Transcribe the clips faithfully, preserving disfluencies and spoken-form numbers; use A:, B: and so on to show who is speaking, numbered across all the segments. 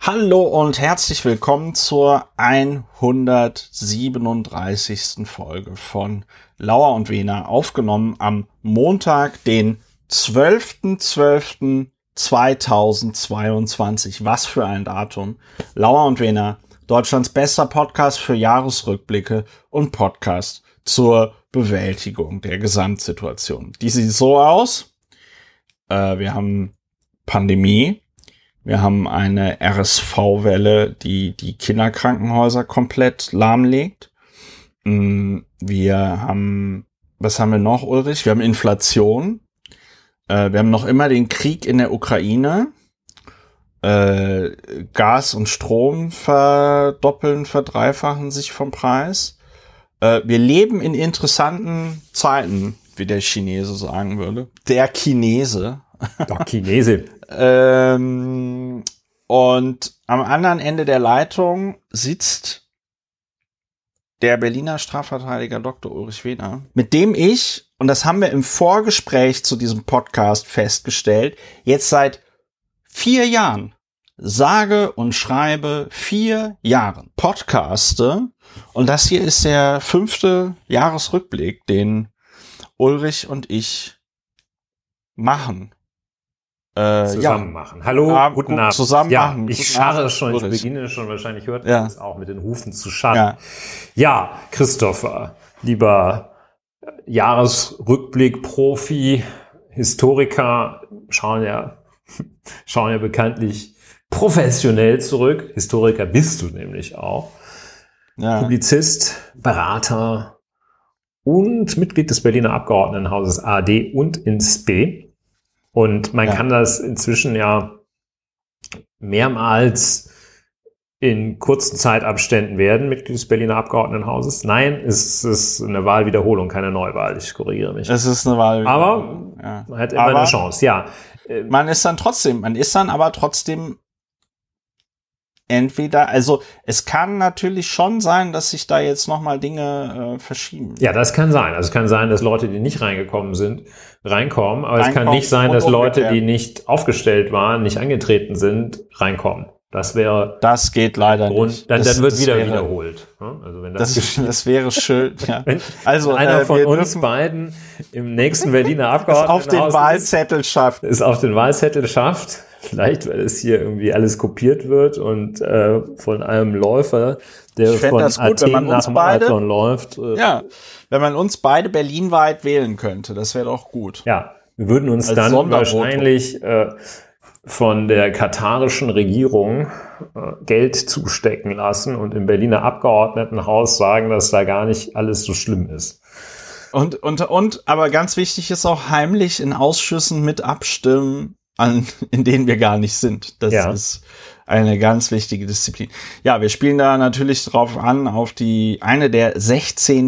A: Hallo und herzlich willkommen zur hundertsiebenunddreißigsten Folge von Lauer und Wehner, aufgenommen am Montag, den zwölften zwölften zweitausendzweiundzwanzig. Was für ein Datum. Lauer und Wehner, Deutschlands bester Podcast für Jahresrückblicke und Podcast zur Bewältigung der Gesamtsituation. Die sieht so aus. Äh, wir haben Pandemie. Wir haben eine R S V-Welle, die die Kinderkrankenhäuser komplett lahmlegt. Wir haben, was haben wir noch, Ulrich? Wir haben Inflation. Wir haben noch immer den Krieg in der Ukraine. Gas und Strom verdoppeln, verdreifachen sich vom Preis. Wir leben in interessanten Zeiten, wie der Chinese sagen würde. Der Chinese.
B: Doch, Chinese.
A: ähm, und am anderen Ende der Leitung sitzt der Berliner Strafverteidiger Doktor Ulrich Wehner, mit dem ich, und das haben wir im Vorgespräch zu diesem Podcast festgestellt, jetzt seit vier Jahren, sage und schreibe vier Jahren podcaste. Und das hier ist der fünfte Jahresrückblick, den Ulrich und ich machen.
B: Äh, zusammen ja. machen. Hallo,
A: Abend,
B: guten Abend.
A: Zusammen
B: ja,
A: machen.
B: Ich scharre schon, ich beginne schon, wahrscheinlich hört man
A: ja.
B: das auch mit den Hufen zu scharren. Ja. ja, Christopher, lieber Jahresrückblick-Profi, Historiker, schauen ja, schauen ja bekanntlich professionell zurück. Historiker bist du nämlich auch. Ja. Publizist, Berater und Mitglied des Berliner Abgeordnetenhauses A R D und InsB. Und man ja. kann das inzwischen ja mehrmals in kurzen Zeitabständen werden, Mitglied des Berliner Abgeordnetenhauses. Nein, es ist eine Wahlwiederholung, keine Neuwahl. Ich korrigiere mich.
A: Es ist eine Wahlwiederholung.
B: Aber ja. man hat immer aber eine Chance, ja.
A: Man ist dann trotzdem, man ist dann aber trotzdem entweder, also es kann natürlich schon sein, dass sich da jetzt nochmal Dinge äh, verschieben.
B: Ja, das kann sein. Also es kann sein, dass Leute, die nicht reingekommen sind, reinkommen. Aber reinkommen, es kann nicht sein, dass Leute, die nicht aufgestellt waren, nicht angetreten sind, reinkommen. Das wäre...
A: Das geht leider
B: Grund,
A: nicht.
B: Dann,
A: das,
B: dann wird
A: das
B: wieder
A: wäre,
B: wiederholt. Also wenn das,
A: das, das wäre schön. Ja.
B: Wenn
A: also
B: einer
A: äh,
B: von uns beiden im nächsten Berliner Abgeordnetenhaus
A: auf den Wahlzettel schafft.
B: Es auf den Wahlzettel schafft. Vielleicht, weil es hier irgendwie alles kopiert wird und äh, von einem Läufer, der von
A: das gut,
B: Athen
A: wenn man
B: nach Marathon läuft. Äh,
A: ja, wenn man uns beide berlinweit wählen könnte, das wäre doch gut.
B: Ja, wir würden uns
A: Als
B: dann wahrscheinlich äh, von der katarischen Regierung äh, Geld zustecken lassen und im Berliner Abgeordnetenhaus sagen, dass da gar nicht alles so schlimm ist.
A: Und, und, und, aber ganz wichtig ist auch heimlich in Ausschüssen mit abstimmen, an, in denen wir gar nicht sind. Das ja. ist eine ganz wichtige Disziplin. Ja, wir spielen da natürlich drauf an, auf die, eine der sechzehn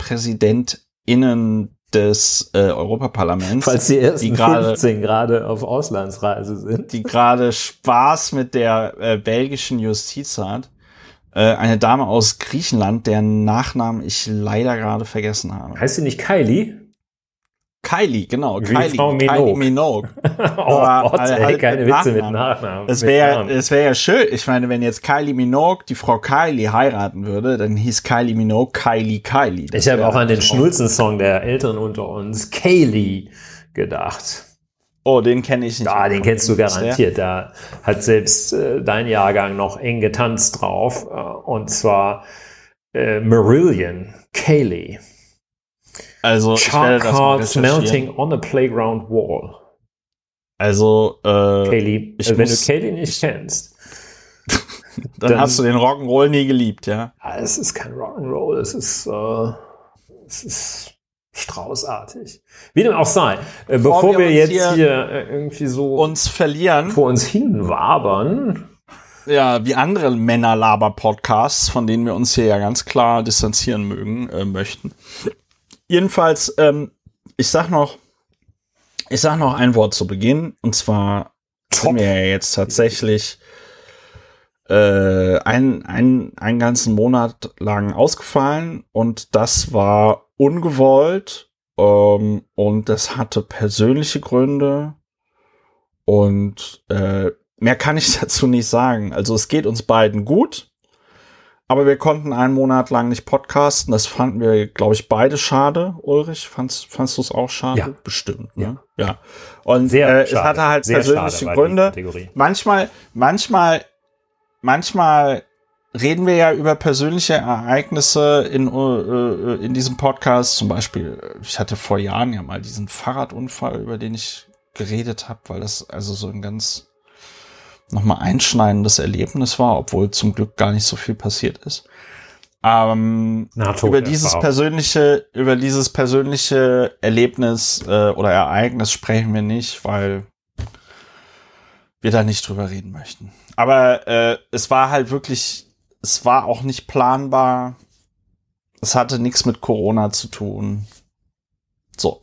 A: VizepräsidentInnen des äh, Europaparlaments.
B: Falls die ersten die grade, fünfzehn gerade auf Auslandsreise sind.
A: Die gerade Spaß mit der äh, belgischen Justiz hat. Äh, eine Dame aus Griechenland, deren Nachnamen ich leider gerade vergessen habe.
B: Heißt sie nicht Kylie?
A: Kylie, genau.
B: Wie
A: Kylie,
B: Frau
A: Kylie Minogue.
B: oh Gott, halt, ey, keine Witze mit Nachnamen.
A: Es wäre es wäre ja schön. Ich meine, wenn jetzt Kylie Minogue die Frau Kylie heiraten würde, dann hieß Kylie Minogue Kylie Kylie. Das
B: ich habe auch an den Schnulzen-Song der Älteren unter uns, Kaylee, gedacht.
A: Oh, den kenne ich nicht.
B: Ja, den kennst du garantiert. Da hat selbst äh, dein Jahrgang noch eng getanzt drauf. Äh, und zwar äh, Marillion, Kaylee.
A: Also, ich werde das mal
B: Cards melting on a playground wall.
A: Also, äh,
B: Kaylee,
A: ich
B: äh, wenn
A: muss,
B: du Kaylee nicht kennst,
A: dann, dann hast du den Rock'n'Roll nie geliebt, ja?
B: Ja, es ist kein Rock'n'Roll, es ist, äh, es ist straußartig. Wie dem auch sei. Äh, bevor, bevor wir, wir jetzt hier, hier äh, irgendwie so
A: uns verlieren,
B: vor uns hin wabern,
A: ja, wie andere Männerlaber-Podcasts, von denen wir uns hier ja ganz klar distanzieren mögen, äh, möchten. Jedenfalls, ähm, ich sag noch, ich sag noch ein Wort zu Beginn, und zwar Top. Sind wir ja jetzt tatsächlich äh, ein, ein, einen ganzen Monat lang ausgefallen, und das war ungewollt, ähm, und das hatte persönliche Gründe, und äh, mehr kann ich dazu nicht sagen. Also es geht uns beiden gut, aber wir konnten einen Monat lang nicht podcasten. Das fanden wir, glaube ich, beide schade. Ulrich, fandst, fandst du es auch schade?
B: Ja.
A: Bestimmt. Ne? Ja. ja. Und
B: Sehr
A: äh, es
B: schade.
A: hatte halt
B: Sehr
A: persönliche
B: schade,
A: Gründe. Manchmal, manchmal, manchmal reden wir ja über persönliche Ereignisse in, äh, in diesem Podcast. Zum Beispiel, ich hatte vor Jahren ja mal diesen Fahrradunfall, über den ich geredet habe, weil das also so ein ganz nochmal einschneidendes Erlebnis war, obwohl zum Glück gar nicht so viel passiert ist. Ähm, über dieses persönliche, über dieses persönliche Erlebnis äh, oder Ereignis sprechen wir nicht, weil wir da nicht drüber reden möchten. Aber äh, es war halt wirklich, es war auch nicht planbar. Es hatte nichts mit Corona zu tun. So.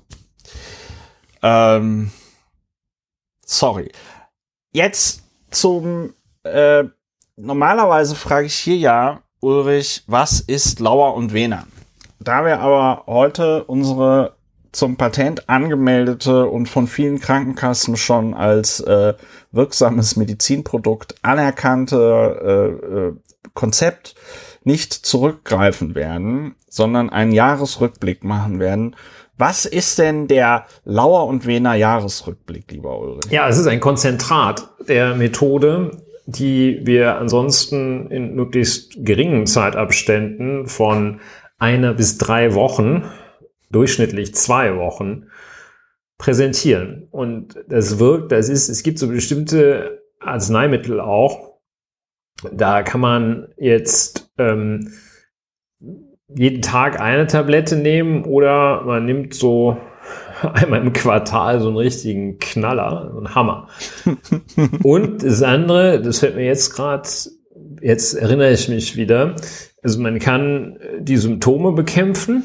A: Ähm, sorry. Jetzt zum, äh, normalerweise frage ich hier ja, Ulrich, was ist Lauer und Wehner? Da wir aber heute unsere zum Patent angemeldete und von vielen Krankenkassen schon als äh, wirksames Medizinprodukt anerkannte äh, äh, Konzept nicht zurückgreifen werden, sondern einen Jahresrückblick machen werden. Was ist denn der Lauer und Wehner Jahresrückblick, lieber Ulrich?
B: Ja, es ist ein Konzentrat der Methode, die wir ansonsten in möglichst geringen Zeitabständen von einer bis drei Wochen, durchschnittlich zwei Wochen, präsentieren. Und das wirkt, das ist, es gibt so bestimmte Arzneimittel auch, da kann man jetzt ähm, jeden Tag eine Tablette nehmen oder man nimmt so einmal im Quartal so einen richtigen Knaller, so einen Hammer. Und das andere, das fällt mir jetzt gerade, jetzt erinnere ich mich wieder, also man kann die Symptome bekämpfen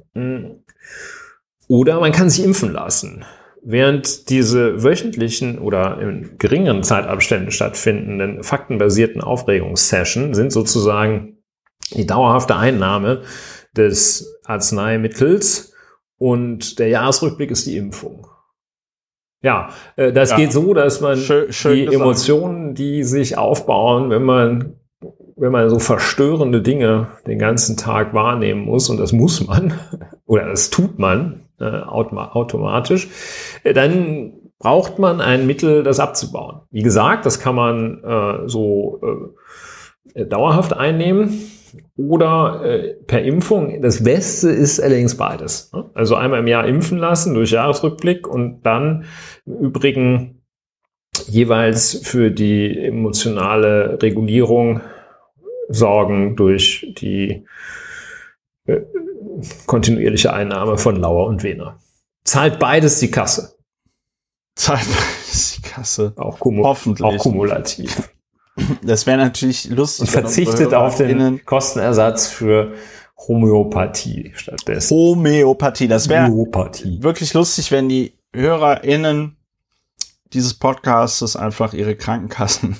B: oder man kann sich impfen lassen. Während diese wöchentlichen oder in geringeren Zeitabständen stattfindenden faktenbasierten Aufregungssessions sind sozusagen die dauerhafte Einnahme des Arzneimittels und der Jahresrückblick ist die Impfung. Ja, äh, das ja. geht so, dass man schön, schön die gesagt. Emotionen, die sich aufbauen, wenn man, wenn man so verstörende Dinge den ganzen Tag wahrnehmen muss, und das muss man, oder das tut man äh, autom- automatisch, äh, dann braucht man ein Mittel, das abzubauen. Wie gesagt, das kann man äh, so äh, dauerhaft einnehmen. Oder äh, per Impfung. Das Beste ist allerdings beides. Ne? Also einmal im Jahr impfen lassen durch Jahresrückblick und dann im Übrigen jeweils für die emotionale Regulierung sorgen durch die äh, kontinuierliche Einnahme von Lauer und Wehner. Zahlt beides die Kasse.
A: Zahlt beides die Kasse.
B: Auch, kumu-
A: Hoffentlich.
B: auch kumulativ.
A: Das wäre natürlich lustig.
B: Und verzichtet auf den Kostenersatz für Homöopathie stattdessen.
A: Homöopathie. Das wäre wirklich lustig, wenn die HörerInnen dieses Podcastes einfach ihre Krankenkassen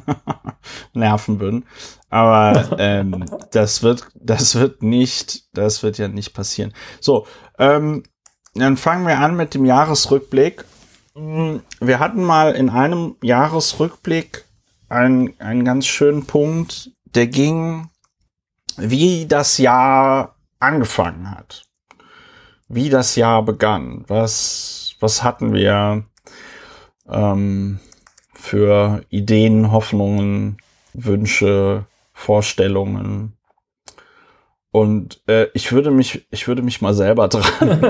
A: nerven würden. Aber ähm, das wird, das wird nicht, das wird ja nicht passieren. So, ähm, dann fangen wir an mit dem Jahresrückblick. Wir hatten mal in einem Jahresrückblick Ein, einen ganz schönen Punkt, der ging, wie das Jahr angefangen hat. Wie das Jahr begann. Was, was hatten wir ähm, für Ideen, Hoffnungen, Wünsche, Vorstellungen. Und äh, ich würde mich, ich würde mich mal selber dran.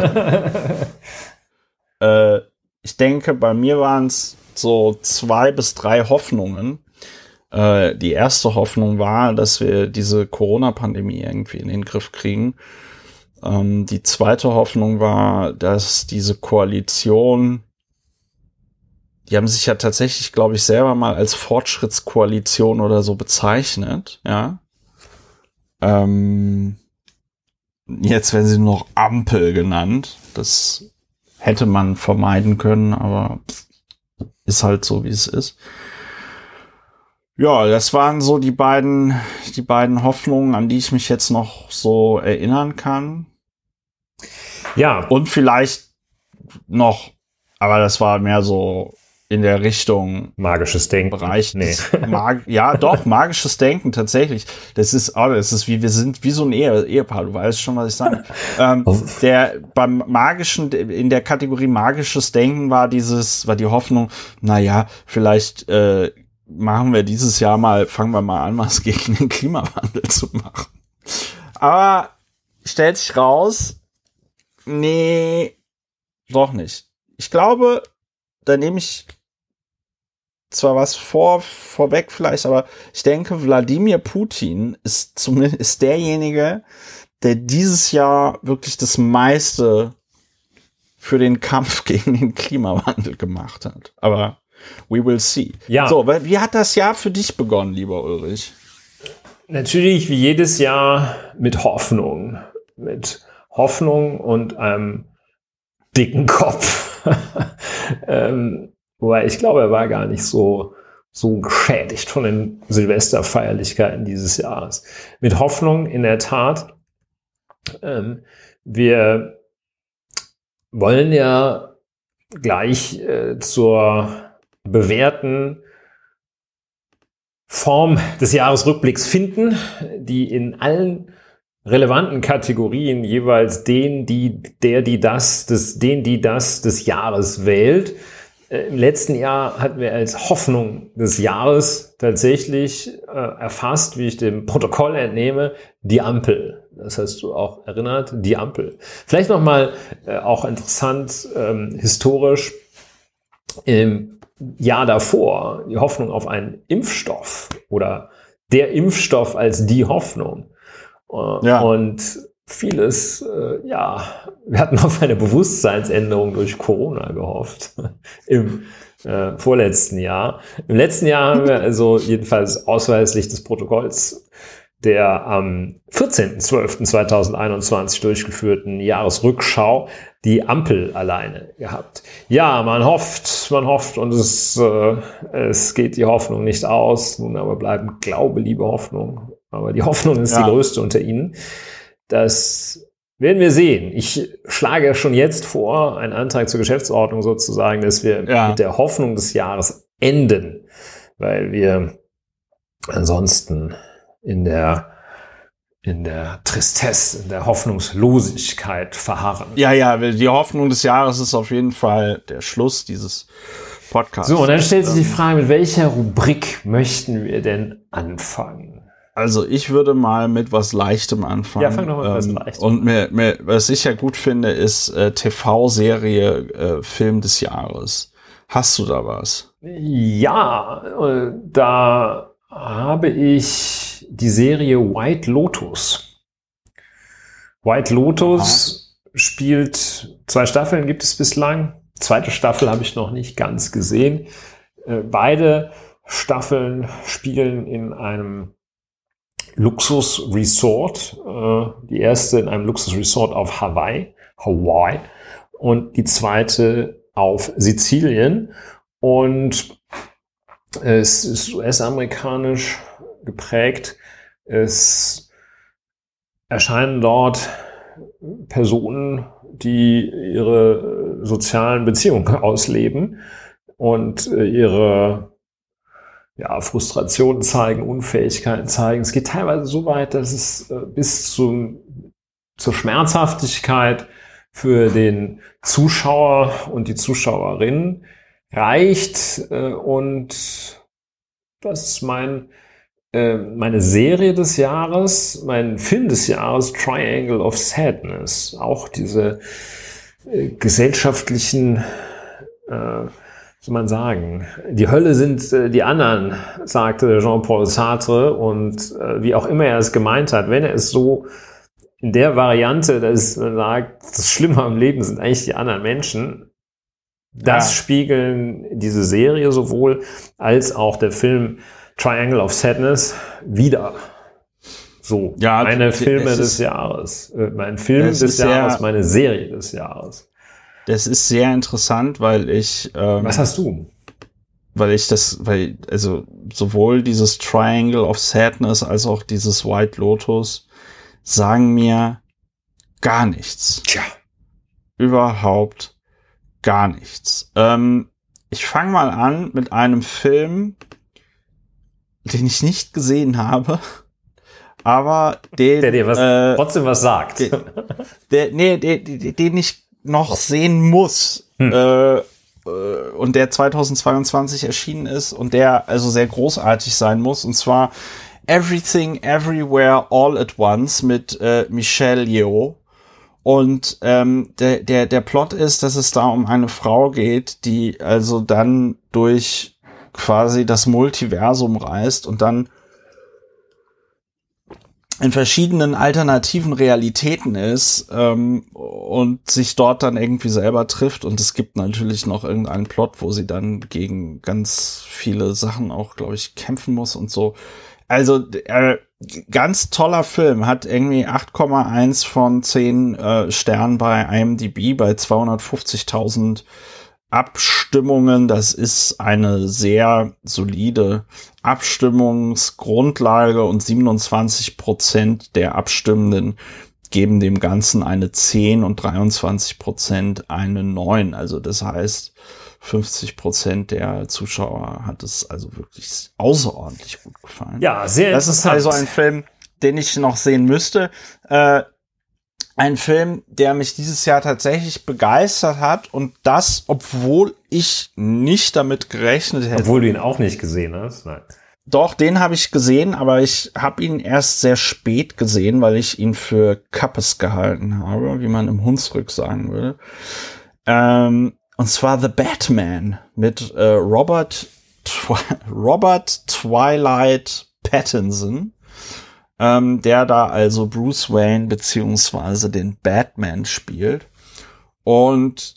A: äh, ich denke, bei mir waren es so zwei bis drei Hoffnungen. Äh, die erste Hoffnung war, dass wir diese Corona-Pandemie irgendwie in den Griff kriegen. Ähm, die zweite Hoffnung war, dass diese Koalition, die haben sich ja tatsächlich, glaube ich, selber mal als Fortschrittskoalition oder so bezeichnet, ja. Ähm, jetzt werden sie nur noch Ampel genannt. Das hätte man vermeiden können, aber ist halt so, wie es ist. Ja, das waren so die beiden, die beiden Hoffnungen, an die ich mich jetzt noch so erinnern kann.
B: Ja.
A: Und vielleicht noch, aber das war mehr so in der Richtung
B: magisches Denken.
A: Bereich. Nee. Mag- ja, doch, magisches Denken, tatsächlich. Das ist, oh, das ist wie, wir sind wie so ein Ehe, Ehepaar, du weißt schon, was ich sage. ähm, der, beim magischen, in der Kategorie magisches Denken war dieses, war die Hoffnung, na ja, vielleicht, äh, machen wir dieses Jahr mal, fangen wir mal an, was gegen den Klimawandel zu machen. Aber stellt sich raus, nee, doch nicht. Ich glaube, da nehme ich zwar was vor, vorweg vielleicht, aber ich denke, Wladimir Putin ist zumindest ist derjenige, der dieses Jahr wirklich das meiste für den Kampf gegen den Klimawandel gemacht hat. Aber we will see.
B: Ja.
A: So, wie hat das Jahr für dich begonnen, lieber Ulrich?
B: Natürlich wie jedes Jahr mit Hoffnung. Mit Hoffnung und einem dicken Kopf. ähm, Wobei ich glaube, er war gar nicht so, so geschädigt von den Silvesterfeierlichkeiten dieses Jahres. Mit Hoffnung in der Tat. Ähm, wir wollen ja gleich äh, zur bewährten Form des Jahresrückblicks finden, die in allen relevanten Kategorien jeweils den, die, der, die, das, des, den, die, das des Jahres wählt. Im letzten Jahr hatten wir als Hoffnung des Jahres tatsächlich äh, erfasst, wie ich dem Protokoll entnehme, die Ampel. Das hast du auch erinnert, die Ampel. Vielleicht nochmal äh, auch interessant, ähm, historisch, im Jahr davor die Hoffnung auf einen Impfstoff oder der Impfstoff als die Hoffnung. Äh,
A: ja.
B: Und vieles, äh, ja, wir hatten auf eine Bewusstseinsänderung durch Corona gehofft im äh, vorletzten Jahr. Im letzten Jahr haben wir also jedenfalls ausweislich des Protokolls der am vierzehnten zwölften zweitausendeinundzwanzig durchgeführten Jahresrückschau die Ampel alleine gehabt. Ja, man hofft, man hofft und es, äh, es geht die Hoffnung nicht aus. Nun aber bleiben Glaube, Liebe, Hoffnung. Aber die Hoffnung ist ja die größte unter ihnen. Das werden wir sehen. Ich schlage schon jetzt vor, einen Antrag zur Geschäftsordnung sozusagen, dass wir ja. mit der Hoffnung des Jahres enden, weil wir ansonsten in der in der Tristesse, in der Hoffnungslosigkeit verharren.
A: Ja, ja, die Hoffnung des Jahres ist auf jeden Fall der Schluss dieses Podcasts.
B: So, und dann stellt sich die Frage, mit welcher Rubrik möchten wir denn anfangen?
A: Also ich würde mal mit was Leichtem anfangen.
B: Ja, fang doch mal mit ähm, was Leichtem
A: Und mir, mir, was ich ja gut finde, ist äh, T V-Serie äh, Film des Jahres. Hast du da was?
B: Ja, äh, da habe ich die Serie White Lotus. White Lotus Aha. spielt, zwei Staffeln gibt es bislang. Zweite Staffel habe ich noch nicht ganz gesehen. Äh, beide Staffeln spielen in einem Luxusresort. Äh, die erste in einem Luxusresort auf Hawaii, Hawaii und die zweite auf Sizilien. Und es ist U S-amerikanisch geprägt. Es erscheinen dort Personen, die ihre sozialen Beziehungen ausleben und ihre ja, Frustrationen zeigen, Unfähigkeiten zeigen. Es geht teilweise so weit, dass es bis zum, zur Schmerzhaftigkeit für den Zuschauer und die Zuschauerin reicht. Und das ist mein, äh, meine Serie des Jahres, mein Film des Jahres, Triangle of Sadness. Auch diese äh, gesellschaftlichen, äh, soll man sagen, die Hölle sind äh, die anderen, sagte Jean-Paul Sartre. Und äh, wie auch immer er es gemeint hat, wenn er es so in der Variante, dass man sagt, das Schlimme am Leben sind eigentlich die anderen Menschen, das ja. spiegeln diese Serie sowohl als auch der Film Triangle of Sadness wieder. So, ja, meine Filme des ist, Jahres. Äh, mein Film des Jahres, sehr, meine Serie des Jahres.
A: Das ist sehr interessant, weil ich... Ähm,
B: Was hast du?
A: Weil ich das, weil, also sowohl dieses Triangle of Sadness als auch dieses White Lotus sagen mir gar nichts.
B: Tja.
A: Überhaupt gar nichts. Ähm, ich fange mal an mit einem Film, den ich nicht gesehen habe, aber den,
B: der dir was,
A: äh,
B: trotzdem was sagt.
A: Der, der, nee, der, den ich noch sehen muss. Hm. Äh, und der zweitausendzweiundzwanzig erschienen ist und der also sehr großartig sein muss. Und zwar Everything, Everywhere, All at Once mit äh, Michelle Yeoh. Und ähm, der, der, der Plot ist, dass es da um eine Frau geht, die also dann durch quasi das Multiversum reist und dann in verschiedenen alternativen Realitäten ist ähm, und sich dort dann irgendwie selber trifft. Und es gibt natürlich noch irgendeinen Plot, wo sie dann gegen ganz viele Sachen auch, glaube ich, kämpfen muss und so. Also äh, ganz toller Film, hat irgendwie acht Komma eins von zehn äh, Sternen bei I M D B, bei zweihundertfünfzigtausend Abstimmungen. Das ist eine sehr solide Abstimmungsgrundlage und siebenundzwanzig Prozent der Abstimmenden geben dem Ganzen eine zehn und dreiundzwanzig Prozent eine neun. Also das heißt, fünfzig Prozent der Zuschauer hat es also wirklich außerordentlich gut gefallen.
B: Ja, sehr
A: das interessant. Das ist also ein Film, den ich noch sehen müsste. Äh, Ein Film, der mich dieses Jahr tatsächlich begeistert hat und das, obwohl ich nicht damit gerechnet hätte.
B: Obwohl du ihn auch nicht gesehen hast? Nein.
A: Doch, den habe ich gesehen, aber ich habe ihn erst sehr spät gesehen, weil ich ihn für Kappes gehalten habe, wie man im Hunsrück sagen würde. Ähm, und zwar The Batman mit äh, Robert, Twi- Robert Twilight Pattinson. Ähm, der da also Bruce Wayne beziehungsweise den Batman spielt. Und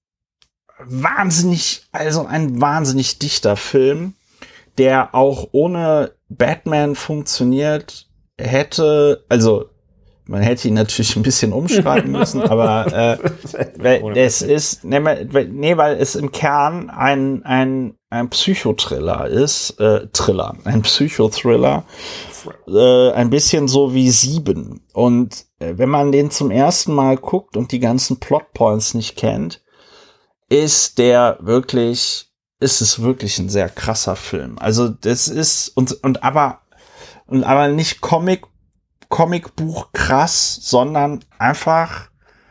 A: wahnsinnig, also ein wahnsinnig dichter Film, der auch ohne Batman funktioniert hätte, also man hätte ihn natürlich ein bisschen umschreiben müssen, aber äh, es ist, nee, nee, weil es im Kern ein, ein, ein Psychothriller ist, äh, Thriller, ein Psychothriller, äh, ein bisschen so wie Sieben. Und äh, wenn man den zum ersten Mal guckt und die ganzen Plotpoints nicht kennt, ist der wirklich, ist es wirklich ein sehr krasser Film. Also das ist, und, und aber, und aber nicht Comic, Comicbuch krass, sondern einfach,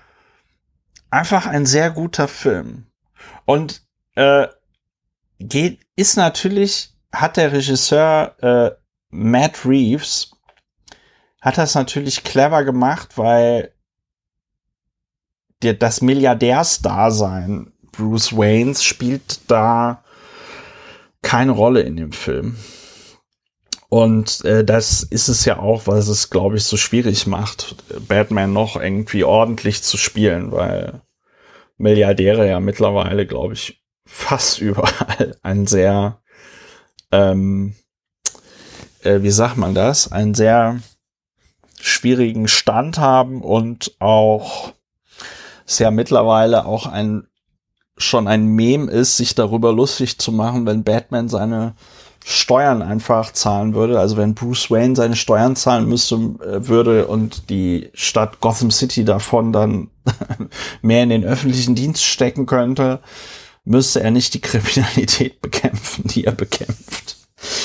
A: einfach ein sehr guter Film. Und äh, geht, ist natürlich, hat der Regisseur äh, Matt Reeves, hat das natürlich clever gemacht, weil der, das Milliardärsdasein Bruce Waynes spielt da keine Rolle in dem Film. Und äh, das ist es ja auch, was es, glaube ich, so schwierig macht, Batman noch irgendwie ordentlich zu spielen, weil Milliardäre ja mittlerweile, glaube ich, fast überall einen sehr, ähm, äh, wie sagt man das, einen sehr schwierigen Stand haben und auch es ja mittlerweile auch ein schon ein Meme ist, sich darüber lustig zu machen, wenn Batman seine Steuern einfach zahlen würde, also wenn Bruce Wayne seine Steuern zahlen müsste, äh, würde und die Stadt Gotham City davon dann mehr in den öffentlichen Dienst stecken könnte, müsste er nicht die Kriminalität bekämpfen, die er bekämpft.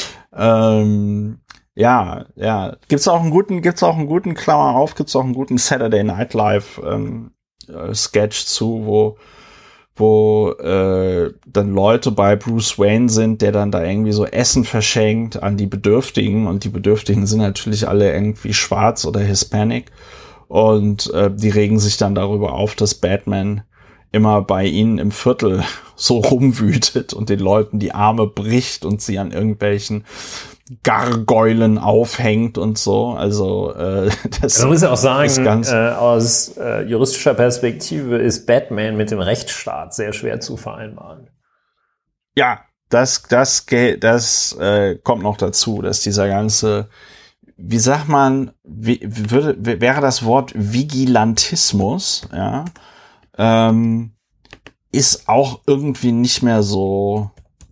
A: Ähm, ja, ja, gibt's auch einen guten, gibt's auch einen guten, Klammer auf, gibt's auch einen guten Saturday Night Live ähm, äh, Sketch zu, wo wo äh, dann Leute bei Bruce Wayne sind, der dann da irgendwie so Essen verschenkt an die Bedürftigen und die Bedürftigen sind natürlich alle irgendwie schwarz oder Hispanic und äh, die regen sich dann darüber auf, dass Batman immer bei ihnen im Viertel so rumwütet und den Leuten die Arme bricht und sie an irgendwelchen Gargoylen aufhängt und so. Also äh, das
B: Man muss ja auch sagen,
A: ganz
B: äh, aus äh, juristischer Perspektive ist Batman mit dem Rechtsstaat sehr schwer zu vereinbaren.
A: Ja, das das das äh, kommt noch dazu, dass dieser ganze, wie sagt man, wie, würde wäre das Wort Vigilantismus, ja, ähm, ist auch irgendwie nicht mehr so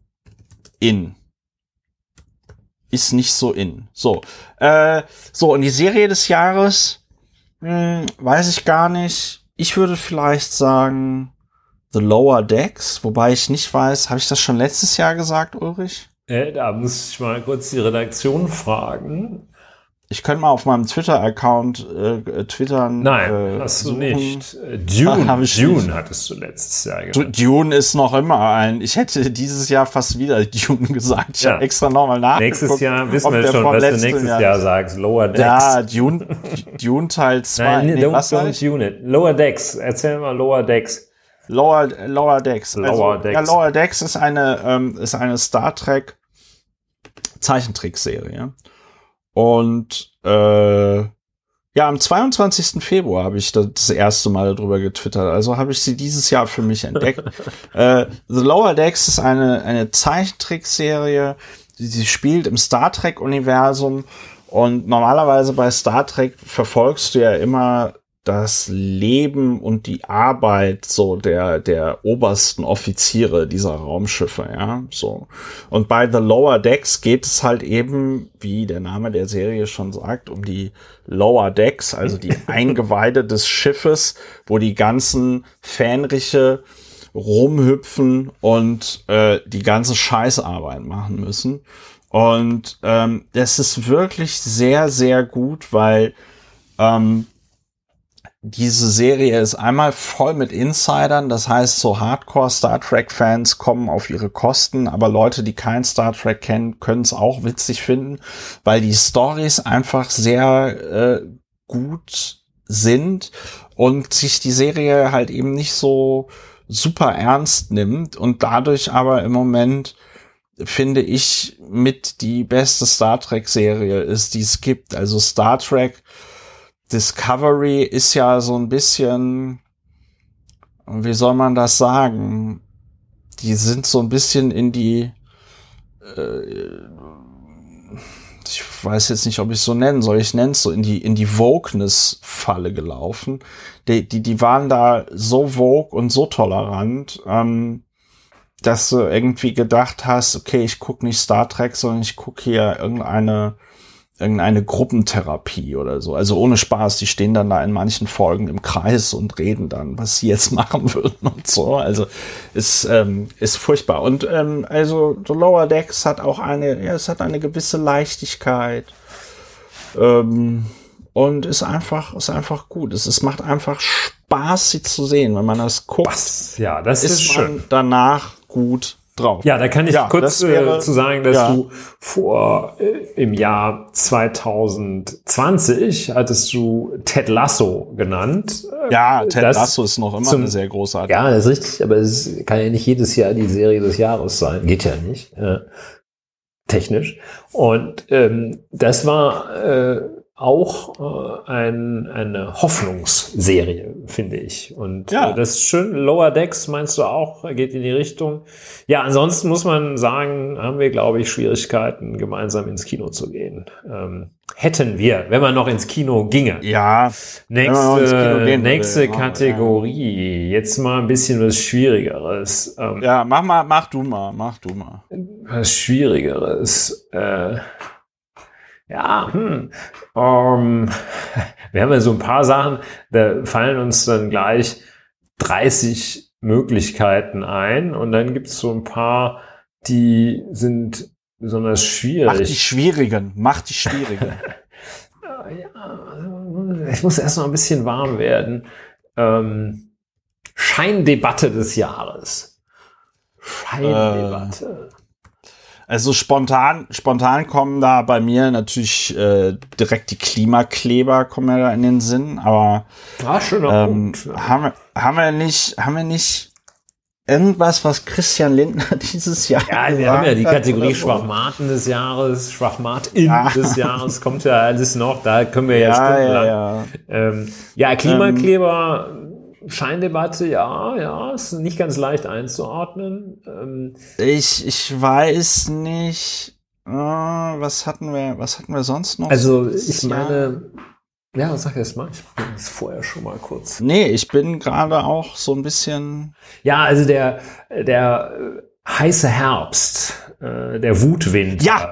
A: in. Ist nicht so in. So, äh, so, und die Serie des Jahres, hm, weiß ich gar nicht. Ich würde vielleicht sagen The Lower Decks, wobei ich nicht weiß, habe ich das schon letztes Jahr gesagt, Ulrich?
B: Äh, da muss ich mal kurz die Redaktion fragen.
A: Ich könnte mal auf meinem Twitter-Account äh, twittern.
B: Nein,
A: äh,
B: hast
A: suchen.
B: du nicht. Dune,
A: ah, ich
B: Dune
A: nicht.
B: hattest du letztes Jahr gesagt.
A: Dune ist noch immer ein. Ich hätte dieses Jahr fast wieder Dune gesagt. Ich ja. habe extra nochmal nachgeguckt.
B: Nächstes Jahr wissen wir schon, was du nächstes Jahr, Jahr sagst. Lower Decks.
A: Ja, Dune, Dune Teil zwei.
B: Nein,
A: nee,
B: don't,
A: was
B: don't Dune it. Lower Decks. Erzähl mal Lower Decks.
A: Lower, Lower Decks.
B: Lower
A: also,
B: Decks.
A: Ja, Lower Decks ist eine, ähm, ist eine Star Trek Zeichentrickserie. Und äh, ja, am zweiundzwanzigsten Februar habe ich das, das erste Mal darüber getwittert. Also habe ich sie dieses Jahr für mich entdeckt. äh, The Lower Decks ist eine, eine Zeichentrickserie, die sie spielt im Star Trek-Universum. Und normalerweise bei Star Trek verfolgst du ja immer das Leben und die Arbeit so der der obersten Offiziere dieser Raumschiffe, ja, so. Und bei The Lower Decks geht es halt eben, wie der Name der Serie schon sagt, um die Lower Decks, also die Eingeweide des Schiffes, wo die ganzen Fähnriche rumhüpfen und äh, die ganze Scheißarbeit machen müssen. Und ähm, das ist wirklich sehr, sehr gut, weil ähm, diese Serie ist einmal voll mit Insidern, das heißt, so Hardcore-Star Trek-Fans kommen auf ihre Kosten, aber Leute, die kein Star Trek kennen, können es auch witzig finden, weil die Storys einfach sehr äh, gut sind und sich die Serie halt eben nicht so super ernst nimmt und dadurch aber im Moment, finde ich, mit die beste Star Trek-Serie ist, die es gibt. Also Star Trek Discovery ist ja so ein bisschen, wie soll man das sagen? Die sind so ein bisschen in die, äh, ich weiß jetzt nicht, ob ich es so nennen soll, ich nenne es so, in die, in die Wokeness-Falle gelaufen. Die, die, die waren da so woke und so tolerant, ähm, dass du irgendwie gedacht hast, okay, ich gucke nicht Star Trek, sondern ich gucke hier irgendeine irgendeine Gruppentherapie oder so. Also ohne Spaß, die stehen dann da in manchen Folgen im Kreis und reden dann, was sie jetzt machen würden und so. Also ist ähm, ist furchtbar. Und ähm, also The Lower Decks hat auch eine, ja, es hat eine gewisse Leichtigkeit ähm, und ist einfach ist einfach gut. Es, es macht einfach Spaß, sie zu sehen, wenn man das guckt.
B: Was? Ja, das ist, ist schön.
A: Danach gut drauf.
B: Ja, da kann ich ja, kurz wäre, äh, zu sagen, dass ja. du vor äh, im Jahr zwanzig zwanzig hattest du Ted Lasso genannt.
A: Ja, Ted das Lasso ist noch immer zum, eine sehr großartige.
B: Ja, das ist richtig, aber es kann ja nicht jedes Jahr die Serie des Jahres sein. Geht ja nicht. Äh, technisch. Und ähm, das war äh, auch äh, ein, eine Hoffnungsserie, finde ich. Und ja. äh, das ist schön. Lower Decks meinst du auch, geht in die Richtung. Ja, ansonsten muss man sagen, haben wir, glaube ich, Schwierigkeiten, gemeinsam ins Kino zu gehen. Ähm, hätten wir, wenn man noch ins Kino ginge.
A: Ja.
B: Nächste, nächste Kategorie. Ja. Jetzt mal ein bisschen was Schwierigeres.
A: Ähm, ja, mach mal, mach du mal, mach du mal.
B: Was Schwierigeres. Äh, Ja, hm. um, wir haben ja so ein paar Sachen, da fallen uns dann gleich dreißig Möglichkeiten ein und dann gibt es so ein paar, die sind besonders schwierig.
A: Mach die schwierigen, mach die schwierigen.
B: Ja, ich muss erst noch ein bisschen warm werden. Ähm, Scheindebatte des Jahres. Scheindebatte. Äh.
A: Also spontan, spontan kommen da bei mir natürlich äh, direkt die Klimakleber kommen ja da in den Sinn, aber
B: ah, schöner
A: ähm,
B: Punkt.
A: haben wir, haben wir nicht, haben wir nicht irgendwas, was Christian Lindner dieses Jahr
B: Ja, wir haben ja die Kategorie Schwachmaten des Jahres, Schwachmatin ja. des Jahres, kommt ja alles noch, da können wir ja, ja stundenlang. Ja, ja. Ähm, ja Klimakleber, ähm, Scheindebatte, ja, ja, ist nicht ganz leicht einzuordnen. Ähm,
A: ich, ich weiß nicht, äh, was hatten wir, was hatten wir sonst noch?
B: Also, ich meine, ja, sag erst mal, ich bin das vorher schon mal kurz.
A: Nee, ich bin gerade auch so ein bisschen.
B: Ja, also der, der äh, heiße Herbst, äh, der Wutwind.
A: Ja!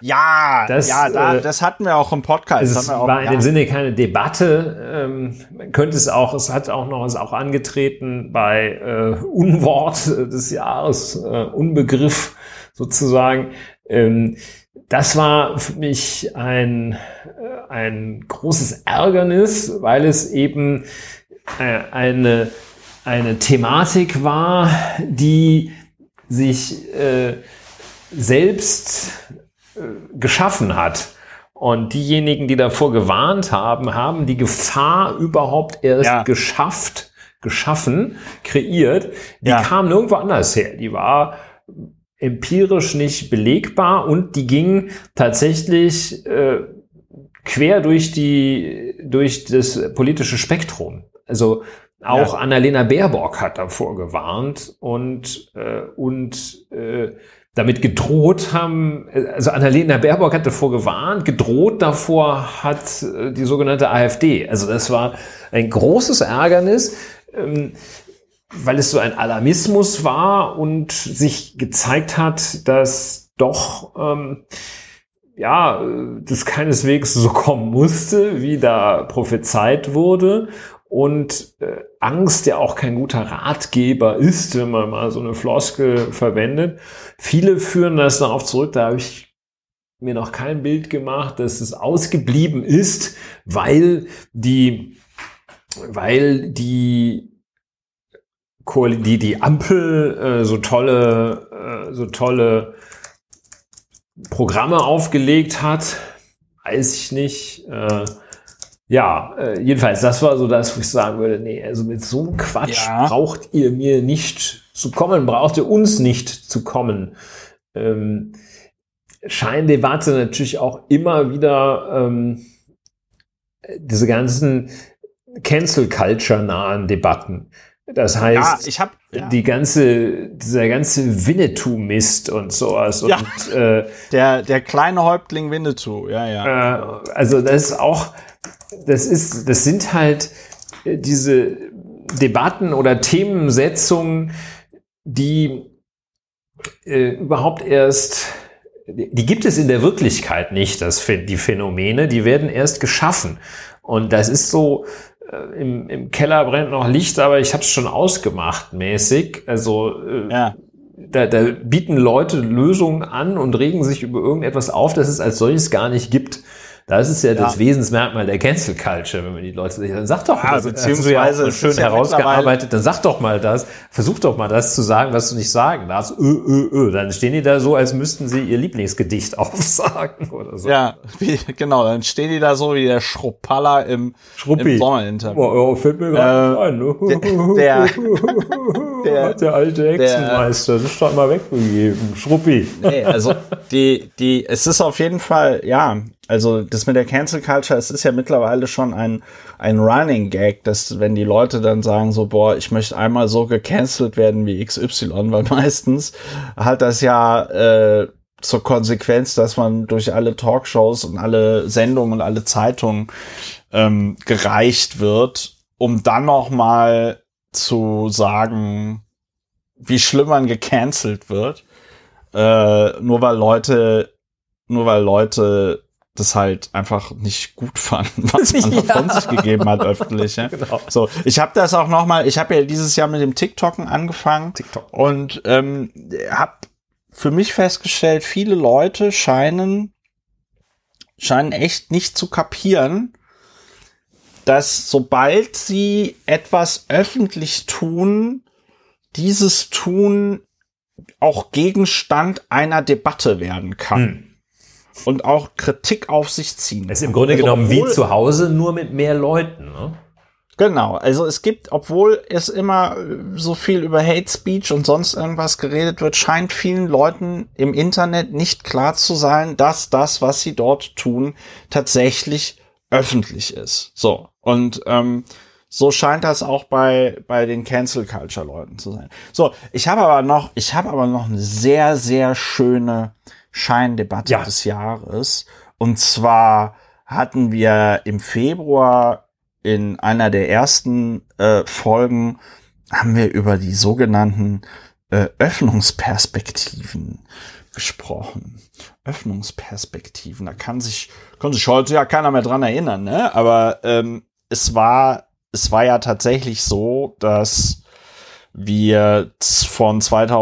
A: Ja, das, ja, da, das hatten wir auch im Podcast.
B: Es
A: auch,
B: war in
A: ja.
B: dem Sinne keine Debatte. Ähm, man könnte es auch, es hat auch noch, ist auch angetreten bei äh, Unwort des Jahres, äh, Unbegriff sozusagen. Ähm, das war für mich ein, ein großes Ärgernis, weil es eben äh, eine, eine Thematik war, die sich äh, selbst äh, geschaffen hat. Und diejenigen, die davor gewarnt haben, haben die Gefahr überhaupt erst ja. geschafft, geschaffen, kreiert. Die ja. kam nirgendwo anders her. Die war empirisch nicht belegbar und die ging tatsächlich äh, quer durch die durch das politische Spektrum. Also auch ja. Annalena Baerbock hat davor gewarnt und äh, und äh, damit gedroht haben, also Annalena Baerbock hat davor gewarnt, gedroht davor hat äh, die sogenannte AfD. Also das war ein großes Ärgernis, ähm, weil es so ein Alarmismus war und sich gezeigt hat, dass doch ähm, ja das keineswegs so kommen musste, wie da prophezeit wurde. Und äh, Angst ja auch kein guter Ratgeber ist, wenn man mal so eine Floskel verwendet. Viele führen das darauf zurück, da habe ich mir noch kein Bild gemacht, dass es ausgeblieben ist, weil die, weil die die, die Ampel äh, so tolle, äh, so tolle Programme aufgelegt hat, weiß ich nicht. Äh, ja, äh, jedenfalls, das war so das, wo ich sagen würde, nee, also mit so einem Quatsch ja. braucht ihr mir nicht zu kommen, braucht ihr uns nicht zu kommen. Ähm, Scheindebatte natürlich auch immer wieder ähm, diese ganzen Cancel-Culture-nahen Debatten. Das heißt,
A: ja, ich hab, ja.
B: die ganze, dieser ganze Winnetou-Mist und sowas.
A: Ja,
B: und, äh,
A: der, der kleine Häuptling Winnetou, ja, ja.
B: Äh, also das ist auch, das ist, das sind halt diese Debatten oder Themensetzungen, die äh, überhaupt erst, die gibt es in der Wirklichkeit nicht, das, die Phänomene, die werden erst geschaffen. Und das ist so, Im, im Keller brennt noch Licht, aber ich habe es schon ausgemacht mäßig. Also äh, ja. da, da bieten Leute Lösungen an und regen sich über irgendetwas auf, das es als solches gar nicht gibt. Das ist ja, ja. das Wesensmerkmal der Cancel Culture, wenn man die Leute sagen, dann sag doch mal, ja, beziehungsweise das schön ja herausgearbeitet, dann sag doch mal das, versuch doch mal das zu sagen, was du nicht sagen darfst. Ö, ö, ö. Dann stehen die da so, als müssten sie ihr Lieblingsgedicht aufsagen oder so.
A: Ja, wie, genau, dann stehen die da so wie der Schruppalla im, im Sommerinterview.
B: Oh, oh, fällt mir gerade äh, ein. Ne? Der, der, der alte Hexenmeister, das ist doch mal weggegeben. Schruppi.
A: Nee, also die, die, es ist auf jeden Fall, ja, also das mit der Cancel Culture, es ist ja mittlerweile schon ein, ein Running Gag, dass wenn die Leute dann sagen so, boah, ich möchte einmal so gecancelt werden wie X Y, weil meistens hat das ja äh, zur Konsequenz, dass man durch alle Talkshows und alle Sendungen und alle Zeitungen ähm, gereicht wird, um dann noch mal zu sagen, wie schlimm man gecancelt wird, äh, nur weil Leute, nur weil Leute das halt einfach nicht gut fanden, was man ja. von sich gegeben hat öffentlich. Ja? Genau. So, ich habe das auch noch mal, ich habe ja dieses Jahr mit dem TikToken angefangen TikTok. und ähm, habe für mich festgestellt, viele Leute scheinen scheinen echt nicht zu kapieren, dass sobald sie etwas öffentlich tun, dieses Tun auch Gegenstand einer Debatte werden kann. Hm. Und auch Kritik auf sich ziehen.
B: Es ist im Grunde also genommen obwohl, wie zu Hause, nur mit mehr Leuten, ne?
A: Genau, also es gibt, obwohl es immer so viel über Hate Speech und sonst irgendwas geredet wird, scheint vielen Leuten im Internet nicht klar zu sein, dass das, was sie dort tun, tatsächlich öffentlich ist. So, und ähm, so scheint das auch bei bei den Cancel Culture Leuten zu sein. So, ich habe aber noch, ich habe aber noch eine sehr, sehr schöne Scheindebatte ja. des Jahres. Und zwar hatten wir im Februar in einer der ersten äh, Folgen haben wir über die sogenannten äh, Öffnungsperspektiven gesprochen. Öffnungsperspektiven, da kann sich, kann sich heute ja keiner mehr dran erinnern, ne? Aber ähm, es war, es war ja tatsächlich so, dass wir von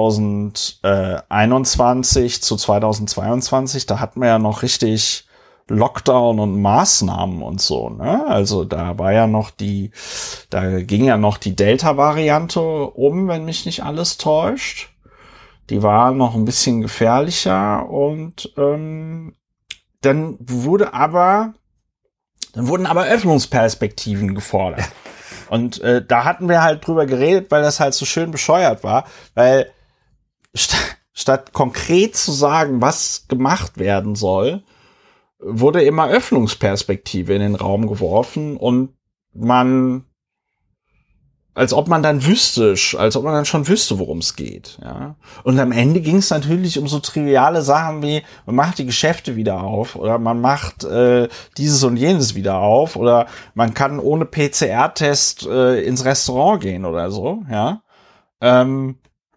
A: zweitausendeinundzwanzig zu zweitausendzweiundzwanzig, da hatten wir ja noch richtig Lockdown und Maßnahmen und so, ne? Also da war ja noch die, da ging ja noch die Delta-Variante um, wenn mich nicht alles täuscht. Die war noch ein bisschen gefährlicher und ähm, dann wurde aber, dann wurden aber Öffnungsperspektiven gefordert. Und äh, da hatten wir halt drüber geredet, weil das halt so schön bescheuert war, weil st- statt konkret zu sagen, was gemacht werden soll, wurde immer Öffnungsperspektive in den Raum geworfen und man, als ob man dann wüsste, als ob man dann schon wüsste, worum es geht, ja. Und am Ende ging es natürlich um so triviale Sachen wie, man macht die Geschäfte wieder auf oder man macht äh, dieses und jenes wieder auf oder man kann ohne P C R-Test äh, ins Restaurant gehen oder so, ja. Ähm,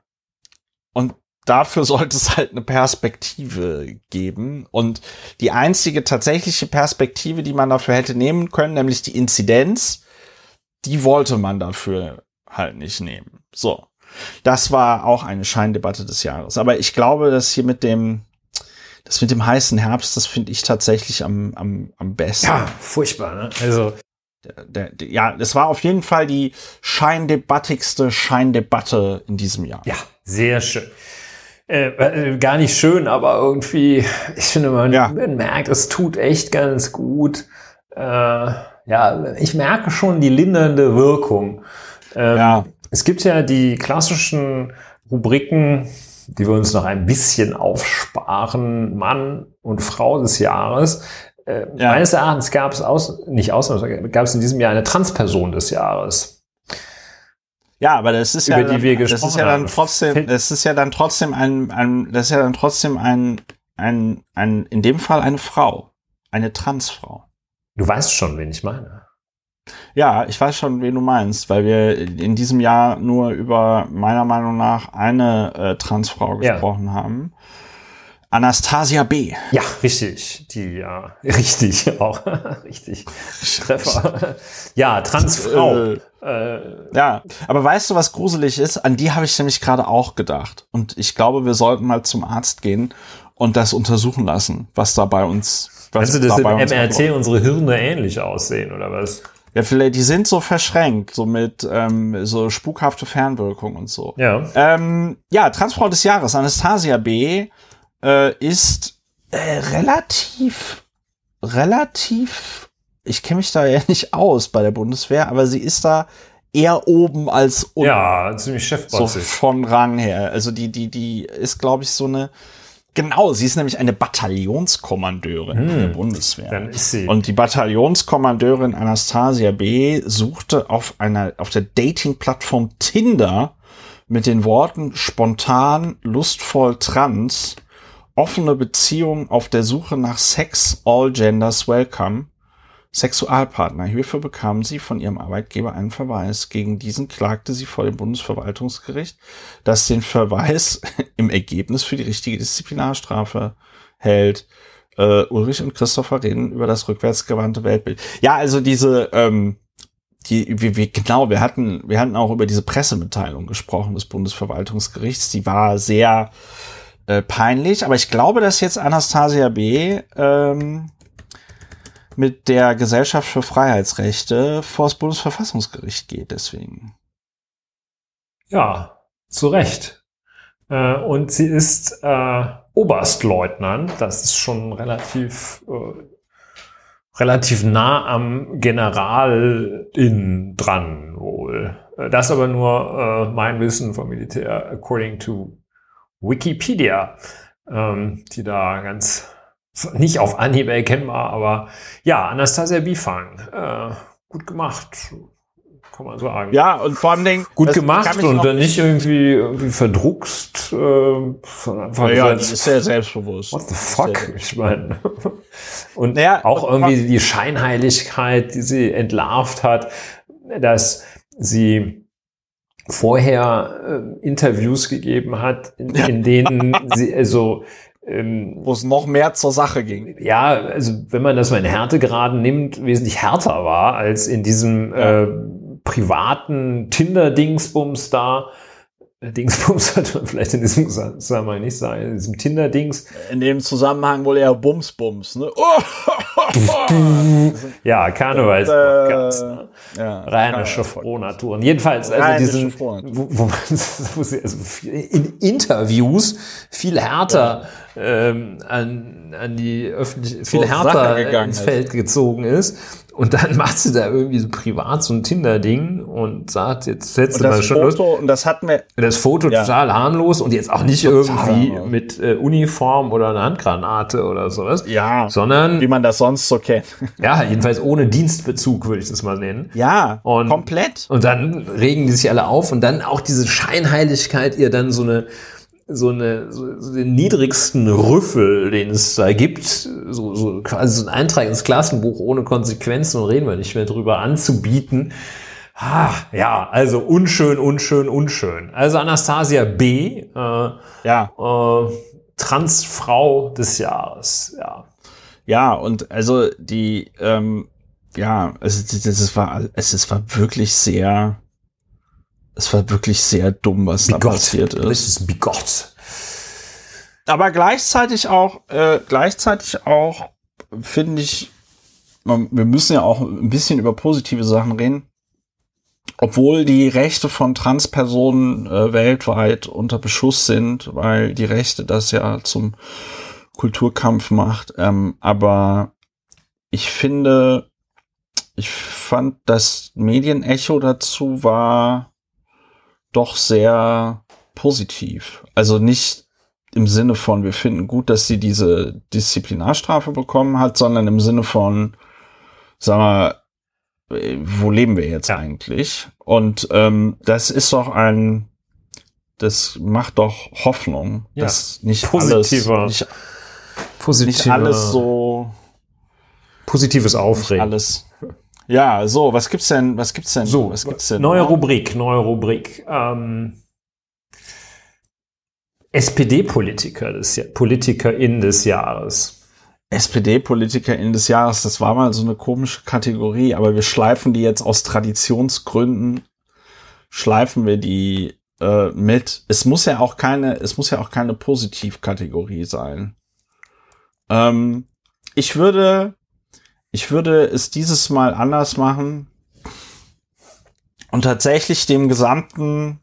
A: und dafür sollte es halt eine Perspektive geben. Und die einzige tatsächliche Perspektive, die man dafür hätte nehmen können, nämlich die Inzidenz, die wollte man dafür halt nicht nehmen. So. Das war auch eine Scheindebatte des Jahres. Aber ich glaube, dass hier mit dem, das mit dem heißen Herbst, das finde ich tatsächlich am, am, am besten.
B: Ja, furchtbar, ne? Also.
A: Der, der, der, ja, das war auf jeden Fall die scheindebattigste Scheindebatte in diesem Jahr.
B: Ja, sehr schön. Äh, äh, gar nicht schön, aber irgendwie, ich finde, man, ja. man merkt, es tut echt ganz gut. Äh, ja, ich merke schon die lindernde Wirkung. Ähm, ja. Es gibt ja die klassischen Rubriken, die wir uns noch ein bisschen aufsparen, Mann und Frau des Jahres. Äh, ja. Meines Erachtens gab es aus, nicht ausnahmsweise, gab es in diesem Jahr eine Transperson des Jahres.
A: Ja, aber das ist
B: über
A: ja,
B: die wir
A: das ist ja dann trotzdem, das ist ja dann trotzdem ein, ein, das ist ja dann trotzdem ein, ein, ein, in dem Fall eine Frau, eine Transfrau.
B: Du weißt schon, wen ich meine.
A: Ja, ich weiß schon, wen du meinst, weil wir in diesem Jahr nur über meiner Meinung nach eine äh, Transfrau gesprochen ja. haben. Anastasia B.
B: Ja, richtig. Die, ja, richtig, auch. richtig. Treffer. Ja, Transfrau.
A: Äh, äh, ja, aber weißt du, was gruselig ist? An die habe ich nämlich gerade auch gedacht. Und ich glaube, wir sollten mal zum Arzt gehen und das untersuchen lassen, was da bei uns, was
B: Meinst du, dass
A: da
B: im M R T unsere Hirne ähnlich aussehen, oder was?
A: Ja, vielleicht, die sind so verschränkt, so mit ähm, so spukhafte Fernwirkung und so.
B: Ja.
A: Ähm, ja, Transfrau des Jahres, Anastasia B. ist äh, relativ, relativ, ich kenne mich da ja nicht aus bei der Bundeswehr, aber sie ist da eher oben als unten.
B: Ja, ziemlich chefbossig.
A: So von Rang her. Also die, die, die ist, glaube ich, so eine, genau, sie ist nämlich eine Bataillonskommandeurin hm, der Bundeswehr.
B: Dann ist sie.
A: Und die Bataillonskommandeurin Anastasia B. suchte auf einer, auf der Dating-Plattform Tinder mit den Worten spontan, lustvoll, trans offene Beziehung auf der Suche nach Sex, all genders welcome, Sexualpartner. Hierfür bekam sie von ihrem Arbeitgeber einen Verweis. Gegen diesen klagte sie vor dem Bundesverwaltungsgericht, das den Verweis im Ergebnis für die richtige Disziplinarstrafe hält. Äh, Ulrich und Christopher reden über das rückwärtsgewandte Weltbild. Ja, also diese, ähm, die, wir, wir, genau, wir hatten, wir hatten auch über diese Pressemitteilung gesprochen des Bundesverwaltungsgerichts. Die war sehr Äh, peinlich, aber ich glaube, dass jetzt Anastasia B. Ähm, mit der Gesellschaft für Freiheitsrechte vor das Bundesverfassungsgericht geht, deswegen.
B: Ja, zu Recht. Äh, und sie ist äh, Oberstleutnant, das ist schon relativ äh, relativ nah am Generalin dran wohl. Das aber nur äh, mein Wissen vom Militär, according to Wikipedia, ähm, die da ganz nicht auf Anhieb erkennbar, aber ja, Anastasia Bifang, äh, gut gemacht, kann man sagen.
A: Ja, und vor allem Dingen,
B: gut gemacht und dann nicht irgendwie, irgendwie verdruckst, äh, sondern einfach
A: ja, ja, die ist sehr selbstbewusst.
B: What the fuck? Ich meine. Und naja, auch und irgendwie die Scheinheiligkeit, die sie entlarvt hat, dass sie vorher äh, Interviews gegeben hat, in, in denen sie, also
A: ähm, wo es noch mehr zur Sache ging.
B: Ja, also wenn man das mal in Härtegraden nimmt, wesentlich härter war als in diesem ja. äh, privaten Tinder-Dingsbums da. Dingsbums sollte man vielleicht in diesem Zusammenhang nicht sagen, in diesem Tinder-Dings.
A: In dem Zusammenhang wohl eher Bums-Bums, ne? Oh!
B: Ja, Karnevalspodcast. Äh, ne? Ja, rheinische Frohnaturen. Jedenfalls, also Rheinische diesen, wo, wo man wo sie also in Interviews viel härter ja. ähm, an, an die öffentliche, viel so härter ins Feld gezogen ist. Und dann macht sie da irgendwie so privat so ein Tinder-Ding und sagt, jetzt setzt du mal schon
A: los. Und das hatten wir.
B: Das Foto ja. total harmlos und jetzt auch nicht total irgendwie harmlos. Mit äh, Uniform oder einer Handgranate oder sowas.
A: Ja.
B: Sondern.
A: Wie man das sonst so kennt.
B: Ja, jedenfalls ohne Dienstbezug, würde ich das mal nennen.
A: Ja.
B: Und,
A: komplett.
B: Und dann regen die sich alle auf und dann auch diese Scheinheiligkeit, ihr dann so eine, so eine, so, so den niedrigsten Rüffel, den es da gibt, so, so quasi so ein Eintrag ins Klassenbuch ohne Konsequenzen, und reden wir nicht mehr drüber, anzubieten. Ah, ja, also unschön, unschön, unschön. Also Anastasia B., äh,
A: ja,
B: äh, Transfrau des Jahres, ja.
A: Ja, und also die, ähm, ja, also das war, es, es war wirklich sehr, es war wirklich sehr dumm, was
B: Bigott.
A: da passiert ist.
B: Das ist bigott.
A: Aber gleichzeitig auch, äh, gleichzeitig auch, finde ich, man, wir müssen ja auch ein bisschen über positive Sachen reden. Obwohl die Rechte von Transpersonen äh, weltweit unter Beschuss sind, weil die Rechte das ja zum Kulturkampf macht. Ähm, aber ich finde, ich fand, das Medienecho dazu war doch sehr positiv. Also nicht im Sinne von, wir finden gut, dass sie diese Disziplinarstrafe bekommen hat, sondern im Sinne von, sagen wir, wo leben wir jetzt ja. eigentlich? Und ähm, das ist doch ein, das macht doch Hoffnung, ja. dass nicht
B: positiver,
A: alles, nicht,
B: positiver,
A: nicht alles so
B: positives Aufregen.
A: Alles. Ja, so, was gibt's denn, was gibt's denn?
B: So,
A: was gibt's denn?
B: Neue noch? Rubrik, neue Rubrik. Ähm, S P D-Politiker des ja- PolitikerInnen des Jahres.
A: S P D-PolitikerInnen des Jahres, das war mal so eine komische Kategorie, aber wir schleifen die jetzt aus Traditionsgründen, schleifen wir die äh, mit. Es muss ja auch keine, es muss ja auch keine Positivkategorie sein. Ähm, ich würde, ich würde es dieses Mal anders machen und tatsächlich dem gesamten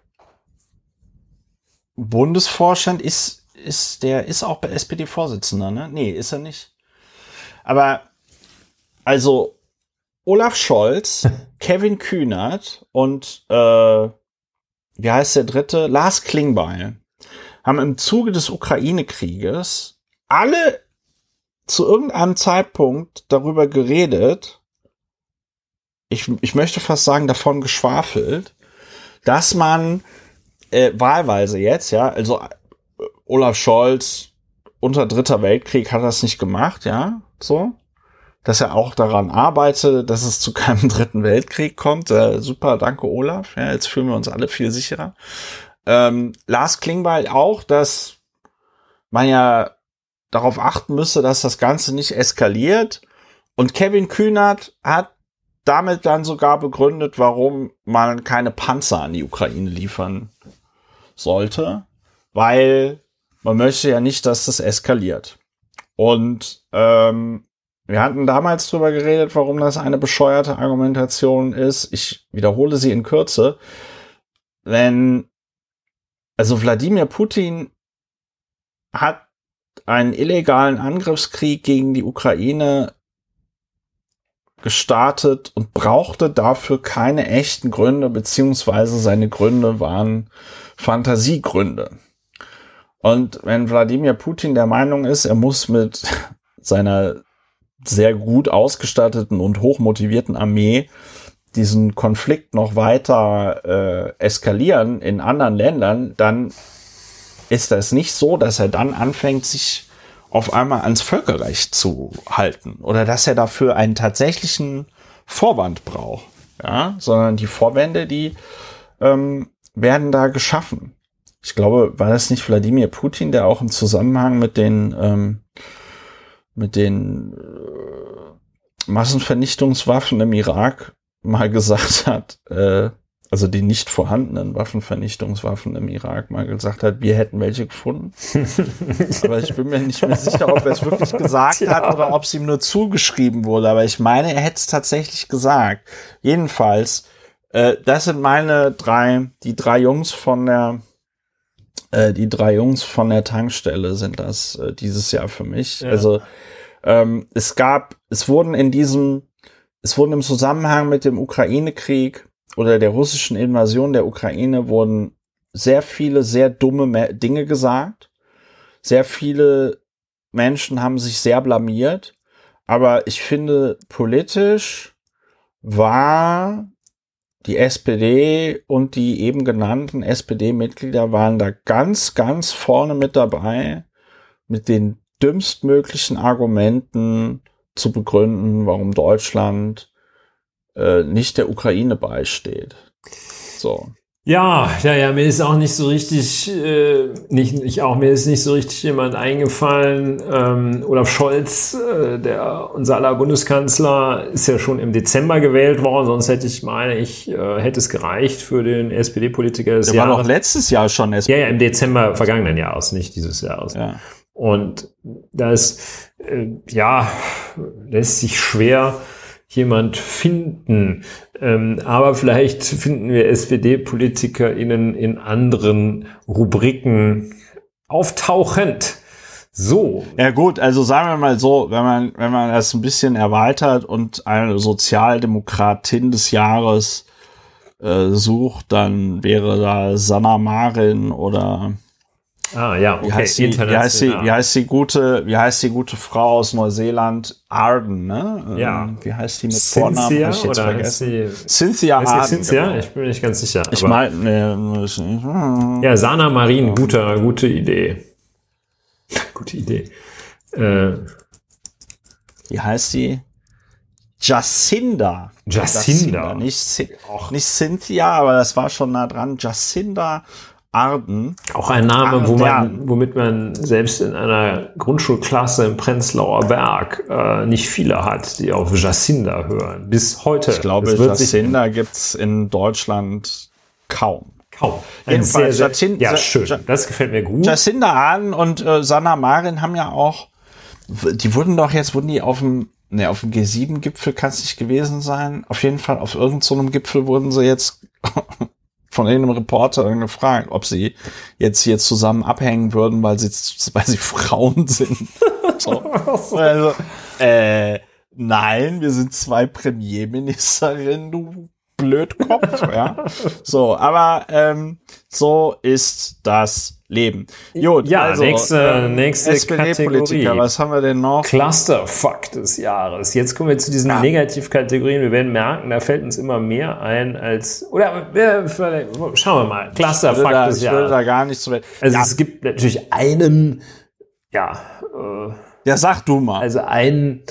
A: Bundesvorstand ist Ist der ist auch bei S P D-Vorsitzender, ne? Nee, ist er nicht. Aber also Olaf Scholz, Kevin Kühnert und äh, wie heißt der dritte? Lars Klingbeil haben im Zuge des Ukraine-Krieges alle zu irgendeinem Zeitpunkt darüber geredet, ich, ich möchte fast sagen, davon geschwafelt, dass man äh, wahlweise jetzt, ja, also Olaf Scholz unter Dritter Weltkrieg hat das nicht gemacht, ja, so, dass er auch daran arbeitet, dass es zu keinem Dritten Weltkrieg kommt. Äh, super, danke Olaf, ja, jetzt fühlen wir uns alle viel sicherer. Ähm, Lars Klingbeil auch, dass man ja darauf achten müsste, dass das Ganze nicht eskaliert. Und Kevin Kühnert hat damit dann sogar begründet, warum man keine Panzer an die Ukraine liefern sollte, weil man möchte ja nicht, dass das eskaliert. Und ähm, wir hatten damals drüber geredet, warum das eine bescheuerte Argumentation ist. Ich wiederhole sie in Kürze. Wenn, also Wladimir Putin hat einen illegalen Angriffskrieg gegen die Ukraine gestartet und brauchte dafür keine echten Gründe, beziehungsweise seine Gründe waren Fantasiegründe. Und wenn Wladimir Putin der Meinung ist, er muss mit seiner sehr gut ausgestatteten und hochmotivierten Armee diesen Konflikt noch weiter äh, eskalieren in anderen Ländern, dann ist das nicht so, dass er dann anfängt, sich auf einmal ans Völkerrecht zu halten oder dass er dafür einen tatsächlichen Vorwand braucht, ja, sondern die Vorwände, die ähm, werden da geschaffen. Ich glaube, war das nicht Wladimir Putin, der auch im Zusammenhang mit den ähm, mit den äh, Massenvernichtungswaffen im Irak mal gesagt hat, äh, also die nicht vorhandenen Waffenvernichtungswaffen im Irak mal gesagt hat, wir hätten welche gefunden. Aber ich bin mir nicht mehr sicher, ob er es wirklich gesagt ja. hat oder ob es ihm nur zugeschrieben wurde. Aber ich meine, er hätte es tatsächlich gesagt. Jedenfalls, äh, das sind meine drei, die drei Jungs von der, äh, die drei Jungs von der Tankstelle sind das äh, dieses Jahr für mich. Ja. Also ähm, es gab, es wurden in diesem, es wurden im Zusammenhang mit dem Ukraine-Krieg oder der russischen Invasion der Ukraine wurden sehr viele sehr dumme Dinge gesagt. Sehr viele Menschen haben sich sehr blamiert. Aber ich finde, politisch war die S P D und die eben genannten S P D-Mitglieder waren da ganz, ganz vorne mit dabei, mit den dümmstmöglichen Argumenten zu begründen, warum Deutschland nicht der Ukraine beisteht. So.
B: Ja, ja, ja, mir ist auch nicht so richtig, äh, nicht, ich auch, mir ist nicht so richtig jemand eingefallen. Ähm, Olaf Scholz, äh, der, unser aller Bundeskanzler, ist ja schon im Dezember gewählt worden, sonst hätte ich, meine ich, äh, hätte es gereicht für den S P D-Politiker des
A: der
B: Jahres.
A: Der war doch letztes Jahr schon
B: S P D. Ja, ja, im Dezember vergangenen Jahres, nicht dieses Jahres.
A: Ja.
B: Und das, äh, ja, lässt sich schwer jemand finden. Ähm, aber vielleicht finden wir S P D-PolitikerInnen in anderen Rubriken auftauchend. So.
A: Ja gut, also sagen wir mal so, wenn man, wenn man das ein bisschen erweitert und eine Sozialdemokratin des Jahres äh, sucht, dann wäre da Sanna Marin oder
B: Ah ja, okay.
A: Wie heißt die, wie heißt die, wie heißt die gute, wie heißt die gute Frau aus Neuseeland? Arden, ne?
B: Ja.
A: Wie heißt die mit
B: Cynthia,
A: Vornamen? Hab ich jetzt
B: oder
A: vergessen.
B: Sie,
A: Cynthia Arden.
B: Cynthia? Genau. Ich bin mir nicht ganz sicher.
A: Ich meine, ne,
B: ja, Sanna Marin, gute, gute Idee. Gute Idee. Äh,
A: wie heißt die? Jacinda.
B: Jacinda.
A: Jacinda. Nicht, nicht Cynthia, aber das war schon nah dran. Jacinda Arden.
B: Auch ein Name, wo man, womit man selbst in einer Grundschulklasse im Prenzlauer Berg äh, nicht viele hat, die auf Jacinda hören. Bis heute.
A: Ich glaube, Jacinda gibt's in Deutschland kaum.
B: Kaum.
A: Jedenfalls,
B: sehr, sehr, ja, schön. Das gefällt mir gut.
A: Jacinda Arden und äh, Sanna Marin haben ja auch, die wurden doch jetzt, wurden die auf dem, ne, auf dem G sieben Gipfel kann es nicht gewesen sein. Auf jeden Fall auf irgendeinem so Gipfel wurden sie jetzt von irgendeinem Reporter gefragt, ob sie jetzt hier zusammen abhängen würden, weil sie, weil sie Frauen sind. So. Also, äh, nein, wir sind zwei Premierministerinnen, du Blödkopf, ja. So, aber ähm, so ist das Leben. Gut,
B: ja,
A: also,
B: nächste,
A: ähm,
B: nächste
A: S P D-Politiker,
B: Kategorie.
A: was haben wir denn noch?
B: Clusterfuck des Jahres. Jetzt kommen wir zu diesen ja. Negativkategorien. Wir werden merken, da fällt uns immer mehr ein als, oder wir, schauen wir mal. Clusterfuck
A: da,
B: des
A: ich
B: Jahres.
A: Ich will da gar nicht so weit.
B: Also
A: ja.
B: es gibt natürlich einen, ja. Äh,
A: ja, sag du mal.
B: Also einen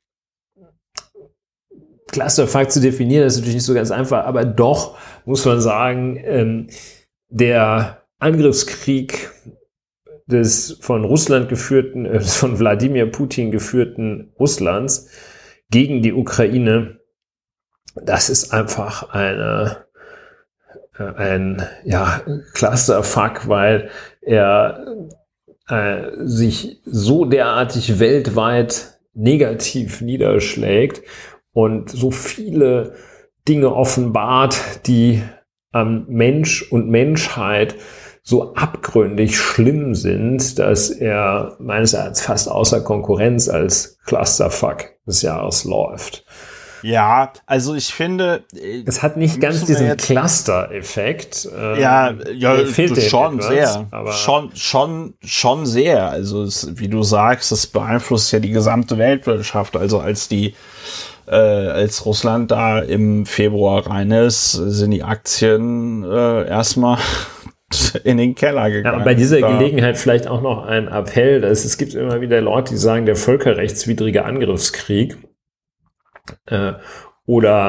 B: Clusterfuck zu definieren, ist natürlich nicht so ganz einfach, aber doch muss man sagen, ähm, der Angriffskrieg des von Russland geführten, äh, von Wladimir Putin geführten Russlands gegen die Ukraine, das ist einfach eine, äh, ein ja, Clusterfuck, weil er äh, sich so derartig weltweit negativ niederschlägt und so viele Dinge offenbart, die am Mensch und Menschheit so abgründig schlimm sind, dass er meines Erachtens fast außer Konkurrenz als Clusterfuck des Jahres läuft.
A: Ja, also ich finde,
B: es hat nicht ganz diesen Cluster-Effekt.
A: Ähm, ja, ja, schon etwas, sehr, aber schon, schon, schon sehr. Also es, wie du sagst, das beeinflusst ja die gesamte Weltwirtschaft. Also als die Äh, als Russland da im Februar rein ist, sind die Aktien äh, erstmal in den Keller gegangen.
B: Ja, und bei dieser da. Gelegenheit vielleicht auch noch ein Appell, dass es gibt immer wieder Leute, die sagen, der völkerrechtswidrige Angriffskrieg äh, oder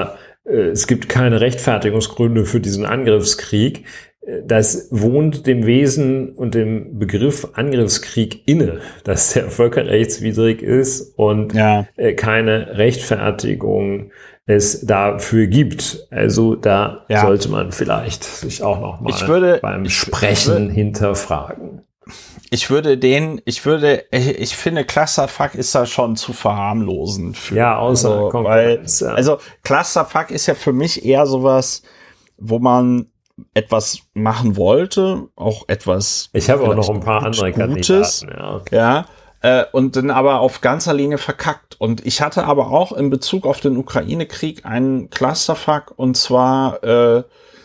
B: äh, es gibt keine Rechtfertigungsgründe für diesen Angriffskrieg. Das wohnt dem Wesen und dem Begriff Angriffskrieg inne, dass der völkerrechtswidrig ist und ja. keine Rechtfertigung es dafür gibt. Also da ja. sollte man vielleicht sich auch noch mal
A: ich würde,
B: beim
A: ich,
B: Sprechen
A: ich würde,
B: hinterfragen.
A: Ich würde den, ich würde, ich, ich finde, Clusterfuck ist da schon zu verharmlosen. Für,
B: ja, außer
A: also,
B: Konkurrenz.
A: Weil,
B: ja.
A: Also Clusterfuck ist ja für mich eher sowas, wo man etwas machen wollte, auch etwas.
B: Ich habe auch noch ein paar andere
A: Gutes,
B: Kandidaten, ja.
A: Ja, äh, und dann aber auf ganzer Linie verkackt. Und ich hatte aber auch in Bezug auf den Ukraine-Krieg einen Clusterfuck, und zwar äh,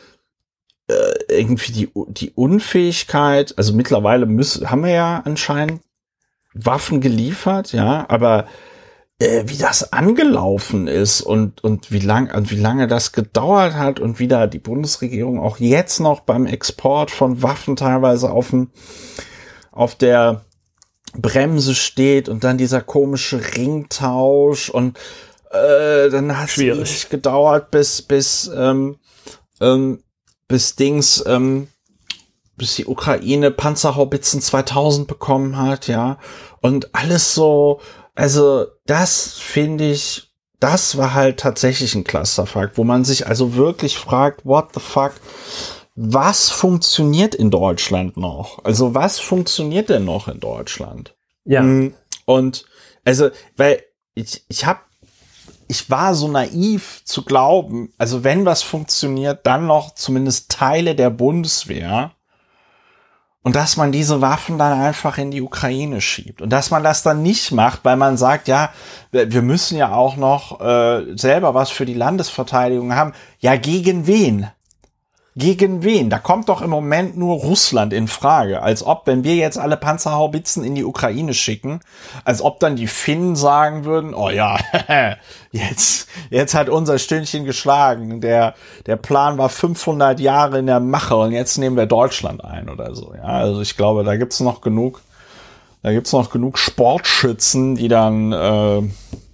A: äh, irgendwie die die Unfähigkeit. Also mittlerweile müssen haben wir ja anscheinend Waffen geliefert, ja, aber Äh, wie das angelaufen ist und und wie lang und wie lange das gedauert hat und wie da die Bundesregierung auch jetzt noch beim Export von Waffen teilweise auf dem auf der Bremse steht und dann dieser komische Ringtausch und äh, dann hat es ewig gedauert bis bis ähm, ähm, bis Dings ähm, bis die Ukraine Panzerhaubitzen zweitausend bekommen hat, ja, und alles so. Also das finde ich, das war halt tatsächlich ein Clusterfuck, wo man sich also wirklich fragt, what the fuck, was funktioniert in Deutschland noch? Also was funktioniert denn noch in Deutschland?
B: Ja.
A: Und also, weil ich, ich habe, ich war so naiv zu glauben, also wenn was funktioniert, dann noch zumindest Teile der Bundeswehr. Und dass man diese Waffen dann einfach in die Ukraine schiebt. Und dass man das dann nicht macht, weil man sagt, ja, wir müssen ja auch noch äh, selber was für die Landesverteidigung haben. Ja, gegen wen? Gegen wen? Da kommt doch im Moment nur Russland in Frage. Als ob, wenn wir jetzt alle Panzerhaubitzen in die Ukraine schicken, als ob dann die Finnen sagen würden, oh ja, jetzt, jetzt hat unser Stündchen geschlagen. Der, der Plan war fünfhundert Jahre in der Mache und jetzt nehmen wir Deutschland ein oder so. Ja, also ich glaube, da gibt's noch genug, da gibt's noch genug Sportschützen, die dann, äh,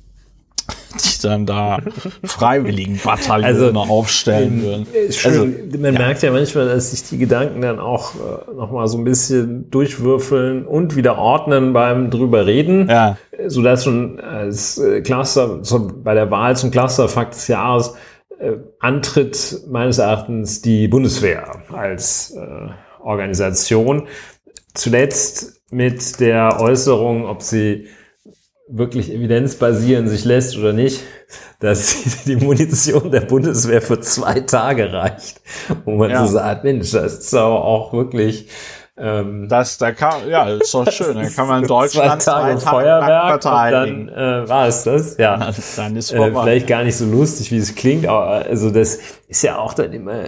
A: die dann da Freiwilligenbataillone also, aufstellen würden.
B: Also, man ja. merkt ja manchmal, dass sich die Gedanken dann auch äh, noch mal so ein bisschen durchwürfeln und wieder ordnen beim drüber reden, ja. sodass schon als Cluster, so bei der Wahl zum Clusterfuck des Jahres äh, antritt meines Erachtens die Bundeswehr als äh, Organisation. Zuletzt mit der Äußerung, ob sie wirklich evidenzbasieren sich lässt oder nicht, dass die Munition der Bundeswehr für zwei Tage reicht, wo man ja. so sagt, Mensch, das ist aber auch wirklich ähm,
A: das, da kann, ja, das ist doch schön, da kann man Deutschland
B: zwei Tage
A: zwei
B: Feuerwerk verteidigen. Und dann äh, war es das, ja. ja dann ist äh, vielleicht gar nicht so lustig, wie es klingt, aber also das ist ja auch dann immer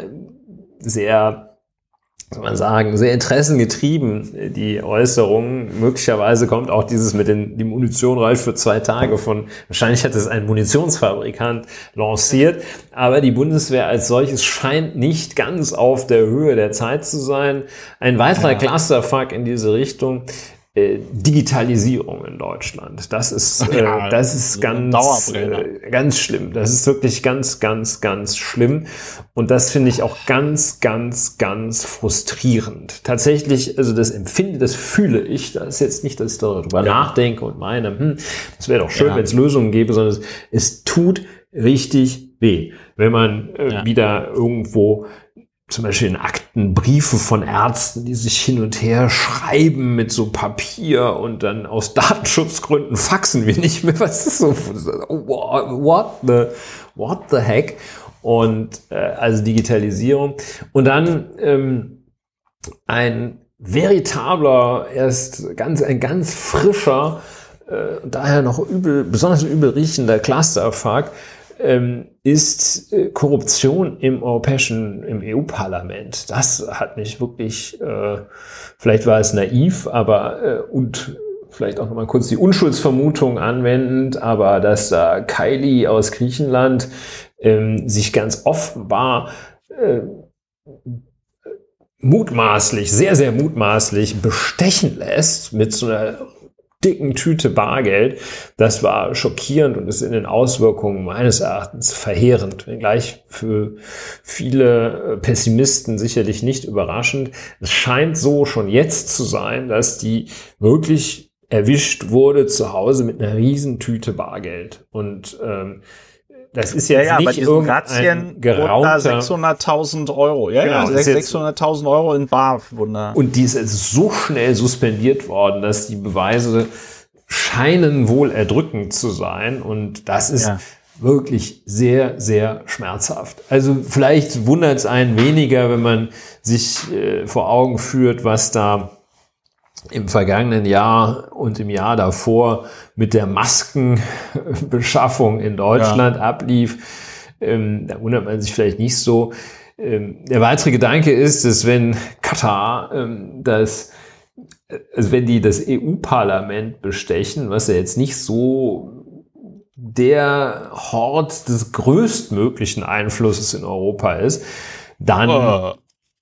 B: sehr, soll man sagen, sehr interessengetrieben, die Äußerung. Möglicherweise kommt auch dieses mit den, die Munition reicht für zwei Tage von, wahrscheinlich hat es ein Munitionsfabrikant lanciert, aber die Bundeswehr als solches scheint nicht ganz auf der Höhe der Zeit zu sein. Ein weiterer ja. Clusterfuck in diese Richtung, äh, Digitalisierung in Deutschland. Das ist, äh, ja, das ist ganz, äh, ganz schlimm. Das ist wirklich ganz, ganz, ganz schlimm. Und das finde ich auch ganz, ganz, ganz frustrierend. Tatsächlich, also das empfinde, das fühle ich. Das ist jetzt nicht, dass ich darüber ja. nachdenke und meine, hm, das wäre doch schön, ja. wenn es Lösungen gäbe, sondern es, es tut richtig weh, wenn man äh, ja. wieder irgendwo zum Beispiel in Akten Briefe von Ärzten, die sich hin und her schreiben mit so Papier und dann aus Datenschutzgründen faxen wir nicht mehr. Was ist so? What the, what the heck? Und äh, also Digitalisierung. Und dann ähm, ein veritabler, erst ganz ein ganz frischer, äh, daher noch übel, besonders übel riechender Clusterfuck, ähm, ist äh, Korruption im europäischen, im E U-Parlament. Das hat mich wirklich, äh, vielleicht war es naiv, aber äh, und vielleicht auch nochmal kurz die Unschuldsvermutung anwendend, aber dass da Kylie aus Griechenland ähm, sich ganz offenbar äh, mutmaßlich, sehr, sehr mutmaßlich bestechen lässt mit so einer dicken Tüte Bargeld. Das war schockierend und ist in den Auswirkungen meines Erachtens verheerend, wenngleich für viele Pessimisten sicherlich nicht überraschend. Es scheint so schon jetzt zu sein, dass die wirklich erwischt wurde zu Hause mit einer riesen Tüte Bargeld. Und ähm, das ist jetzt ja, ja, nicht irgendein geraumter
A: sechshunderttausend Euro. Ja, genau, ja, sechshunderttausend Euro in Bar. Wunder.
B: Und die ist jetzt so schnell suspendiert worden, dass die Beweise scheinen wohl erdrückend zu sein. Und das ist ja. wirklich sehr, sehr schmerzhaft. Also vielleicht wundert es einen weniger, wenn man sich äh, vor Augen führt, was da im vergangenen Jahr und im Jahr davor mit der Maskenbeschaffung in Deutschland ja. ablief. Ähm, da wundert man sich vielleicht nicht so. Ähm, der weitere Gedanke ist, dass wenn Katar ähm, das, also wenn die das E U-Parlament bestechen, was ja jetzt nicht so der Hort des größtmöglichen Einflusses in Europa ist, dann oh.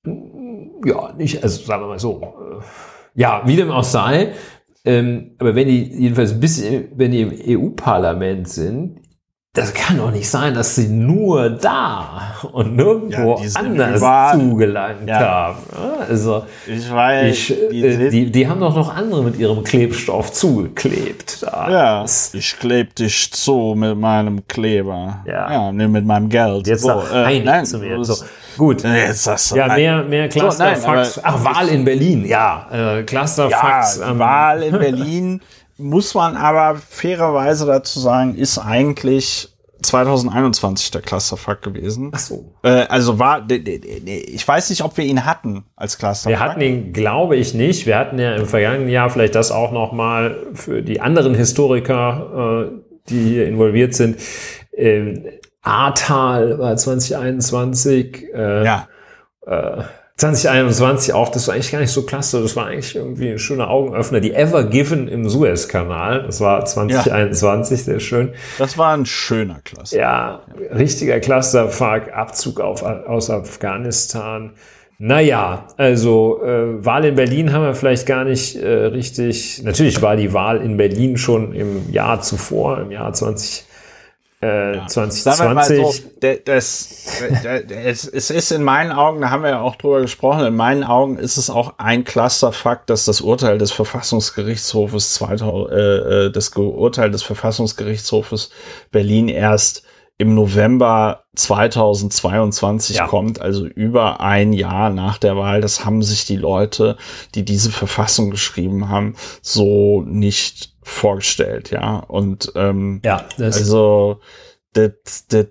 B: ja, nicht, also sagen wir mal so, äh, ja, wie dem auch sei, ähm, aber wenn die jedenfalls bis, wenn die im E U-Parlament sind, das kann doch nicht sein, dass sie nur da und nirgendwo ja, anders überall zugelangt ja. haben. Also
A: ich weiß,
B: ich, die, äh, die, die haben doch noch andere mit ihrem Klebstoff zugeklebt. Da.
A: Ja, ich kleb dich zu mit meinem Kleber. Ja, ja mit meinem Geld.
B: Jetzt so, äh, nein, zu mir. So. Gut.
A: Jetzt sagst du
B: ja, mehr, mehr Clusterfucks. So, Ach, Wahl in Berlin. Ja, äh, Clusterfucks.
A: Ja, ähm, Wahl in Berlin. Muss man aber fairerweise dazu sagen, ist eigentlich zwanzig einundzwanzig der Clusterfuck gewesen.
B: Ach so.
A: Äh, also war, ich weiß nicht, ob wir ihn hatten als Clusterfuck.
B: Wir hatten ihn, glaube ich, nicht. Wir hatten ja im vergangenen Jahr vielleicht das auch nochmal für die anderen Historiker, äh, die hier involviert sind. Ähm, Ahrtal war zwanzig einundzwanzig. Äh, ja. Äh, zwanzig einundzwanzig auch, das war eigentlich gar nicht so klasse, das war eigentlich irgendwie ein schöner Augenöffner. Die Ever Given im Suezkanal, das war zwanzig einundzwanzig, ja. Sehr schön.
A: Das war ein schöner Cluster.
B: Ja, ja. Richtiger Clusterfuck, Abzug auf, aus Afghanistan. Naja, also äh, Wahl in Berlin haben wir vielleicht gar nicht äh, richtig, natürlich war die Wahl in Berlin schon im Jahr zuvor, im Jahr zwanzig Äh, ja. zwanzig zwanzig. Sagen wir mal so,
A: das, das, es ist in meinen Augen, da haben wir ja auch drüber gesprochen, in meinen Augen ist es auch ein Clusterfuck, dass das Urteil des Verfassungsgerichtshofes zweitausend, äh, das Urteil des Verfassungsgerichtshofes Berlin erst im November zweitausendzweiundzwanzig ja. kommt, also über ein Jahr nach der Wahl. Das haben sich die Leute, die diese Verfassung geschrieben haben, so nicht vorgestellt, ja. Und ähm,
B: ja, das
A: also das, das,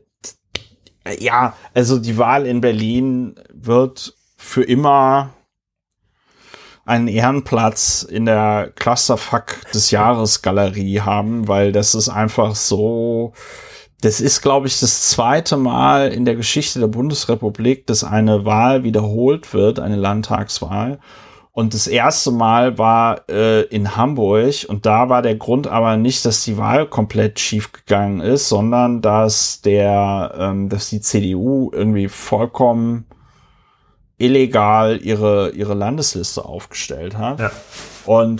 A: ja, also die Wahl in Berlin wird für immer einen Ehrenplatz in der Clusterfuck des Jahres Galerie haben, weil das ist einfach so, das ist, glaube ich, das zweite Mal in der Geschichte der Bundesrepublik, dass eine Wahl wiederholt wird, eine Landtagswahl. Und das erste Mal war äh, in Hamburg, und da war der Grund aber nicht, dass die Wahl komplett schief gegangen ist, sondern dass der, ähm, dass die C D U irgendwie vollkommen illegal ihre ihre Landesliste aufgestellt hat. Ja. Und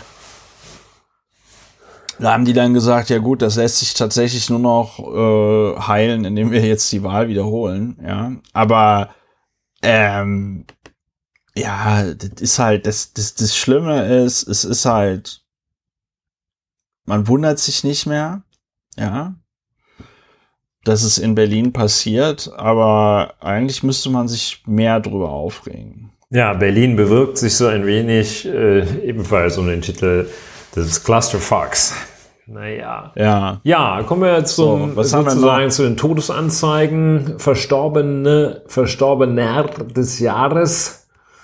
A: da haben die dann gesagt, ja gut, das lässt sich tatsächlich nur noch äh, heilen, indem wir jetzt die Wahl wiederholen. Ja, aber ähm, ja, das ist halt, das, das, das Schlimme ist, es ist halt, man wundert sich nicht mehr, ja, dass es in Berlin passiert, aber eigentlich müsste man sich mehr drüber aufregen.
B: Ja, Berlin bewirbt sich so ein wenig äh, ebenfalls um den Titel des Clusterfucks. Naja.
A: Ja.
B: Ja, kommen wir zum, so, was sozusagen zu den Todesanzeigen. Verstorbene, Verstorbener des Jahres.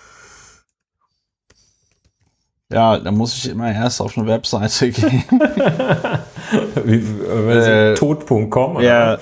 A: Ja, da muss ich immer erst auf eine Webseite gehen.
B: Wie, äh, tot punkt com.
A: Ja.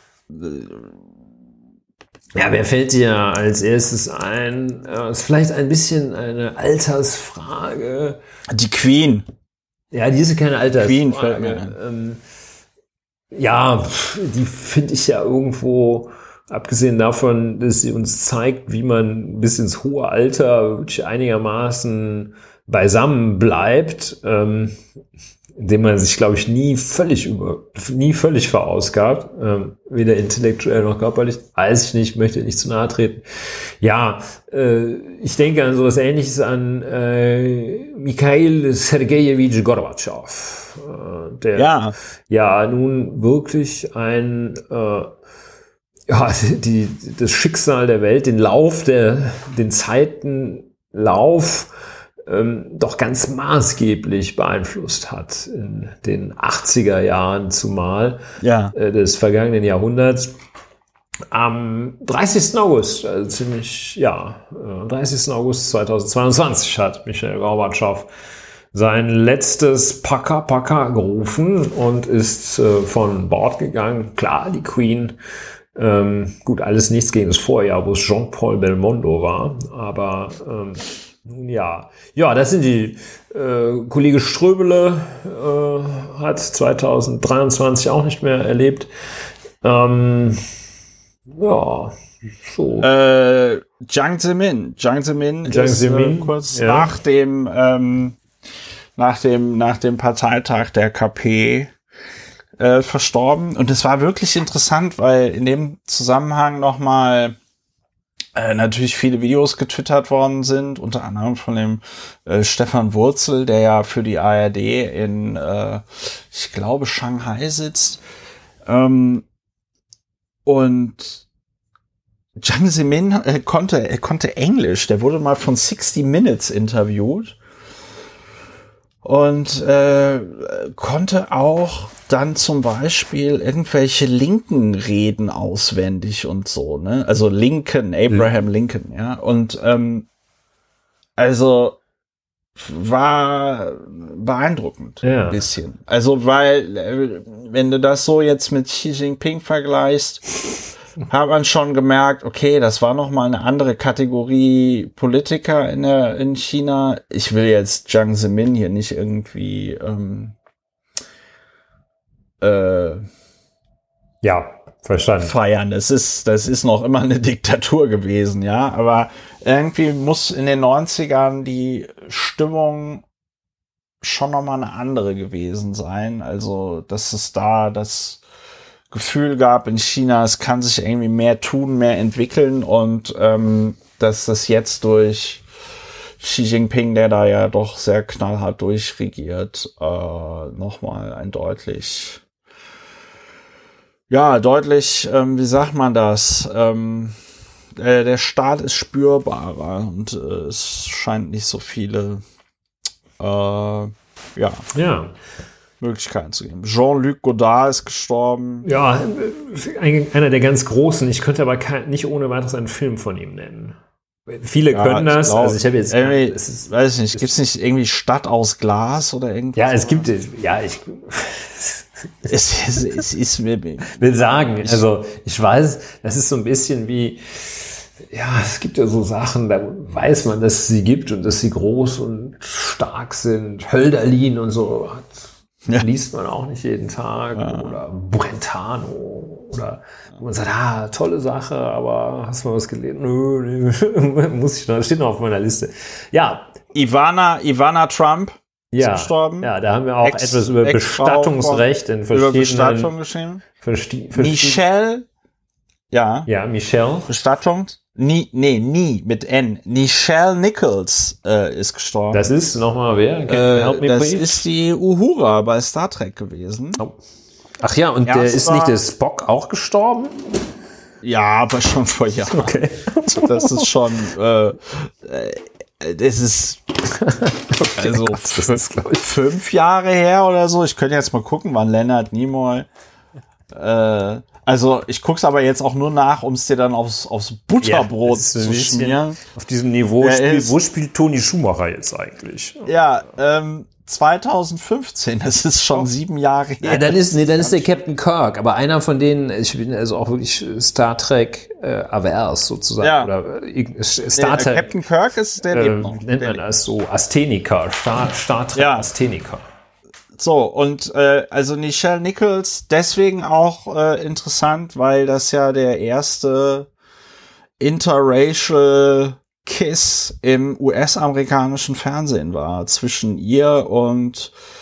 B: Ja, wer fällt dir als erstes ein? Äh, ist vielleicht ein bisschen eine Altersfrage.
A: Die Queen.
B: Ja, die ist keine Altersfrage.
A: Queen fällt mir ein.
B: Ähm, ja, die finde ich ja irgendwo, abgesehen davon, dass sie uns zeigt, wie man bis ins hohe Alter wirklich einigermaßen beisammen bleibt, ähm, in dem man sich, glaube ich, nie völlig über, nie völlig verausgabt, ähm, weder intellektuell noch körperlich, weiß ich nicht, möchte nicht zu nahe treten. Ja, äh, ich denke an sowas Ähnliches an äh, Mikhail Sergejewitsch Gorbatschow, äh, der ja. ja nun wirklich ein äh, ja die das Schicksal der Welt, den Lauf der den Zeitenlauf Ähm, doch ganz maßgeblich beeinflusst hat in den achtziger Jahren zumal
A: ja.
B: äh, des vergangenen Jahrhunderts. Am dreißigsten August, also ziemlich, ja, äh, dreißigsten August zweitausendzweiundzwanzig hat Michail Gorbatschow sein letztes Paka Paka gerufen und ist äh, von Bord gegangen. Klar, die Queen, ähm, gut, alles nichts gegen das Vorjahr, wo es Jean-Paul Belmondo war, aber ähm, nun ja, ja, das sind die, äh, Kollege Ströbele äh, hat zweitausenddreiundzwanzig auch nicht mehr erlebt. Ähm, ja, so.
A: Äh, Jiang Zemin. Jiang Zemin
B: Jiang
A: ist
B: Zemin,
A: äh, kurz
B: ja.
A: nach dem, ähm, nach dem, nach dem Parteitag der K P äh, verstorben. Und es war wirklich interessant, weil in dem Zusammenhang nochmal Äh, natürlich viele Videos getwittert worden sind, unter anderem von dem äh, Stefan Wurzel, der ja für die A R D in, äh, ich glaube, Shanghai sitzt. Ähm, und Jiang Zemin äh, konnte, er konnte Englisch, der wurde mal von sixty minutes interviewt und äh, konnte auch dann zum Beispiel irgendwelche linken Reden auswendig und so, ne? Also Lincoln, Abraham Lincoln, ja. Und ähm, also war beeindruckend,
B: ja.
A: ein bisschen. Also weil, äh, wenn du das so jetzt mit Xi Jinping vergleichst, hat man schon gemerkt, okay, das war noch mal eine andere Kategorie Politiker in der in China. Ich will jetzt Jiang Zemin hier nicht irgendwie ähm, äh,
B: ja, verstanden.
A: feiern. Das ist, das ist noch immer eine Diktatur gewesen, ja. Aber irgendwie muss in den neunzigern die Stimmung schon noch mal eine andere gewesen sein. Also, dass es da das Gefühl gab in China, es kann sich irgendwie mehr tun, mehr entwickeln und ähm, dass das jetzt durch Xi Jinping, der da ja doch sehr knallhart durchregiert, äh, nochmal ein deutlich, ja, deutlich, ähm, wie sagt man das, ähm, äh, der Staat ist spürbarer und äh, es scheint nicht so viele, äh, ja,
B: ja.
A: Möglichkeiten zu geben. Jean-Luc Godard ist gestorben.
B: Ja, einer der ganz Großen. Ich könnte aber kein, nicht ohne weiteres einen Film von ihm nennen. Viele
A: ja,
B: können das.
A: Glaub,
B: also ich habe jetzt,
A: es ist, weiß ich nicht, gibt es nicht irgendwie Stadt aus Glas oder irgendwas?
B: Ja, es gibt, ja, ich
A: es, es, es ist mir
B: will sagen, also ich weiß, das ist so ein bisschen wie, ja, es gibt ja so Sachen, da weiß man, dass es sie gibt und dass sie groß und stark sind. Hölderlin und so ja. liest man auch nicht jeden Tag. Ja. Oder Brentano. Oder wo man sagt, ah, tolle Sache, aber hast du mal was gelesen? Nö, nö, muss ich noch, das steht noch auf meiner Liste. Ja.
A: Ivana, Ivana Trump
B: ja,
A: ist gestorben.
B: Ja, da haben wir auch Ex, etwas über Bestattungsrecht in verschiedenen... Über Bestattung geschrieben. Versti-
A: Michelle, ja.
B: Ja, Michelle.
A: Bestattung. Nie, nee, nie mit N. Nichelle Nichols äh, ist gestorben.
B: Das ist nochmal wer?
A: Äh, help me, das please? Ist die Uhura bei Star Trek gewesen.
B: Oh. Ach ja, und Erster, der ist nicht der Spock auch gestorben?
A: Ja, aber schon vor Jahren.
B: Okay.
A: Das ist schon, äh, das ist,
B: okay,
A: also
B: Gott, das ist,
A: fünf, fünf Jahre her oder so. Ich könnte jetzt mal gucken, wann Leonard Nimoy, äh, also ich guck's aber jetzt auch nur nach, um es dir dann aufs, aufs Butterbrot ja, zu schmieren.
B: Auf diesem Niveau, spielt, wo spielt Toni Schumacher jetzt eigentlich?
A: Ja, ähm, zweitausendfünfzehn, das ist schon oh. sieben Jahre her.
B: Ja, dann ist, nee, dann ist der Captain Kirk, aber einer von denen, ich bin also auch wirklich Star Trek äh, avers sozusagen.
A: Ja.
B: Oder äh, Star Trek.
A: Nee, Captain Kirk ist der
B: äh,
A: noch.
B: Nennt man das so, Astheniker, Star, Star Trek
A: ja.
B: Astheniker.
A: So, und äh, also Nichelle Nichols deswegen auch äh, interessant, weil das ja der erste interracial Kiss im U S-amerikanischen Fernsehen war, zwischen ihr und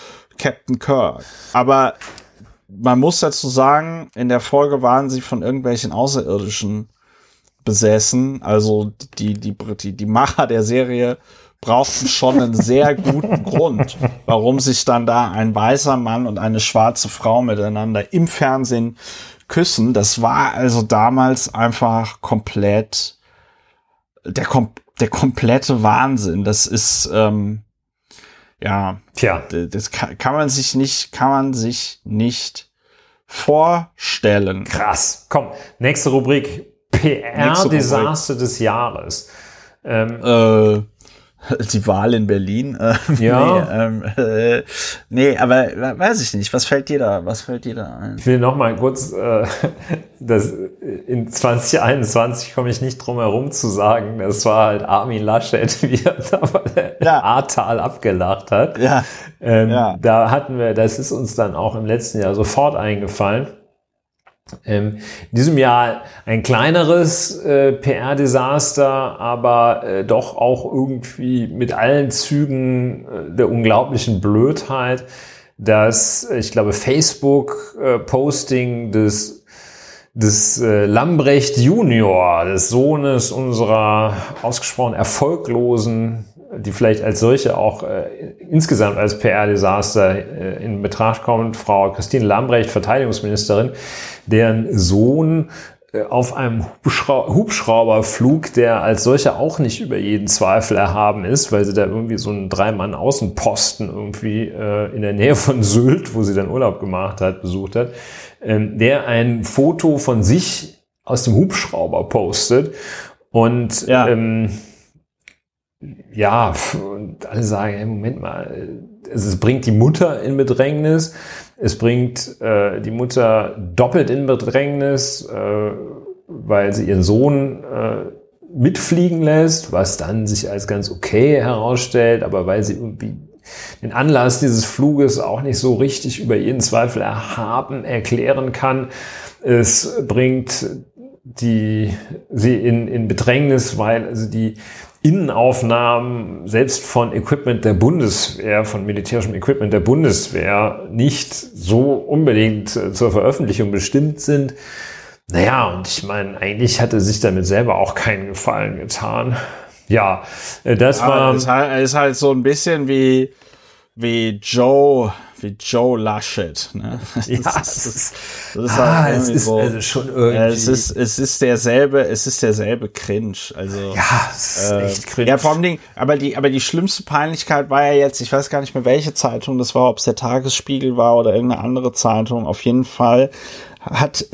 A: Captain Kirk. Aber man muss dazu sagen, in der Folge waren sie von irgendwelchen Außerirdischen besessen. Also die, die, die, die Macher der Serie brauchten schon einen sehr guten Grund, warum sich dann da ein weißer Mann und eine schwarze Frau miteinander im Fernsehen küssen. Das war also damals einfach komplett der, kom- der komplette Wahnsinn. Das ist, ähm, ja,
B: Tja.
A: das kann, kann man sich nicht, kann man sich nicht vorstellen.
B: Krass. Komm, nächste Rubrik. P R-Desaster des Jahres. Ähm,
A: äh, die Wahl in Berlin. Äh,
B: ja.
A: Nee, ähm, äh, nee, aber weiß ich nicht. Was fällt dir da? Was fällt dir da ein?
B: Ich will noch mal kurz, äh, das, in zwanzig einundzwanzig komme ich nicht drum herum zu sagen, das war halt Armin Laschet, wie er da bei
A: ja.
B: Ahrtal abgelacht hat.
A: Ja.
B: Ähm,
A: ja.
B: Da hatten wir, das ist uns dann auch im letzten Jahr sofort eingefallen. Ähm, in diesem Jahr ein kleineres äh, P R-Desaster, aber äh, doch auch irgendwie mit allen Zügen äh, der unglaublichen Blödheit, dass, ich glaube, Facebook-Posting äh, des, des äh, Lambrecht Junior, des Sohnes unserer ausgesprochen erfolglosen, die vielleicht als solche auch äh, insgesamt als P R-Desaster äh, in Betracht kommt, Frau Christine Lambrecht, Verteidigungsministerin, deren Sohn äh, auf einem Hubschra- Hubschrauberflug, der als solcher auch nicht über jeden Zweifel erhaben ist, weil sie da irgendwie so einen Drei-Mann-Außenposten irgendwie äh, in der Nähe von Sylt, wo sie dann Urlaub gemacht hat, besucht hat, ähm, der ein Foto von sich aus dem Hubschrauber postet und
A: ja.
B: ähm, Ja, und alle sagen, hey, Moment mal, es bringt die Mutter in Bedrängnis, es bringt äh, die Mutter doppelt in Bedrängnis, äh, weil sie ihren Sohn äh, mitfliegen lässt, was dann sich als ganz okay herausstellt, aber weil sie irgendwie den Anlass dieses Fluges auch nicht so richtig über jeden Zweifel erhaben erklären kann. Es bringt die sie in, in Bedrängnis, weil also die Innenaufnahmen selbst von Equipment der Bundeswehr, von militärischem Equipment der Bundeswehr nicht so unbedingt zur Veröffentlichung bestimmt sind. Naja, und ich meine, eigentlich hatte sich damit selber auch keinen Gefallen getan. Ja, das
A: Aber
B: war...
A: Es ist halt so ein bisschen wie, wie Joe... wie Joe Laschet, ne?
B: Ja,
A: das ist, das ist
B: ah,
A: halt
B: es ist
A: so,
B: also schon irgendwie.
A: Ja, es ist, es ist derselbe, es ist derselbe Cringe. Also,
B: ja, es ist
A: äh,
B: echt cringe.
A: Ja, vor allem Ding, aber die, aber die schlimmste Peinlichkeit war ja jetzt, ich weiß gar nicht mehr, welche Zeitung das war, ob es der Tagesspiegel war oder irgendeine andere Zeitung. Auf jeden Fall hat,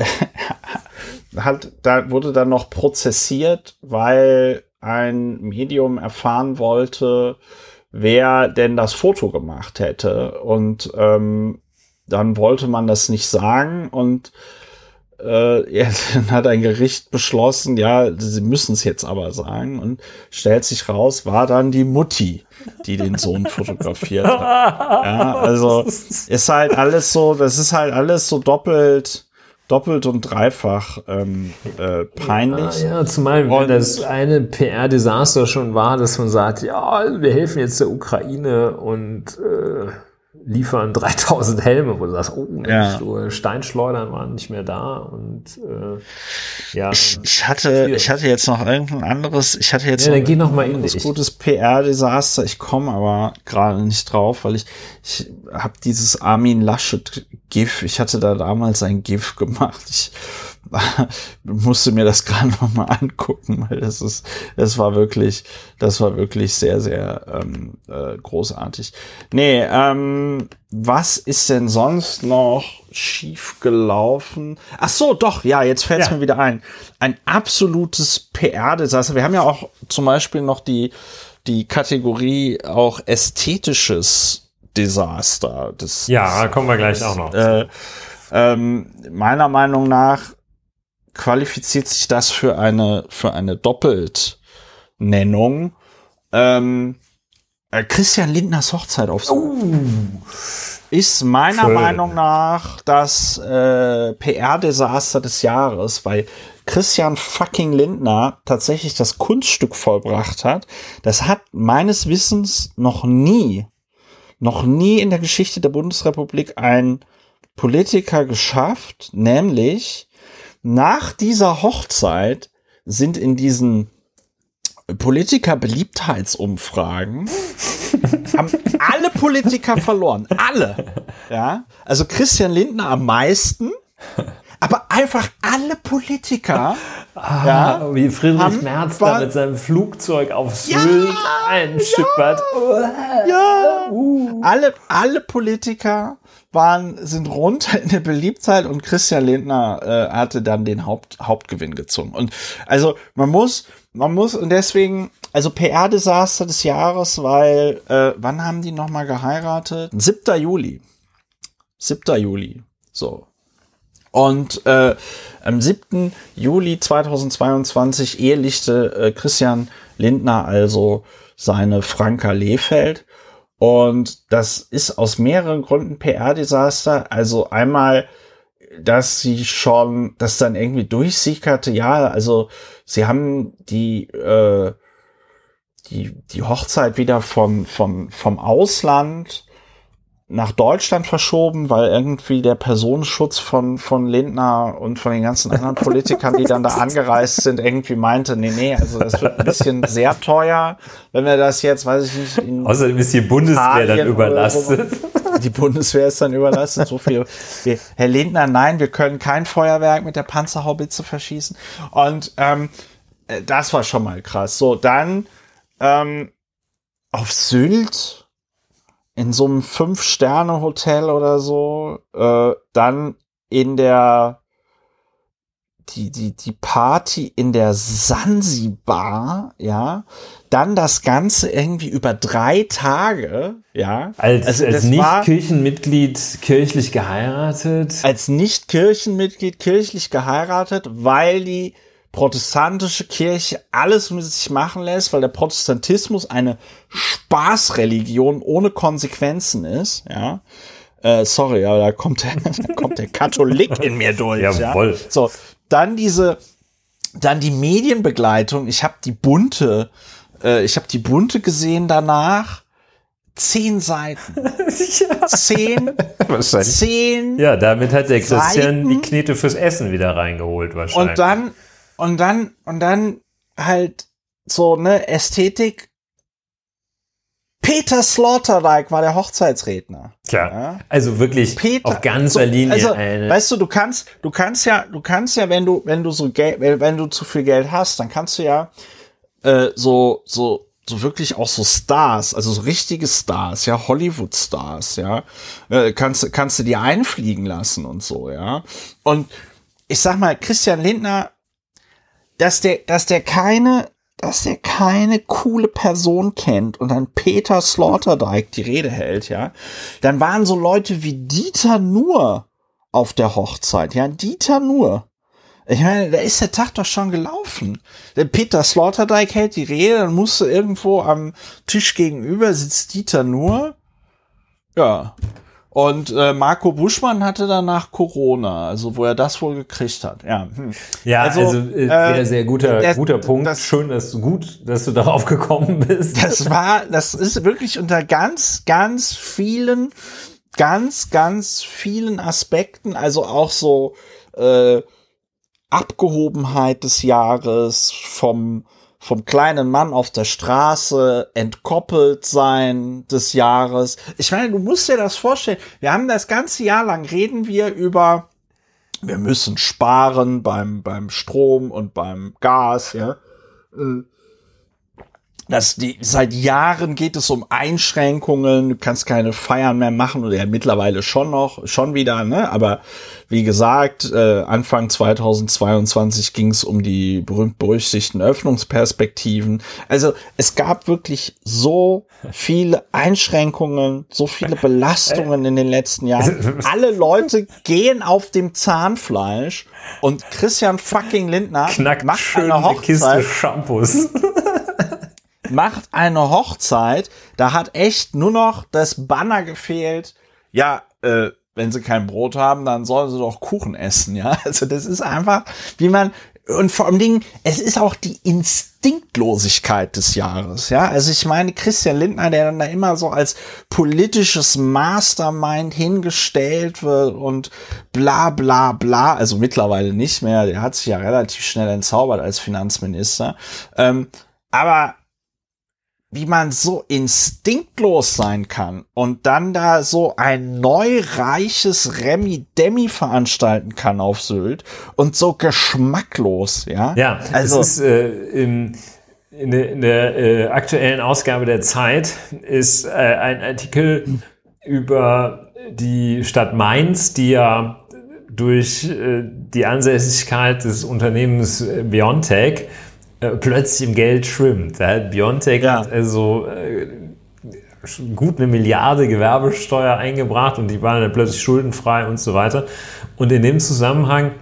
A: hat, da wurde dann noch prozessiert, weil ein Medium erfahren wollte, wer denn das Foto gemacht hätte. Und ähm, dann wollte man das nicht sagen. Und äh, ja, dann hat ein Gericht beschlossen, ja, sie müssen es jetzt aber sagen. Und stellt sich raus, war dann die Mutti, die den Sohn fotografiert hat. Ja, also ist halt alles so, das ist halt alles so doppelt... doppelt und dreifach ähm, äh, peinlich.
B: Ja, ja, zumal wenn das eine P R-Desaster schon war, dass man sagt, ja, wir helfen jetzt der Ukraine und äh, liefern dreitausend Helme, wo du sagst, oh,
A: ja.
B: so Steinschleudern waren nicht mehr da und äh, ja.
A: Ich, ich hatte, ich hatte jetzt noch irgendein anderes, ich hatte jetzt
B: ja,
A: noch
B: dann geh noch mal
A: ein
B: in dich.
A: gutes P R-Desaster. Ich komme aber gerade nicht drauf, weil ich, ich habe dieses Armin Laschet-GIF, ich hatte da damals ein GIF gemacht. Ich musste mir das gerade noch mal angucken, weil das ist, das war wirklich, das war wirklich sehr, sehr ähm, äh, großartig. Nee, ähm, was ist denn sonst noch schief gelaufen? Ach so, doch, ja, jetzt fällt es
B: ja.
A: mir wieder ein. Ein absolutes P R-Desaster. Wir haben ja auch zum Beispiel noch die, die Kategorie auch ästhetisches Desaster. Das,
B: ja,
A: das,
B: kommen wir gleich
A: das,
B: auch noch.
A: Äh, ähm, meiner Meinung nach qualifiziert sich das für eine, für eine Doppeltnennung. Ähm, äh, Christian Lindners Hochzeit aufs
B: uh,
A: ist meiner
B: schön.
A: Meinung nach das äh, P R-Desaster des Jahres, weil Christian fucking Lindner tatsächlich das Kunststück vollbracht hat. Das hat meines Wissens noch nie noch nie in der Geschichte der Bundesrepublik ein Politiker geschafft, nämlich nach dieser Hochzeit sind in diesen Politiker-Beliebtheitsumfragen haben alle Politiker verloren. Alle. Ja. Also Christian Lindner am meisten, aber einfach alle Politiker.
B: Ah, ja, wie Friedrich Merz da mit seinem Flugzeug auf Sylt ja, einschippert.
A: Ja, ja. Uh. Alle, alle Politiker waren, sind runter in der Beliebtheit und Christian Lindner äh, hatte dann den Haupt, Hauptgewinn gezogen. Und also man muss, man muss und deswegen, also P R-Desaster des Jahres, weil, äh, wann haben die nochmal geheiratet? siebter Juli. siebter Juli. So. Und äh, am siebten Juli zweitausendzweiundzwanzig ehelichte äh, Christian Lindner also seine Franka Lehfeld. Und das ist aus mehreren Gründen P R-Desaster. Also einmal, dass sie schon, dass dann irgendwie durchsickerte, ja, also sie haben die äh, die die Hochzeit wieder von von vom Ausland nach Deutschland verschoben, weil irgendwie der Personenschutz von von Lindner und von den ganzen anderen Politikern, die dann da angereist sind, irgendwie meinte, nee, nee, also das wird ein bisschen sehr teuer, wenn wir das jetzt, weiß ich nicht, in
B: außerdem ist die Bundeswehr dann überlastet.
A: Die Bundeswehr ist dann überlastet, so viel. Wir, Herr Lindner, nein, wir können kein Feuerwerk mit der Panzerhaubitze verschießen. Und ähm, das war schon mal krass. So, dann ähm, auf Sylt in so einem Fünf-Sterne-Hotel oder so, äh, dann in der die die die Party in der Sansibar, ja, dann das Ganze irgendwie über drei Tage, ja,
B: als, also als Nicht-Kirchenmitglied kirchlich geheiratet,
A: als Nicht-Kirchenmitglied kirchlich geheiratet, weil die protestantische Kirche alles mit sich machen lässt, weil der Protestantismus eine Spaßreligion ohne Konsequenzen ist, ja. Äh, sorry, aber da kommt der, da kommt der Katholik in mir durch.
B: Jawohl.
A: Ja. So, dann diese, dann die Medienbegleitung. Ich habe die bunte, äh, ich habe die bunte gesehen danach. Zehn Seiten. Ja. Zehn, zehn.
B: Ja, damit hat der Christian Seiten. Die Knete fürs Essen wieder reingeholt wahrscheinlich.
A: Und dann, und dann, und dann halt so eine Ästhetik. Peter Sloterdijk war der Hochzeitsredner.
B: Tja, ja? Also wirklich Peter, auf ganzer so, Linie.
A: Also,
B: eine.
A: Weißt du, du kannst, du kannst ja, du kannst ja, wenn du, wenn du so Geld, wenn du zu viel Geld hast, dann kannst du ja äh, so, so, so wirklich auch so Stars, also so richtige Stars, ja, Hollywood-Stars, ja, äh, kannst, kannst du dir einfliegen lassen und so, ja. Und ich sag mal, Christian Lindner, dass der, dass der keine dass der keine coole Person kennt und dann Peter Sloterdijk die Rede hält, ja, dann waren so Leute wie Dieter Nuhr auf der Hochzeit, ja, Dieter Nuhr. Ich meine, da ist der Tag doch schon gelaufen. Der Peter Sloterdijk hält die Rede, dann musste irgendwo am Tisch gegenüber sitzt Dieter Nuhr. Ja. Und äh, Marco Buschmann hatte danach Corona, also wo er das wohl gekriegt hat. Ja, hm.
B: ja also, also äh, sehr, sehr guter, das, guter Punkt.
A: Das,
B: Schön, dass du gut, dass du darauf gekommen bist.
A: Das war, das ist wirklich unter ganz, ganz vielen, ganz, ganz vielen Aspekten, also auch so äh, Abgehobenheit des Jahres, vom vom kleinen Mann auf der Straße, entkoppelt sein des Jahres. Ich meine, du musst dir das vorstellen. Wir haben das ganze Jahr lang reden wir über, wir müssen sparen beim, beim Strom und beim Gas, ja. Das, die, seit Jahren geht es um Einschränkungen, du kannst keine Feiern mehr machen, oder ja mittlerweile schon noch, schon wieder, ne, aber wie gesagt, äh, Anfang zweitausendzweiundzwanzig ging es um die berühmt-berüchtigten Öffnungsperspektiven. Also es gab wirklich so viele Einschränkungen, so viele Belastungen in den letzten Jahren. Alle Leute gehen auf dem Zahnfleisch und Christian fucking Lindner
B: knackt
A: macht
B: schön
A: eine Hochzeit.
B: Kiste Shampoos.
A: Macht eine Hochzeit, da hat echt nur noch das Banner gefehlt. Ja, äh, wenn sie kein Brot haben, dann sollen sie doch Kuchen essen, ja. Also das ist einfach, wie man und vor allem Dingen, es ist auch die Instinktlosigkeit des Jahres, ja. Also ich meine, Christian Lindner, der dann da immer so als politisches Mastermind hingestellt wird und bla bla bla, also mittlerweile nicht mehr, der hat sich ja relativ schnell entzaubert als Finanzminister, ähm, aber wie man so instinktlos sein kann und dann da so ein neureiches Remi-Demi veranstalten kann auf Sylt und so geschmacklos, ja?
B: Ja, also es ist äh, in, in der, in der äh, aktuellen Ausgabe der Zeit ist äh, ein Artikel über die Stadt Mainz, die ja durch äh, die Ansässigkeit des Unternehmens BioNTech plötzlich im Geld schwimmt. Da hat BioNTech ja. also äh, gut eine Milliarde Gewerbesteuer eingebracht und die waren dann plötzlich schuldenfrei und so weiter. Und in dem Zusammenhang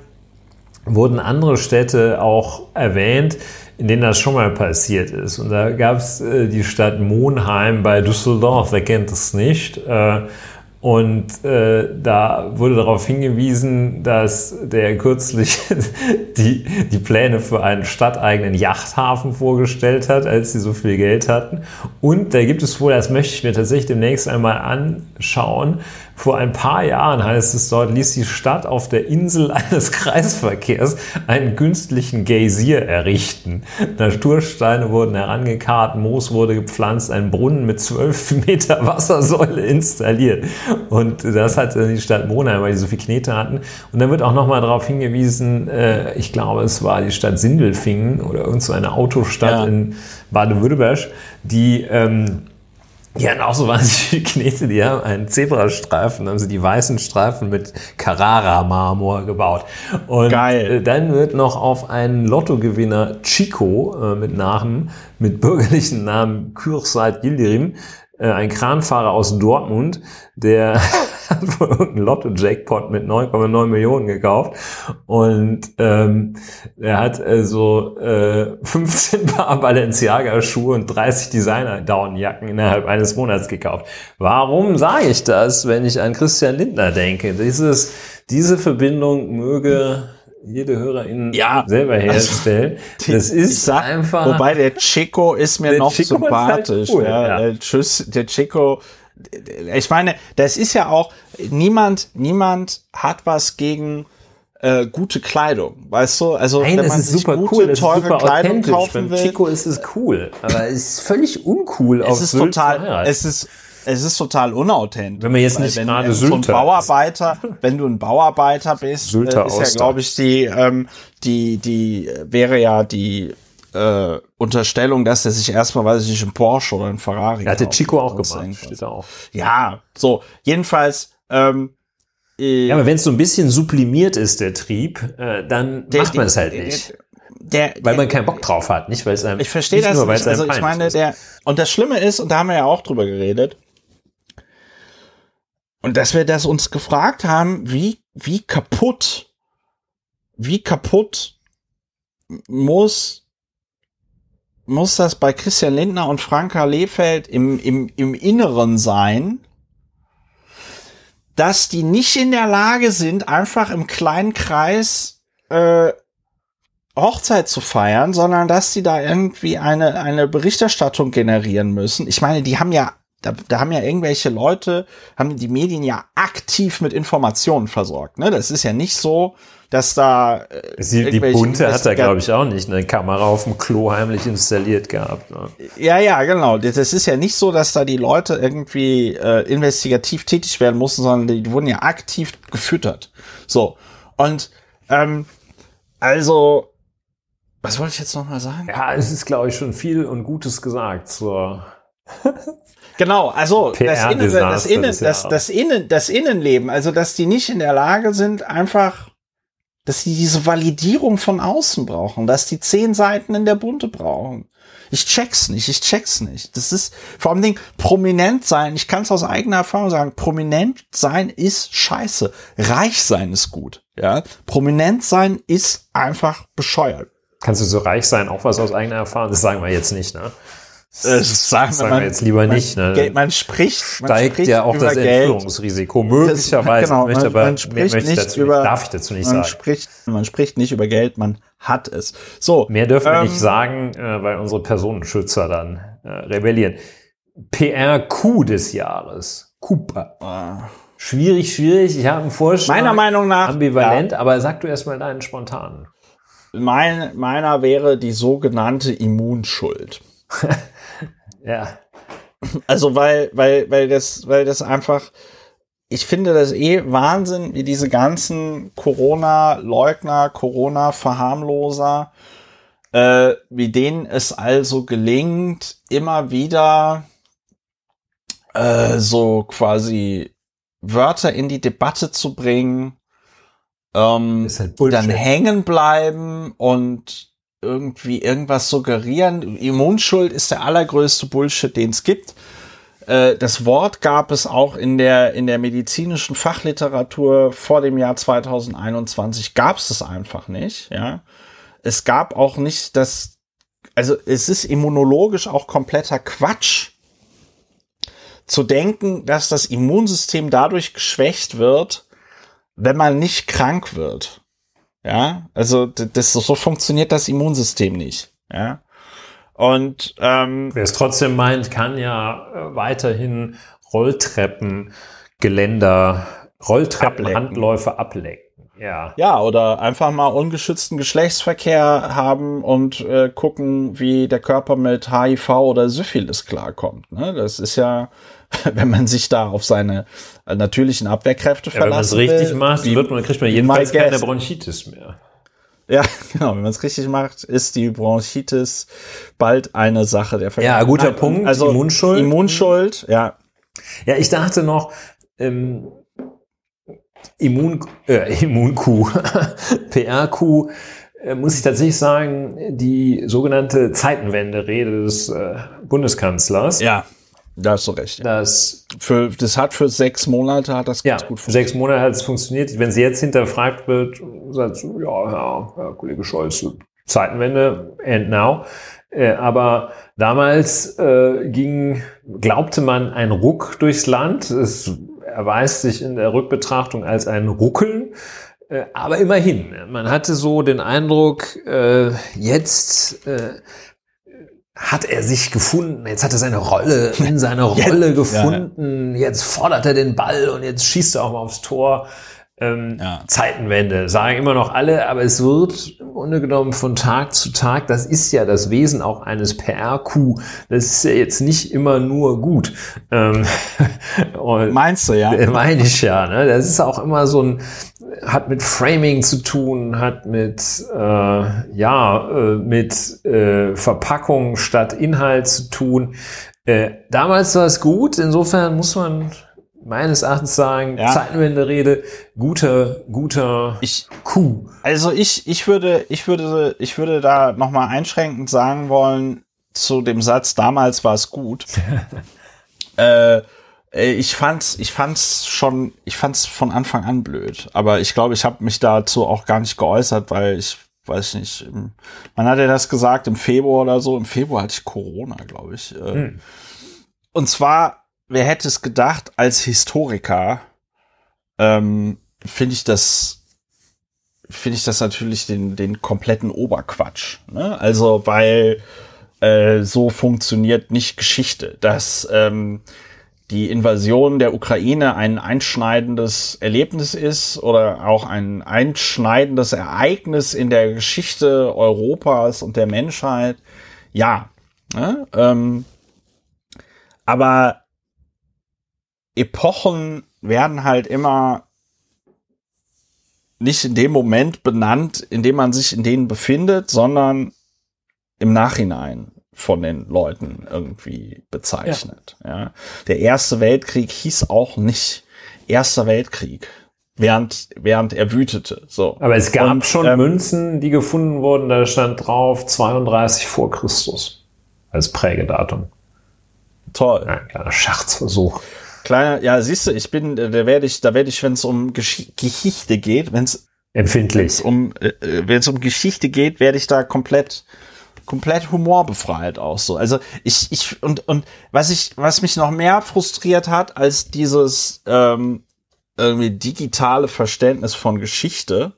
B: wurden andere Städte auch erwähnt, in denen das schon mal passiert ist. Und da gab es äh, die Stadt Monheim bei Düsseldorf, wer kennt das nicht? Äh, Und äh, da wurde darauf hingewiesen, dass der kürzlich die, die Pläne für einen stadteigenen Yachthafen vorgestellt hat, als sie so viel Geld hatten. Und da gibt es wohl, das möchte ich mir tatsächlich demnächst einmal anschauen, vor ein paar Jahren, heißt es dort, ließ die Stadt auf der Insel eines Kreisverkehrs einen künstlichen Geysir errichten. Natursteine wurden herangekarrt, Moos wurde gepflanzt, ein Brunnen mit zwölf Meter Wassersäule installiert. Und das hatte die Stadt Monheim, weil die so viel Knete hatten. Und dann wird auch nochmal darauf hingewiesen, äh, ich glaube, es war die Stadt Sindelfingen oder irgend so eine Autostadt ja. in Baden-Württemberg, die... Ähm, Die hatten auch so wahnsinnig viel Knete, die haben einen Zebrastreifen, da haben sie die weißen Streifen mit Carrara-Marmor gebaut. Und Geil. Dann wird noch auf einen Lottogewinner Chico äh, mit Namen, mit bürgerlichen Namen Kürsat Yildirim, äh, ein Kranfahrer aus Dortmund, der hat wohl irgendeinen Lotto-Jackpot mit neun Komma neun Millionen gekauft und ähm, er hat also äh, fünfzehn Paar Balenciaga-Schuhe und dreißig Designer-Downjacken innerhalb eines Monats gekauft. Warum sage ich das, wenn ich an Christian Lindner denke? Dieses, diese Verbindung möge jede Hörerin ja, selber herstellen. Also, das ist sag, einfach...
A: Wobei der Chico ist mir noch Chico sympathisch. Halt cool, ja, ja. Der, Tschüss, der Chico... Ich meine, das ist ja auch, niemand, niemand hat was gegen äh, gute Kleidung, weißt du? Also,
B: Nein,
A: wenn
B: das
A: man
B: ist
A: sich
B: super
A: gute,
B: cool, das
A: teure
B: ist super
A: Kleidung
B: authentisch.
A: kaufen
B: Beim
A: will.
B: Chico ist es cool, aber es ist völlig uncool
A: es
B: auf
A: ist
B: Sylt
A: total, es ist, es ist total unauthentisch.
B: Wenn man jetzt nicht
A: wenn,
B: gerade
A: so ein Bauarbeiter, wenn du ein Bauarbeiter bist,
B: Sylter
A: ist ja, glaube ich, die, ähm, die, die, wäre ja die, äh, Unterstellung, dass er sich erstmal, weiß ich nicht, einen Porsche oder einen Ferrari
B: ja, hat der Chico auch gemacht, steht da auch.
A: Ja, so, jedenfalls, ähm,
B: ja, aber wenn es so ein bisschen sublimiert ist, der Trieb, äh, dann der, macht man es halt der, nicht. Der, der, weil man keinen Bock drauf hat, nicht weil es einem
A: ich verstehe das
B: nur,
A: nicht. Also ich meine, ist. der und das Schlimme ist, und da haben wir ja auch drüber geredet, und dass wir das uns gefragt haben, wie wie kaputt, wie kaputt muss muss das bei Christian Lindner und Franka Lehfeld im im im Inneren sein, dass die nicht in der Lage sind, einfach im kleinen Kreis äh, Hochzeit zu feiern, sondern dass die da irgendwie eine eine Berichterstattung generieren müssen. Ich meine, die haben ja da, da haben ja irgendwelche Leute, haben die Medien ja aktiv mit Informationen versorgt. Ne, das ist ja nicht so, dass da äh,
B: die, die Bunte hat da, glaube ich, auch nicht eine Kamera auf dem Klo heimlich installiert gehabt. Ne?
A: Ja, ja, genau. Das ist ja nicht so, dass da die Leute irgendwie äh, investigativ tätig werden mussten, sondern die, die wurden ja aktiv gefüttert. So, und ähm, also, was wollte ich jetzt noch mal sagen?
B: Ja, es ist, glaube ich, schon viel und Gutes gesagt zur
A: Genau, also das, Innen, das, Innen, das, das, Innen, das Innenleben, also dass die nicht in der Lage sind, einfach, dass die diese Validierung von außen brauchen, dass die zehn Seiten in der Bunte brauchen. Ich check's nicht, ich check's nicht. Das ist vor allem Ding, prominent sein, ich kann es aus eigener Erfahrung sagen, prominent sein ist scheiße. Reich sein ist gut, ja. Prominent sein ist einfach bescheuert.
B: Kannst du so reich sein, auch was aus eigener Erfahrung? Das sagen wir jetzt nicht, ne?
A: Das sagen,
B: sagen
A: man,
B: wir jetzt lieber
A: man,
B: nicht. Ne?
A: Geld, man spricht, man
B: steigt
A: spricht
B: ja auch
A: über
B: das
A: Geld.
B: Entführungsrisiko. Möglicherweise.
A: Das, genau,
B: möchte
A: man,
B: aber,
A: man spricht
B: möchte
A: nicht
B: dazu,
A: über,
B: darf ich dazu nicht
A: man
B: sagen.
A: Spricht, man spricht nicht über Geld, man hat es. So.
B: Mehr dürfen wir
A: ähm,
B: nicht sagen, äh, weil unsere Personenschützer dann äh, rebellieren. P R-Coup des Jahres. Cooper.
A: Ah.
B: Schwierig, schwierig. Ich habe einen Vorschlag.
A: Meiner Meinung nach.
B: Ambivalent,
A: ja.
B: aber sag du erstmal deinen spontanen.
A: Mein, meiner wäre die sogenannte Immunschuld.
B: Ja.
A: Also weil, weil, weil das, weil das einfach, ich finde das eh Wahnsinn, wie diese ganzen Corona-Leugner, Corona-Verharmloser, äh, wie denen es also gelingt, immer wieder äh, so quasi Wörter in die Debatte zu bringen, ähm,
B: ist halt
A: die dann hängen bleiben und irgendwie irgendwas suggerieren. Immunschuld ist der allergrößte Bullshit, den es gibt. Äh, das Wort gab es auch in der in der medizinischen Fachliteratur vor dem Jahr zweitausendeinundzwanzig, gab es es einfach nicht. Ja, es gab auch nicht das, also es ist immunologisch auch kompletter Quatsch, zu denken, dass das Immunsystem dadurch geschwächt wird, wenn man nicht krank wird. Ja, also das, so funktioniert das Immunsystem nicht. Ja, und ähm,
B: wer es trotzdem meint, kann ja äh, weiterhin Rolltreppen, Geländer, Rolltreppen, ablecken. Handläufe ablecken. Ja.
A: Ja, oder einfach mal ungeschützten Geschlechtsverkehr haben und äh, gucken, wie der Körper mit H I V oder Syphilis klarkommt. Ne? Das ist ja, wenn man sich da auf seine natürlichen Abwehrkräfte
B: ja,
A: verlassen
B: will. Wenn man es richtig
A: will,
B: macht,
A: wie,
B: wird man, kriegt man jedenfalls keine Bronchitis mehr.
A: Ja, genau. Wenn man es richtig macht, ist die Bronchitis bald eine Sache der
B: Vergangenheit. Ja, guter Nein, Punkt.
A: Also
B: Immunschuld.
A: Immunschuld, ja.
B: Ja, ich dachte noch, ähm, Immun, äh, Immun-Coup, P R-Coup, äh, muss ich tatsächlich sagen, die sogenannte Zeitenwende-Rede des äh, Bundeskanzlers.
A: Ja, da hast du recht.
B: Das,
A: für, das hat für sechs Monate hat das
B: ja,
A: ganz gut
B: funktioniert. Für sechs Monate hat es funktioniert. Wenn sie jetzt hinterfragt wird, sagt sie, ja, ja, ja, Kollege Scholz, Zeitenwende, and now. Äh, aber damals äh, ging, glaubte man, ein Ruck durchs Land. Es erweist sich in der Rückbetrachtung als ein Ruckeln. Äh, aber immerhin, man hatte so den Eindruck, äh, jetzt äh, hat er sich gefunden, jetzt hat er seine Rolle in seiner Rolle gefunden, ja. Jetzt fordert er den Ball und jetzt schießt er auch mal aufs Tor. Ähm, ja. Zeitenwende, sagen immer noch alle, aber es wird im Grunde genommen von Tag zu Tag, das ist ja das Wesen auch eines P R-Coup, das ist ja jetzt nicht immer nur gut. Ähm,
A: Meinst du, ja?
B: Meine ich ja, ne? Das ist auch immer so ein, hat mit Framing zu tun, hat mit, äh, ja, äh, mit äh, Verpackung statt Inhalt zu tun. Äh, damals war es gut, insofern muss man meines Erachtens sagen, ja. Zeitenwende-Rede, guter, guter
A: ich,
B: Coup.
A: Also ich, ich würde, ich würde, ich würde da nochmal einschränkend sagen wollen, zu dem Satz, damals war es gut. äh, ich fand's, ich fand's schon, ich fand's von Anfang an blöd. Aber ich glaube, ich habe mich dazu auch gar nicht geäußert, weil ich weiß nicht, man hat ja das gesagt im Februar oder so. Im Februar hatte ich Corona, glaube ich. Hm. Und zwar, wer hätte es gedacht, als Historiker ähm, finde ich das finde ich das natürlich den den kompletten Oberquatsch. Ne? Also, weil äh, so funktioniert nicht Geschichte. Dass ähm, die Invasion der Ukraine ein einschneidendes Erlebnis ist oder auch ein einschneidendes Ereignis in der Geschichte Europas und der Menschheit. Ja. Ne? Ähm, aber Epochen werden halt immer nicht in dem Moment benannt, in dem man sich in denen befindet, sondern im Nachhinein von den Leuten irgendwie bezeichnet. Ja. Ja. Der Erste Weltkrieg hieß auch nicht Erster Weltkrieg, während, während er wütete. So.
B: Aber es gab
A: Und,
B: schon ähm, Münzen, die gefunden wurden, da stand drauf zweiunddreißig vor Christus als Prägedatum.
A: Toll.
B: Ein kleiner Schachzversuch.
A: Kleiner, ja, siehst du, ich bin, da werde ich, da werde ich, wenn es um Gesch- Geschichte geht, wenn es
B: empfindlich,
A: um, äh, wenn es um Geschichte geht, werde ich da komplett komplett humorbefreit auch so. Also ich, ich, und, und was ich, was mich noch mehr frustriert hat, als dieses ähm, irgendwie digitale Verständnis von Geschichte,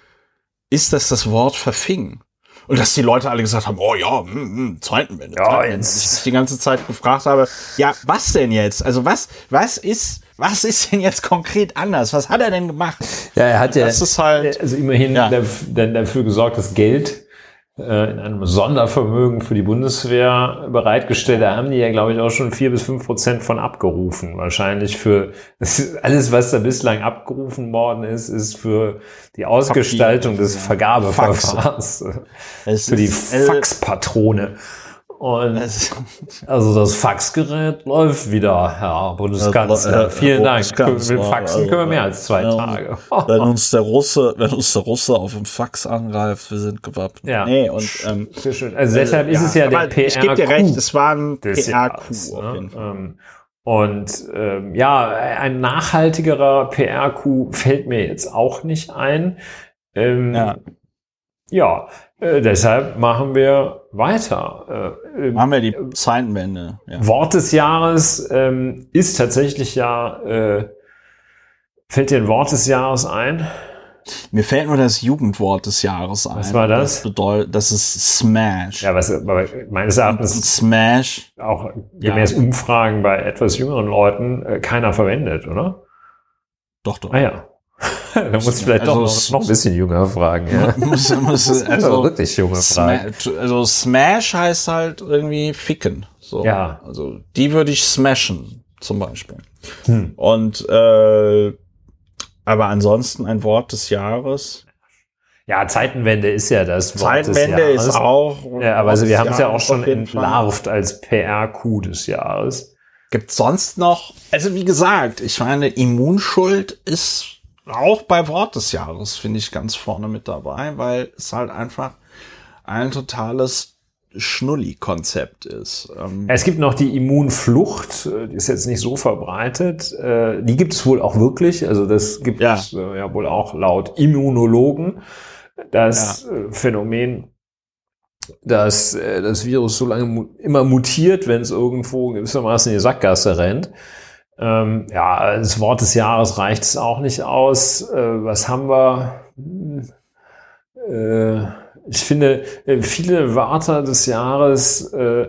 A: ist, dass das Wort verfing. Und dass die Leute alle gesagt haben, oh ja, mh, mh, Zeitenwende.
B: Ja,
A: Zeitenwende.
B: jetzt.
A: Ich mich die ganze Zeit gefragt habe, ja, was denn jetzt? Also was, was ist, was ist denn jetzt konkret anders? Was hat er denn gemacht?
B: Ja, er hat ja,
A: das ist halt,
B: also immerhin
A: ja.
B: dafür, dafür gesorgt, dass Geld äh, in einem Sondervermögen für die Bundeswehr bereitgestellt. Da haben die ja, glaube ich, auch schon vier bis fünf Prozent von abgerufen. Wahrscheinlich für das ist alles, was da bislang abgerufen worden ist, ist für die Ausgestaltung Papier, des ja. Vergabeverfahrens. Es für die Faxpatrone. Und also das Faxgerät läuft wieder, Herr Bundeskanzler.
A: Äh,
B: Vielen Dank.
A: Bundeskanzler,
B: Mit Faxen können wir mehr als zwei
A: wenn,
B: Tage.
A: Wenn uns der Russe, wenn uns der Russe auf dem Fax angreift, wir sind gewappnet.
B: Ja.
A: Nee, und ähm,
B: sehr schön. Also deshalb
A: äh,
B: ist
A: ja,
B: es ja der P R Q.
A: Ich gebe dir recht, es war ein P R Q
B: Jahres,
A: auf jeden
B: ne?
A: Fall.
B: Und ähm, ja, ein nachhaltigerer P R Q fällt mir jetzt auch nicht ein. Ähm, ja. Ja, äh, deshalb machen wir weiter.
A: Äh, machen wir die Zeitenwende.
B: Ja. Wort des Jahres ähm, ist tatsächlich ja, äh, fällt dir ein Wort des Jahres ein?
A: Mir fällt nur das Jugendwort des Jahres ein.
B: Was war das?
A: Das bedeutet, das ist Smash.
B: Ja, was aber meines Erachtens
A: Smash
B: auch gemäß ja. Umfragen bei etwas jüngeren Leuten äh, keiner verwendet, oder?
A: Doch, doch.
B: Ah ja. Da muss ich vielleicht also doch noch, noch ein bisschen jünger fragen. Ja.
A: Muss, muss, also
B: wirklich junge Fragen.
A: Also Smash heißt halt irgendwie ficken. So.
B: Ja.
A: Also die würde ich smashen, zum Beispiel.
B: Hm.
A: Und äh, aber ansonsten ein Wort des Jahres.
B: Ja, Zeitenwende ist ja das Wort
A: Zeitenwende
B: des Jahres.
A: ist auch.
B: Ja, aber also wir haben es ja auch schon entlarvt als P R Q des Jahres.
A: Gibt's sonst noch? Also wie gesagt, ich meine, Immunschuld ist auch bei Wort des Jahres, finde ich, ganz vorne mit dabei, weil es halt einfach ein totales Schnulli-Konzept ist. Ähm
B: es gibt noch die Immunflucht, die ist jetzt nicht so verbreitet. Die gibt es wohl auch wirklich, also das gibt es ja. ja wohl auch laut Immunologen. Das ja. Phänomen, dass das Virus so lange mu- immer mutiert, wenn es irgendwo gewissermaßen in die Sackgasse rennt. Ähm, ja, als Wort des Jahres reicht es auch nicht aus. Äh, was haben wir? Äh, ich finde, äh, viele Wörter des Jahres äh,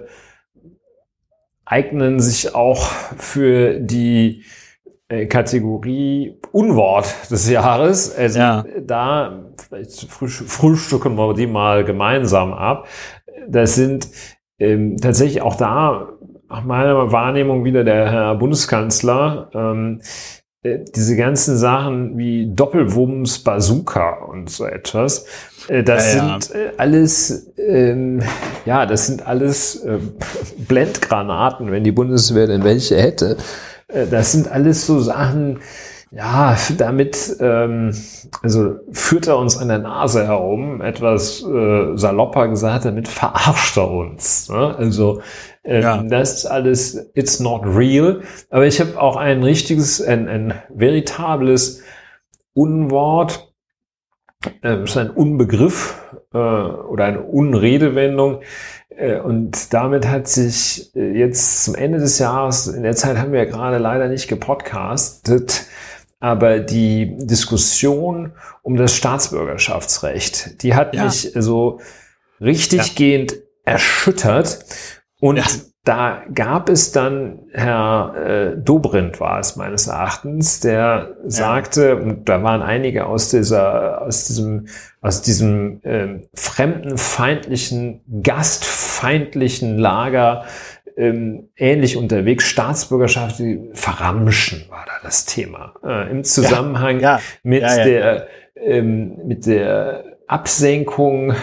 B: eignen sich auch für die äh, Kategorie Unwort des Jahres. Also
A: ja.
B: da vielleicht früh- frühstücken wir die mal gemeinsam ab. Das sind ähm, tatsächlich auch da nach meiner Wahrnehmung wieder der Herr Bundeskanzler, ähm, äh, diese ganzen Sachen wie Doppelwumms, Bazooka und so etwas, äh, das ja, sind ja. Äh, alles, ähm, ja, das sind alles äh, Blendgranaten, wenn die Bundeswehr denn welche hätte. Äh, das sind alles so Sachen, ja, damit, ähm, also führt er uns an der Nase herum, etwas äh, salopper gesagt, damit verarscht er uns. Ne? Also ähm, ja. das ist alles, it's not real. Aber ich habe auch ein richtiges, ein, ein veritables Unwort, äh, ist ein Unbegriff äh, oder eine Unredewendung. Und damit hat sich jetzt zum Ende des Jahres, in der Zeit haben wir ja gerade leider nicht gepodcastet, aber die Diskussion um das Staatsbürgerschaftsrecht, die hat ja. mich so richtiggehend ja. erschüttert. Und ja. da gab es dann, Herr äh, Dobrindt war es meines Erachtens, der ja. sagte, und da waren einige aus dieser, aus diesem, aus diesem äh, fremdenfeindlichen, gastfeindlichen Lager ähm, ähnlich unterwegs. Staatsbürgerschaft, die verramschen, war da das Thema. Äh, Im Zusammenhang ja. Ja. mit ja, der, ähm, mit der Absenkung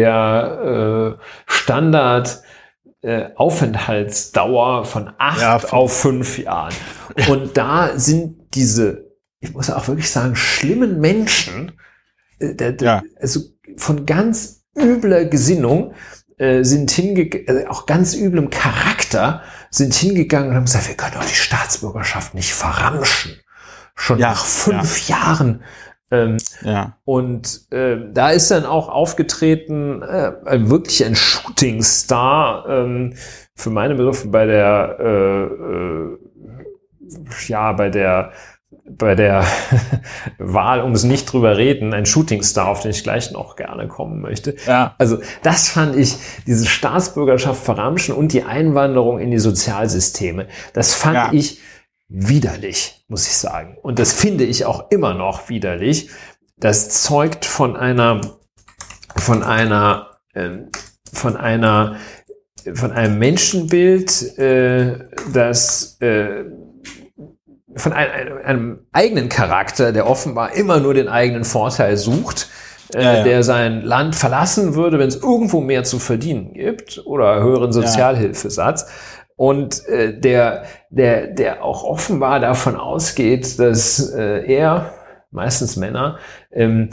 B: der äh, Standard Äh, Aufenthaltsdauer von acht ja, auf fünf Jahren. Und da sind diese, ich muss auch wirklich sagen, schlimmen Menschen, äh, der, der, ja. also von ganz übler Gesinnung, äh, sind hingegangen, äh, auch ganz üblem Charakter, sind hingegangen und haben gesagt, wir können doch die Staatsbürgerschaft nicht verramschen. Schon ja, nach fünf ja. Jahren Ähm, ja. Und äh, da ist dann auch aufgetreten äh, ein wirklich ein Shootingstar ähm, für meine Begriffe bei der äh, äh, ja bei der bei der Wahl, um es nicht drüber reden, ein Shootingstar, auf den ich gleich noch gerne kommen möchte. Ja. Also das fand ich, diese Staatsbürgerschaft verramschen und die Einwanderung in die Sozialsysteme, das fand ja. ich widerlich, muss ich sagen. Und das finde ich auch immer noch widerlich. Das zeugt von einer, von einer, äh, von einer, von einem Menschenbild, äh, das äh, von einem, einem, einem eigenen Charakter, der offenbar immer nur den eigenen Vorteil sucht, äh, ja, ja. der sein Land verlassen würde, wenn es irgendwo mehr zu verdienen gibt oder höheren Sozialhilfesatz. Ja. Und äh, der, der, der auch offenbar davon ausgeht, dass äh, er, meistens Männer, ähm,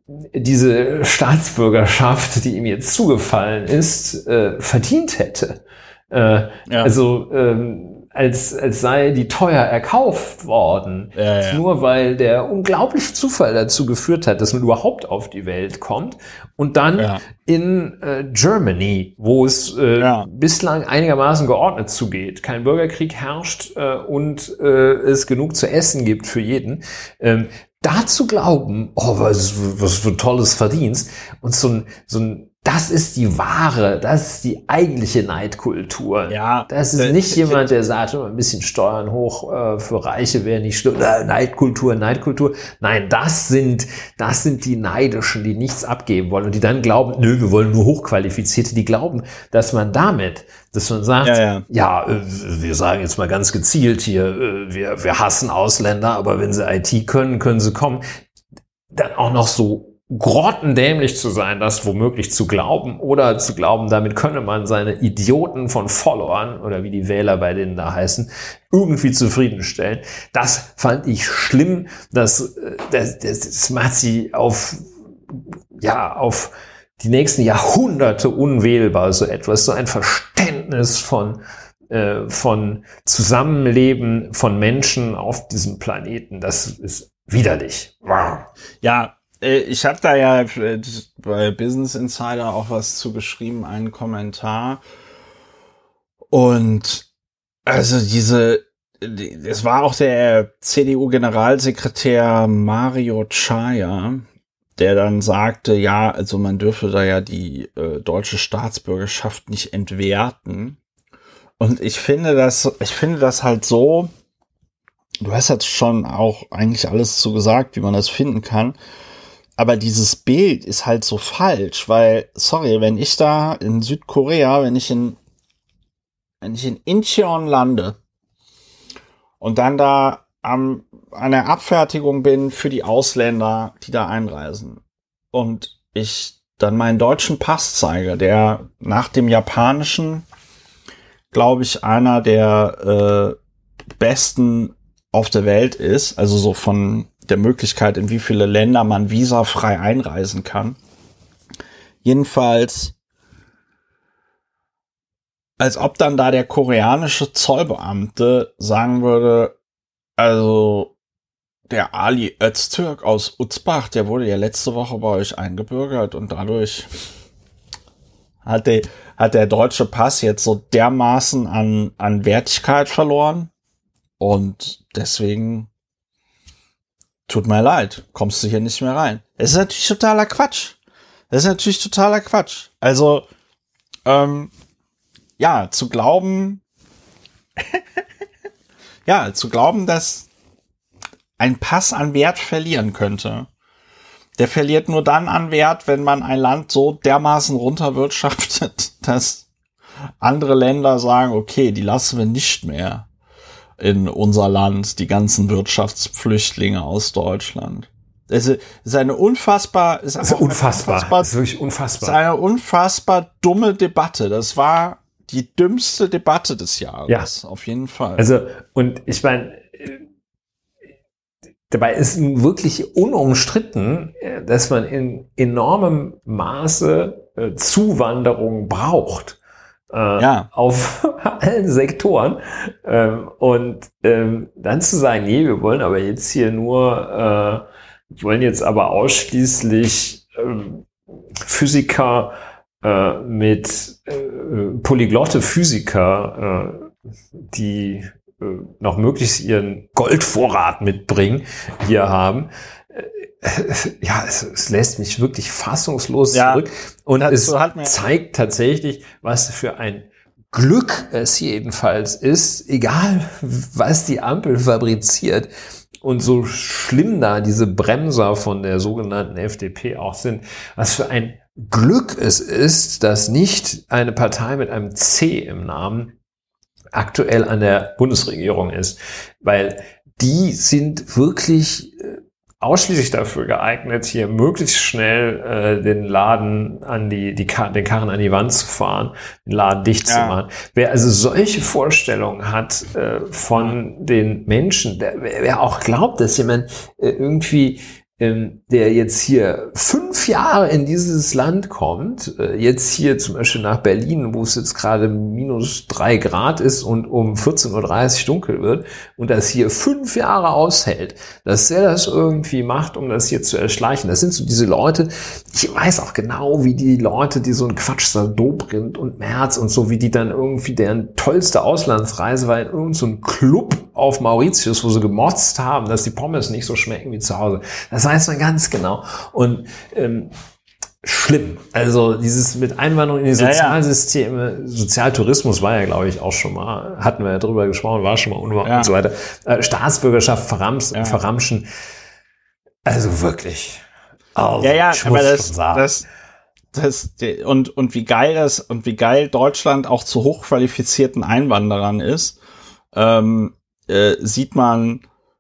B: diese Staatsbürgerschaft, die ihm jetzt zugefallen ist, äh, verdient hätte. Äh, ja. Also ähm, als, als sei die teuer erkauft worden. Ja, ja. Nur weil der unglaubliche Zufall dazu geführt hat, dass man überhaupt auf die Welt kommt. Und dann ja. in äh, Germany, wo es äh, ja. bislang einigermaßen geordnet zugeht, kein Bürgerkrieg herrscht äh, und äh, es genug zu essen gibt für jeden, ähm, da zu glauben, oh, was, was für ein tolles Verdienst. Und so ein, so ein das ist die wahre, das ist die eigentliche Neidkultur. Ja, das ist äh, nicht äh, jemand, der sagt, ein bisschen Steuern hoch äh, für Reiche wäre nicht schlimm. Äh, Neidkultur, Neidkultur. Nein, das sind, das sind die Neidischen, die nichts abgeben wollen und die dann glauben, nö, wir wollen nur Hochqualifizierte. Die glauben, dass man damit, dass man sagt, ja, ja. ja äh, wir sagen jetzt mal ganz gezielt hier, äh, wir, wir hassen Ausländer, aber wenn sie I T können, können sie kommen. Dann auch noch so grottendämlich zu sein, das womöglich zu glauben oder zu glauben, damit könne man seine Idioten von Followern oder wie die Wähler bei denen da heißen, irgendwie zufriedenstellen. Das fand ich schlimm. Das, das, das, das macht sie auf, ja, auf die nächsten Jahrhunderte unwählbar, so etwas, so ein Verständnis von äh, von Zusammenleben von Menschen auf diesem Planeten. Das ist widerlich. Wow.
A: Ja, ich habe da ja bei Business Insider auch was zu geschrieben, einen Kommentar. Und also diese, es war auch der C D U-Generalsekretär Mario Chaya, der dann sagte, ja, also man dürfe da ja die äh, deutsche Staatsbürgerschaft nicht entwerten. Und ich finde das, ich finde das halt so, du hast jetzt schon auch eigentlich alles zu gesagt, wie man das finden kann. Aber dieses Bild ist halt so falsch, weil, sorry, wenn ich da in Südkorea, wenn ich in, wenn ich in Incheon lande und dann da am, an der Abfertigung bin für die Ausländer, die da einreisen und ich dann meinen deutschen Pass zeige, der nach dem japanischen, glaube ich, einer der äh, besten auf der Welt ist, also so von der Möglichkeit, in wie viele Länder man visafrei einreisen kann. Jedenfalls, als ob dann da der koreanische Zollbeamte sagen würde, also der Ali Öztürk aus Uzbach, der wurde ja letzte Woche bei euch eingebürgert und dadurch hat der, hat der deutsche Pass jetzt so dermaßen an, an Wertigkeit verloren und deswegen tut mir leid, kommst du hier nicht mehr rein. Das ist natürlich totaler Quatsch. Das ist natürlich totaler Quatsch. Also, ähm, ja, zu glauben, ja, zu glauben, dass ein Pass an Wert verlieren könnte. Der verliert nur dann an Wert, wenn man ein Land so dermaßen runterwirtschaftet, dass andere Länder sagen, okay, die lassen wir nicht mehr in unser Land, die ganzen Wirtschaftsflüchtlinge aus Deutschland. Es ist eine unfassbar, es
B: ist unfassbar, unfassbar, das ist wirklich unfassbar.
A: Es ist eine unfassbar dumme Debatte. Das war die dümmste Debatte des Jahres, ja. Auf jeden Fall.
B: Also, und ich meine, dabei ist wirklich unumstritten, dass man in enormem Maße äh, Zuwanderung braucht. Äh, ja. Auf allen Sektoren. Ähm, und ähm, dann zu sagen, nee, wir wollen aber jetzt hier nur, äh, wollen jetzt aber ausschließlich ähm, Physiker äh, mit äh, polyglotte Physiker, äh, die äh, noch möglichst ihren Goldvorrat mitbringen, hier haben. Ja, es, es lässt mich wirklich fassungslos ja, zurück. Und es zeigt tatsächlich, was für ein Glück es jedenfalls ist, egal was die Ampel fabriziert und so schlimm da diese Bremser von der sogenannten F D P auch sind, was für ein Glück es ist, dass nicht eine Partei mit einem C im Namen aktuell an der Bundesregierung ist, weil die sind wirklich ausschließlich dafür geeignet, hier möglichst schnell äh, den Laden an die, die Kar- den Karren an die Wand zu fahren, den Laden dicht ja. zu machen. Wer also solche Vorstellungen hat äh, von den Menschen, der, wer auch glaubt, dass jemand äh, irgendwie ähm, der jetzt hier fünf Jahre in dieses Land kommt, äh, jetzt hier zum Beispiel nach Berlin, wo es jetzt gerade minus drei Grad ist und um vierzehn Uhr dreißig dunkel wird und das hier fünf Jahre aushält, dass er das irgendwie macht, um das hier zu erschleichen. Das sind so diese Leute, ich weiß auch genau, wie die Leute, die so einen Quatsch sagen, Dobrindt und Merz und so, wie die dann irgendwie deren tollste Auslandsreise war in irgendein so ein Club auf Mauritius, wo sie gemotzt haben, dass die Pommes nicht so schmecken wie zu Hause. Das weiß man ganz genau. Und ähm, schlimm. Also dieses mit Einwanderung in die Sozialsysteme, ja, ja. Sozialtourismus war ja, glaube ich, auch schon mal, hatten wir ja drüber gesprochen, war schon mal unwahr ja. und so weiter. Äh, Staatsbürgerschaft verramschen, ja. verramschen. Also wirklich. Also,
A: ja, ja,
B: ich
A: aber
B: muss
A: das,
B: schon sagen.
A: das, das, und, und wie geil das, und wie geil Deutschland auch zu hochqualifizierten Einwanderern ist, ähm, äh, sieht man,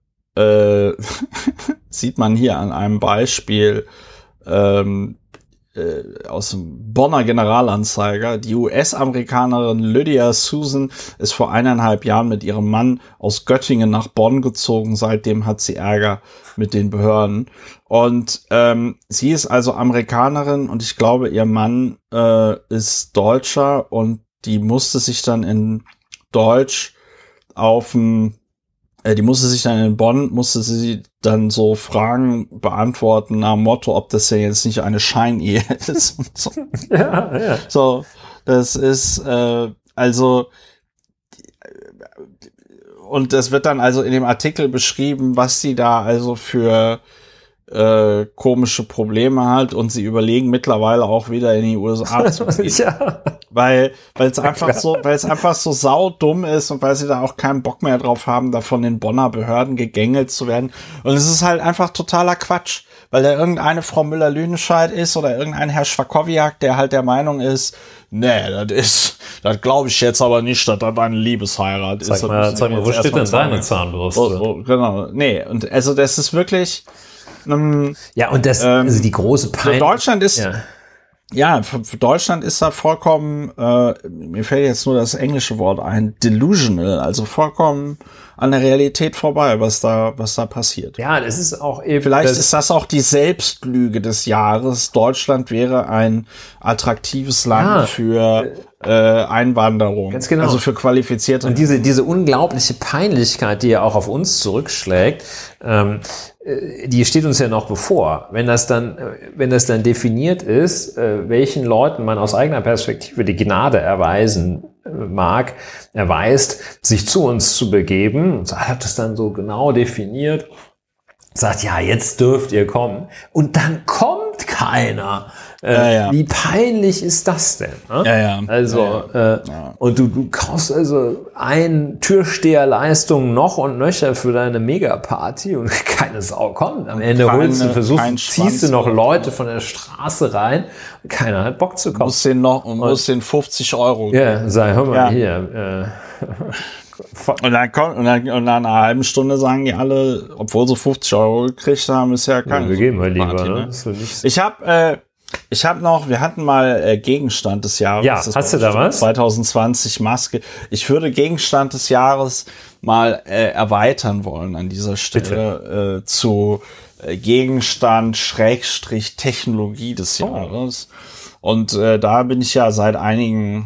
A: äh, sieht man hier an einem Beispiel, ähm, äh, aus dem Bonner Generalanzeiger. Die U S-Amerikanerin Lydia Susan ist vor eineinhalb Jahren mit ihrem Mann aus Göttingen nach Bonn gezogen. Seitdem hat sie Ärger mit den Behörden. Und ähm, sie ist also Amerikanerin und ich glaube, ihr Mann äh, ist Deutscher und die musste sich dann in Deutsch auf dem Die musste sich dann in Bonn, musste sie dann so Fragen beantworten nach dem Motto, ob das ja jetzt nicht eine Scheinehe ist und so. Ja, ja. So, das ist, äh, also, und es wird dann also in dem Artikel beschrieben, was sie da also für äh, komische Probleme hat und sie überlegen mittlerweile auch wieder in die U S A zu gehen. Ja. Weil, weil es einfach so, weil es einfach so saudumm ist und weil sie da auch keinen Bock mehr drauf haben, da von den Bonner Behörden gegängelt zu werden. Und es ist halt einfach totaler Quatsch, weil da irgendeine Frau Müller-Lüdenscheid ist oder irgendein Herr Schwakowiak, der halt der Meinung ist, nee, das ist, das glaube ich jetzt aber nicht, dass das eine Liebesheirat
B: zeig
A: ist.
B: Mal, zeig mal, wo steht denn deine Zahnbürste?
A: Oh, oh, genau, nee, und also das ist wirklich, ähm,
B: ja, und das, ähm, also die große Pein.
A: Deutschland ist,
B: ja.
A: Ja, für, für Deutschland ist da vollkommen, äh, mir fällt jetzt nur das englische Wort ein, delusional, also vollkommen an der Realität vorbei, was da, was da passiert.
B: Ja, das ist auch eben.
A: Vielleicht das ist das auch die Selbstlüge des Jahres. Deutschland wäre ein attraktives Land ja, für äh, Einwanderung.
B: Ganz genau.
A: Also für qualifizierte.
B: Und diese, diese unglaubliche Peinlichkeit, die ja auch auf uns zurückschlägt, ähm, die steht uns ja noch bevor. Wenn das dann, wenn das dann definiert ist, welchen Leuten man aus eigener Perspektive die Gnade erweisen mag, erweist, sich zu uns zu begeben, und hat das dann so genau definiert, sagt, ja, jetzt dürft ihr kommen. Und dann kommt keiner. Äh, ja, ja. Wie peinlich ist das denn? Ne?
A: Ja, ja.
B: Also,
A: ja, ja.
B: Äh, ja. Und du, du kaufst also ein Türsteherleistung noch und nöcher für deine Megaparty und keine Sau kommt. Am Ende keine, holst du, versuchst, ziehst du noch Leute von der Straße rein und keiner hat Bock zu kommen.
A: Muss den noch, und muss den fünfzig Euro geben.
B: Ja, sei, hör mal ja. hier, äh,
A: Und dann, kommt, und, dann, und nach einer halben Stunde sagen die alle, obwohl sie fünfzig Euro gekriegt haben, ist ja kein.
B: Ja, wir geben halt lieber,
A: Party,
B: ne?
A: ne?
B: Das ist nicht so.
A: Ich habe, äh, ich habe noch, wir hatten mal äh, Gegenstand des Jahres.
B: Ja, hast du da was?
A: zwanzig zwanzig Maske. Ich würde Gegenstand des Jahres mal äh, erweitern wollen an dieser Stelle äh, zu äh, Gegenstand Schrägstrich Technologie des Jahres. Oh. Und äh, da bin ich ja seit einigen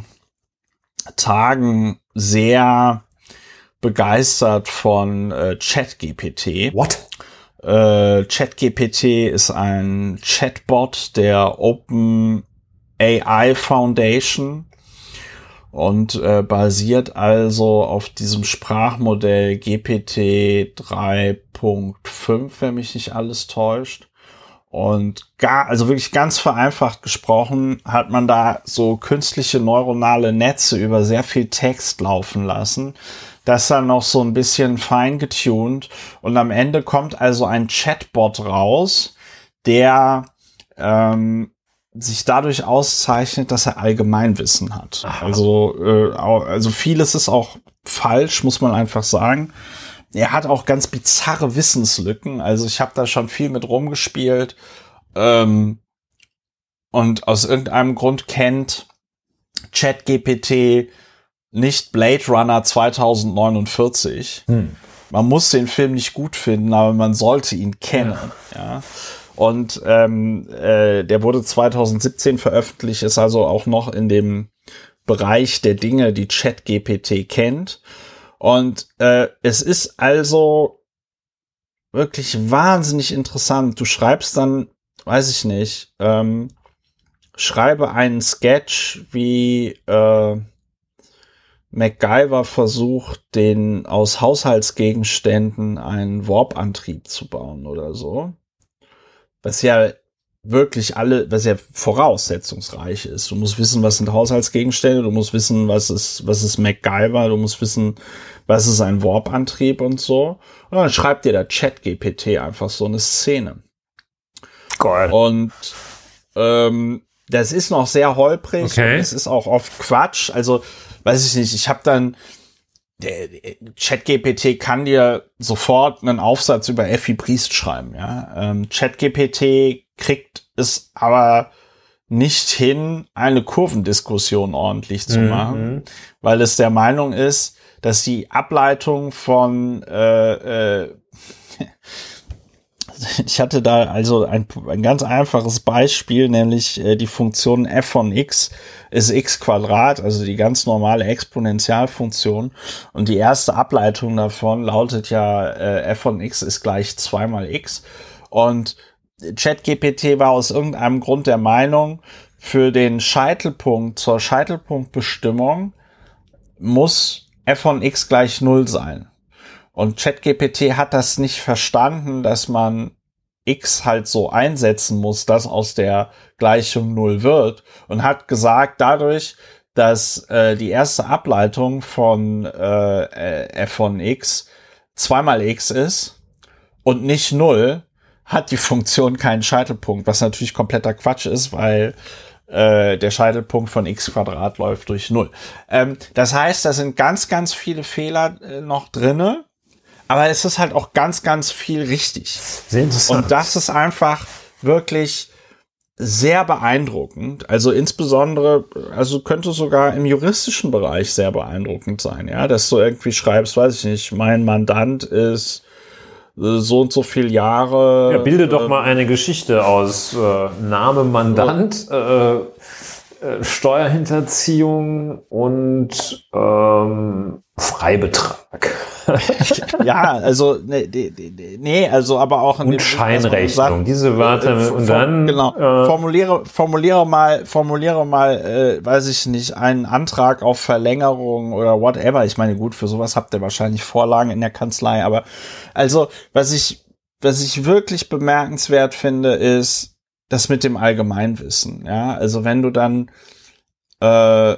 A: Tagen sehr begeistert von äh, ChatGPT.
B: What?
A: Äh, ChatGPT ist ein Chatbot der Open A I Foundation und äh, basiert also auf diesem Sprachmodell G P T drei Punkt fünf, wenn mich nicht alles täuscht. Und gar, also wirklich ganz vereinfacht gesprochen, hat man da so künstliche neuronale Netze über sehr viel Text laufen lassen. Das dann noch so ein bisschen fein getuned. Und am Ende kommt also ein Chatbot raus, der ähm, sich dadurch auszeichnet, dass er Allgemeinwissen hat. Aha. Also, äh, also vieles ist auch falsch, muss man einfach sagen. Er hat auch ganz bizarre Wissenslücken. Also ich habe da schon viel mit rumgespielt. Ähm, und aus irgendeinem Grund kennt ChatGPT nicht Blade Runner zweitausendneunundvierzig. Hm. Man muss den Film nicht gut finden, aber man sollte ihn kennen. Ja. ja. Und ähm, äh, der wurde zweitausendsiebzehn veröffentlicht, ist also auch noch in dem Bereich der Dinge, die ChatGPT kennt. Und äh, es ist also wirklich wahnsinnig interessant. Du schreibst dann, weiß ich nicht, ähm, schreibe einen Sketch, wie äh, MacGyver versucht, den aus Haushaltsgegenständen einen Warp-Antrieb zu bauen oder so. Was ja wirklich alle, was ja voraussetzungsreich ist. Du musst wissen, was sind Haushaltsgegenstände, du musst wissen, was ist, was ist MacGyver, du musst wissen, was ist ein Warp-Antrieb und so. Und dann schreibt dir der ChatGPT einfach so eine Szene. Geil. Und ähm, das ist noch sehr holprig. Okay. Es ist auch oft Quatsch. Also, weiß ich nicht, ich habe dann der, der ChatGPT kann dir sofort einen Aufsatz über Effi Briest schreiben, ja. Ähm, ChatGPT kriegt es aber nicht hin, eine Kurvendiskussion ordentlich zu machen, mhm. weil es der Meinung ist, dass die Ableitung von äh, äh, ich hatte da also ein, ein ganz einfaches Beispiel, nämlich äh, die Funktion f von x ist x Quadrat, also die ganz normale Exponentialfunktion. Und die erste Ableitung davon lautet ja, äh, f von x ist gleich zwei mal x. Und ChatGPT war aus irgendeinem Grund der Meinung, für den Scheitelpunkt, zur Scheitelpunktbestimmung muss f von x gleich null sein. Und ChatGPT hat das nicht verstanden, dass man x halt so einsetzen muss, dass aus der Gleichung null wird, und hat gesagt, dadurch, dass äh, die erste Ableitung von äh, f von x zweimal x ist und nicht null, hat die Funktion keinen Scheitelpunkt, was natürlich kompletter Quatsch ist, weil äh, der Scheitelpunkt von x Quadrat läuft durch null. Ähm, das heißt, da sind ganz, ganz viele Fehler äh, noch drinne. Aber es ist halt auch ganz, ganz viel richtig.
B: Sehr interessant.
A: Und das ist einfach wirklich sehr beeindruckend. Also insbesondere, also könnte sogar im juristischen Bereich sehr beeindruckend sein, ja, dass du irgendwie schreibst, weiß ich nicht, mein Mandant ist so und so viele Jahre.
B: Ja, bilde äh, doch mal eine Geschichte aus. Äh, Name Mandant, äh, äh, Steuerhinterziehung und ähm, Freibetrag.
A: Ja, also nee, nee, also aber auch in
B: und dem Scheinrechnung, sagt, diese Wörter äh, und dann
A: genau äh, formuliere formuliere mal formuliere mal äh, weiß ich nicht, einen Antrag auf Verlängerung oder whatever. Ich meine, gut, für sowas habt ihr wahrscheinlich Vorlagen in der Kanzlei, aber also was ich was ich wirklich bemerkenswert finde, ist das mit dem Allgemeinwissen, ja, also wenn du dann äh,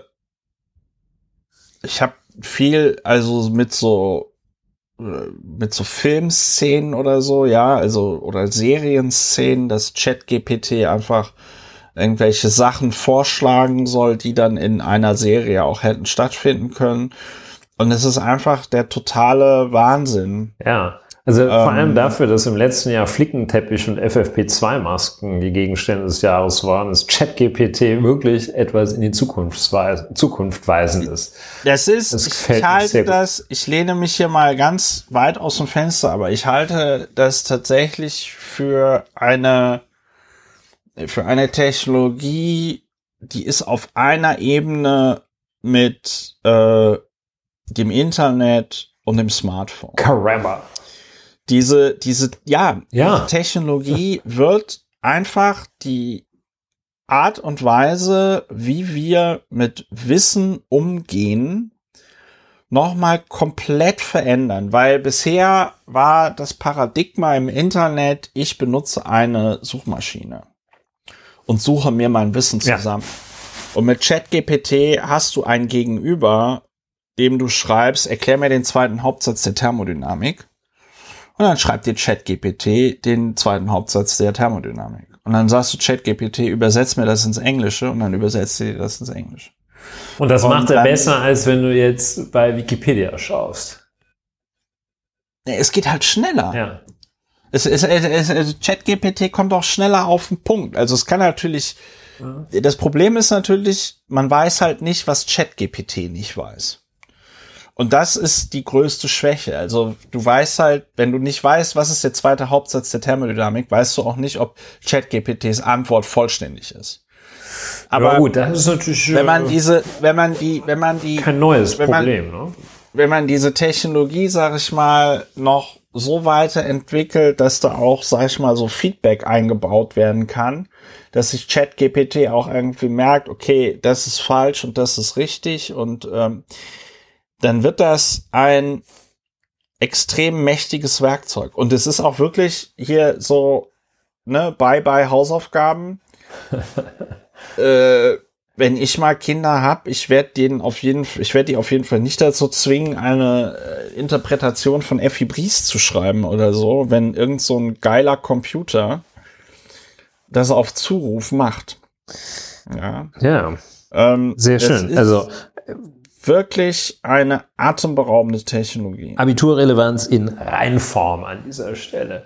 A: ich habe viel also mit so mit so Filmszenen oder so, ja, also oder Serienszenen, dass ChatGPT einfach irgendwelche Sachen vorschlagen soll, die dann in einer Serie auch hätten stattfinden können. Und es ist einfach der totale Wahnsinn.
B: Ja, also ähm, vor allem dafür, dass im letzten Jahr Flickenteppich und F F P zwei Masken die Gegenstände des Jahres waren, ist ChatGPT wirklich etwas in die Zukunft, Zukunft Weisendes.
A: Das ist, das ich, ich halte das, ich lehne mich hier mal ganz weit aus dem Fenster, aber ich halte das tatsächlich für eine, für eine Technologie, die ist auf einer Ebene mit äh, dem Internet und dem Smartphone.
B: Caramba.
A: Diese, diese, ja,
B: ja.
A: diese Technologie wird einfach die Art und Weise, wie wir mit Wissen umgehen, nochmal komplett verändern, weil bisher war das Paradigma im Internet, ich benutze eine Suchmaschine und suche mir mein Wissen zusammen. Ja. Und mit ChatGPT hast du ein Gegenüber, dem du schreibst, erklär mir den zweiten Hauptsatz der Thermodynamik. Und dann schreibt dir ChatGPT den zweiten Hauptsatz der Thermodynamik. Und dann sagst du ChatGPT, übersetz mir das ins Englische, und dann übersetzt dir das ins Englische.
B: Und das und macht er besser, als wenn du jetzt bei Wikipedia schaust.
A: Es geht halt schneller.
B: Ja.
A: Es, es, es, es, ChatGPT kommt auch schneller auf den Punkt. Also es kann natürlich, ja. Das Problem ist natürlich, man weiß halt nicht, was ChatGPT nicht weiß. Und das ist die größte Schwäche. Also du weißt halt, wenn du nicht weißt, was ist der zweite Hauptsatz der Thermodynamik, weißt du auch nicht, ob ChatGPTs Antwort vollständig ist. Aber
B: ja, gut, das ist natürlich,
A: wenn man diese, wenn man die, wenn man die,
B: kein neues Problem,
A: man,
B: ne?
A: Wenn man diese Technologie, sag ich mal, noch so weiterentwickelt, dass da auch, sag ich mal, so Feedback eingebaut werden kann, dass sich ChatGPT auch irgendwie merkt, okay, das ist falsch und das ist richtig, und ähm, dann wird das ein extrem mächtiges Werkzeug. Und es ist auch wirklich hier so, ne, bye bye Hausaufgaben. äh, wenn ich mal Kinder habe, ich werde denen auf jeden Fall, ich werde die auf jeden Fall nicht dazu zwingen, eine äh, Interpretation von Effi Briest zu schreiben oder so, wenn irgend so ein geiler Computer das auf Zuruf macht. Ja.
B: Ja.
A: Ähm,
B: Sehr schön. Also
A: wirklich eine atemberaubende Technologie.
B: Abiturrelevanz in Reinform an dieser Stelle.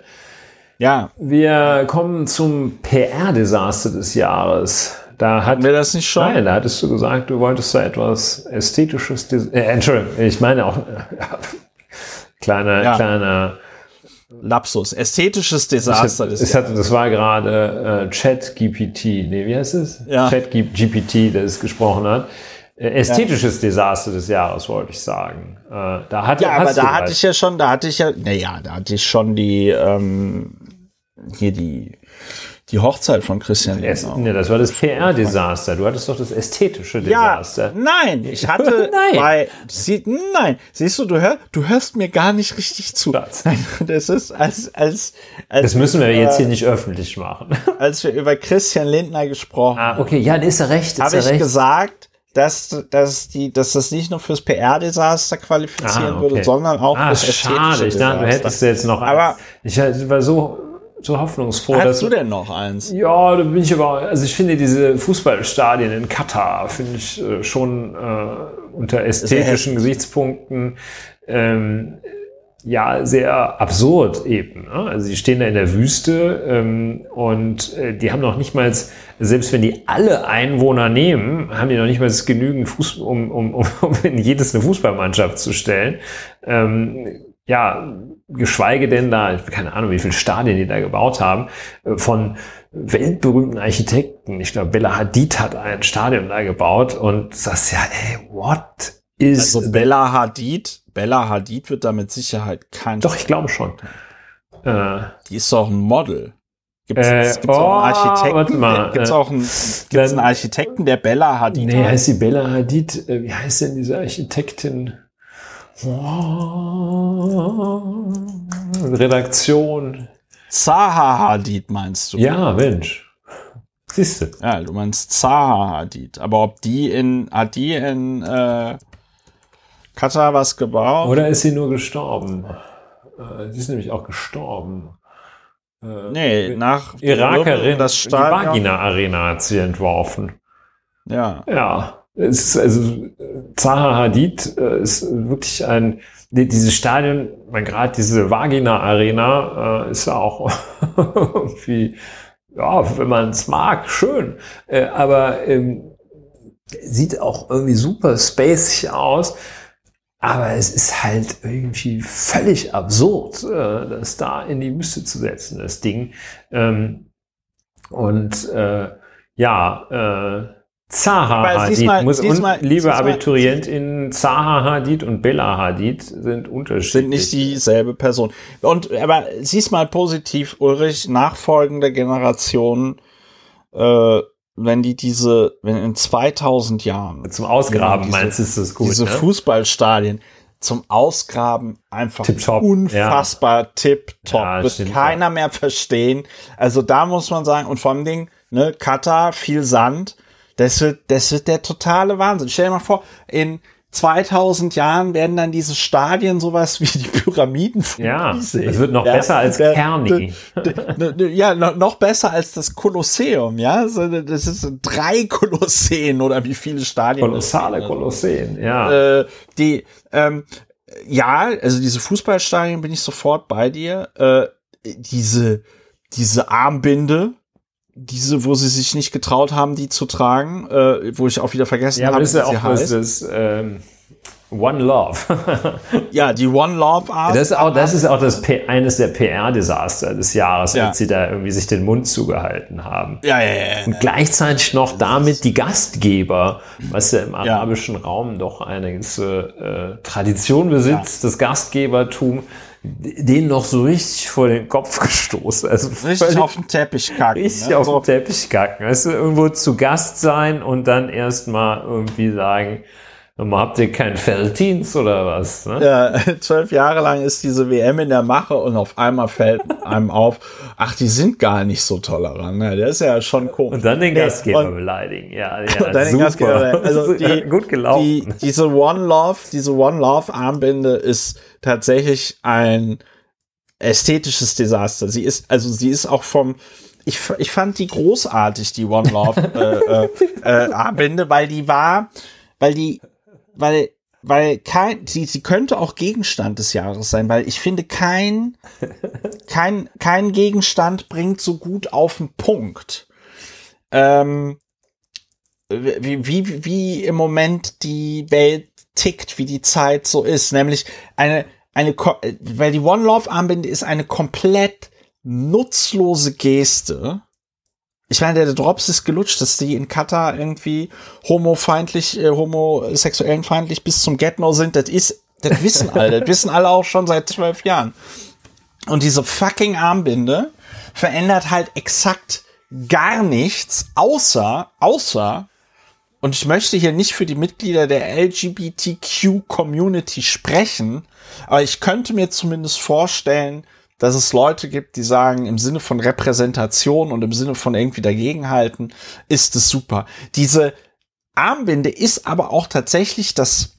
A: Ja.
B: Wir kommen zum P R-Desaster des Jahres. Da hatten
A: wir das nicht schon?
B: Nein, da hattest du gesagt, du wolltest da etwas Ästhetisches, äh, Entschuldigung, ich meine auch, äh, kleiner, ja. kleiner
A: Lapsus, ästhetisches Desaster.
B: Es, es hatte, das war gerade äh, ChatGPT, nee, wie heißt es?
A: Ja.
B: ChatGPT, der es gesprochen hat. Äh, ästhetisches ja. Desaster des Jahres, wollte ich sagen. Äh, da hat,
A: ja, aber da hatte ich ja schon, da hatte ich ja, naja, da hatte ich schon die, ähm, hier die, die Hochzeit von Christian Lindner.
B: Nee, das war das P R-Desaster. Du hattest doch das ästhetische Desaster.
A: Ja, nein, ich hatte
B: nein.
A: bei, sie, nein, siehst du, du, hör, du hörst mir gar nicht richtig zu.
B: Das,
A: das ist als, als, als
B: das müssen wir über, jetzt hier nicht öffentlich machen.
A: Als wir über Christian Lindner gesprochen haben.
B: Ah, okay, ja, da ist er recht.
A: Habe ich recht. gesagt, dass, dass, die, dass das nicht nur fürs P R-Desaster qualifizieren ah, okay. würde, sondern auch
B: ah,
A: fürs ästhetische
B: schade. Ich dachte, du hättest jetzt noch
A: aber
B: ich war so so hoffnungsfroh.
A: Hast
B: dass
A: du denn noch eins?
B: Ja, da bin ich aber, also ich finde diese Fußballstadien in Katar, finde ich äh, schon äh, unter ästhetischen Gesichtspunkten ähm, ja sehr absurd eben. Ne? Also die stehen da in der Wüste ähm, und äh, die haben noch nicht mal, selbst wenn die alle Einwohner nehmen, haben die noch nicht mal genügend Fuß, um, um, um in jedes eine Fußballmannschaft zu stellen. Ähm, ja, geschweige denn da, keine Ahnung, wie viele Stadien die da gebaut haben, von weltberühmten Architekten. Ich glaube, Bella Hadid hat ein Stadion da gebaut und das ja, ey, what is...
A: Also Bella Hadid, Bella Hadid wird da mit Sicherheit kein...
B: Doch, ich glaube schon.
A: Äh, die ist doch ein Model. Gibt's,
B: äh,
A: gibt's
B: oh,
A: auch einen Architekten?
B: Warte mal,
A: Gibt's auch einen, gibt's dann, einen Architekten, der Bella Hadid
B: Nee, heißt die Bella Hadid, äh, wie heißt denn diese Architektin? Redaktion.
A: Zaha Hadid meinst du?
B: Ja, Mensch. Siehst du.
A: Ja, du meinst Zaha Hadid. Aber ob die in, hat die in äh, Katar was gebaut?
B: Oder ist sie nur gestorben? Äh, sie ist nämlich auch gestorben.
A: Äh, nee, nach
B: Irakerin,
A: das Stadion.
B: Die Vagina Arena hat sie entworfen.
A: Ja.
B: Ja. Es ist also Zaha Hadid äh, ist wirklich ein die, dieses Stadion, man gerade diese Vagina Arena äh, ist ja auch irgendwie, ja, wenn man es mag, schön, äh, aber ähm, sieht auch irgendwie super spacig aus, aber es ist halt irgendwie völlig absurd, äh, das da in die Wüste zu setzen, das Ding. Ähm, und äh, ja, äh, Zaha Hadid.
A: Diesmal,
B: muss,
A: diesmal,
B: und liebe
A: diesmal,
B: AbiturientInnen, Zaha Hadid und Bella Hadid sind unterschiedlich.
A: Sind nicht dieselbe Person. Und, aber siehst mal positiv, Ulrich, nachfolgende Generationen, äh, wenn die diese, wenn in zweitausend Jahren.
B: Zum Ausgraben
A: diese,
B: meinst du, ist das gut,
A: Diese
B: ne?
A: Fußballstadien zum Ausgraben einfach
B: Tipptopp,
A: unfassbar ja. tipptopp.
B: Ja,
A: wird
B: stimmt,
A: keiner
B: ja.
A: mehr verstehen. Also da muss man sagen, und vor allem Ding, ne, Katar, viel Sand, das wird, das wird der totale Wahnsinn. Stell dir mal vor, in zweitausend Jahren werden dann diese Stadien sowas wie die Pyramiden von
B: Ja,
A: Gizeh.
B: es wird noch
A: ja,
B: besser als
A: der,
B: Kerni.
A: der, der, ja, noch besser als das Kolosseum, ja. Das ist drei Kolosseen oder wie viele Stadien.
B: Kolossale Kolosseen, ja.
A: Äh, die, ähm, ja, also diese Fußballstadien bin ich sofort bei dir. Äh, diese, diese Armbinde, diese, wo sie sich nicht getraut haben, die zu tragen, äh, wo ich auch wieder vergessen
B: ja,
A: habe,
B: aber das ist ja
A: wie sie
B: auch
A: heißt.
B: das, das ähm, One Love.
A: Ja, die One Love Art.
B: Das ist auch, das ist auch das P- eines der P R-Desaster des Jahres,
A: Ja.
B: als sie da irgendwie sich den Mund zugehalten haben.
A: Ja, ja, ja.
B: Und gleichzeitig noch damit die Gastgeber, was ja im arabischen ja. Raum doch eine gewisse äh, Tradition besitzt, ja. das Gastgebertum, den noch so richtig vor den Kopf gestoßen. Also
A: richtig auf den Teppich kacken.
B: Richtig
A: ne?
B: auf
A: so.
B: den Teppich kacken. Weißt du, irgendwo zu Gast sein und dann erstmal irgendwie sagen, habt ihr keinen Felddienst oder was? Ne?
A: Ja, zwölf Jahre lang ist diese W M in der Mache und auf einmal fällt einem auf, ach, die sind gar nicht so tolerant. Ne? Das ist ja schon komisch.
B: Und dann den Gastgeber
A: und,
B: beleidigen. Ja, ja,
A: und dann
B: super.
A: den Gastgeber, also die,
B: gut gelaufen.
A: Die, diese One Love, diese One Love Armbinde ist tatsächlich ein ästhetisches Desaster. Sie ist, also sie ist auch vom, ich, ich fand die großartig, die One Love äh, äh, äh, Armbinde, weil die war, weil die Weil, weil kein, sie, sie könnte auch Gegenstand des Jahres sein, weil ich finde, kein, kein, kein Gegenstand bringt so gut auf den Punkt. Ähm, wie, wie, wie im Moment die Welt tickt, wie die Zeit so ist. Nämlich eine, eine, weil die One Love Armbinde ist eine komplett nutzlose Geste. Ich meine, der Drops ist gelutscht, dass die in Katar irgendwie homofeindlich, äh, homosexuellenfeindlich bis zum Get-No sind. Das ist, das wissen alle. Das wissen alle auch schon seit zwölf Jahren. Und diese fucking Armbinde verändert halt exakt gar nichts, außer, außer, und ich möchte hier nicht für die Mitglieder der L G B T Q-Community sprechen, aber ich könnte mir zumindest vorstellen, dass es Leute gibt, die sagen, im Sinne von Repräsentation und im Sinne von irgendwie dagegenhalten, ist es super. Diese Armbinde ist aber auch tatsächlich das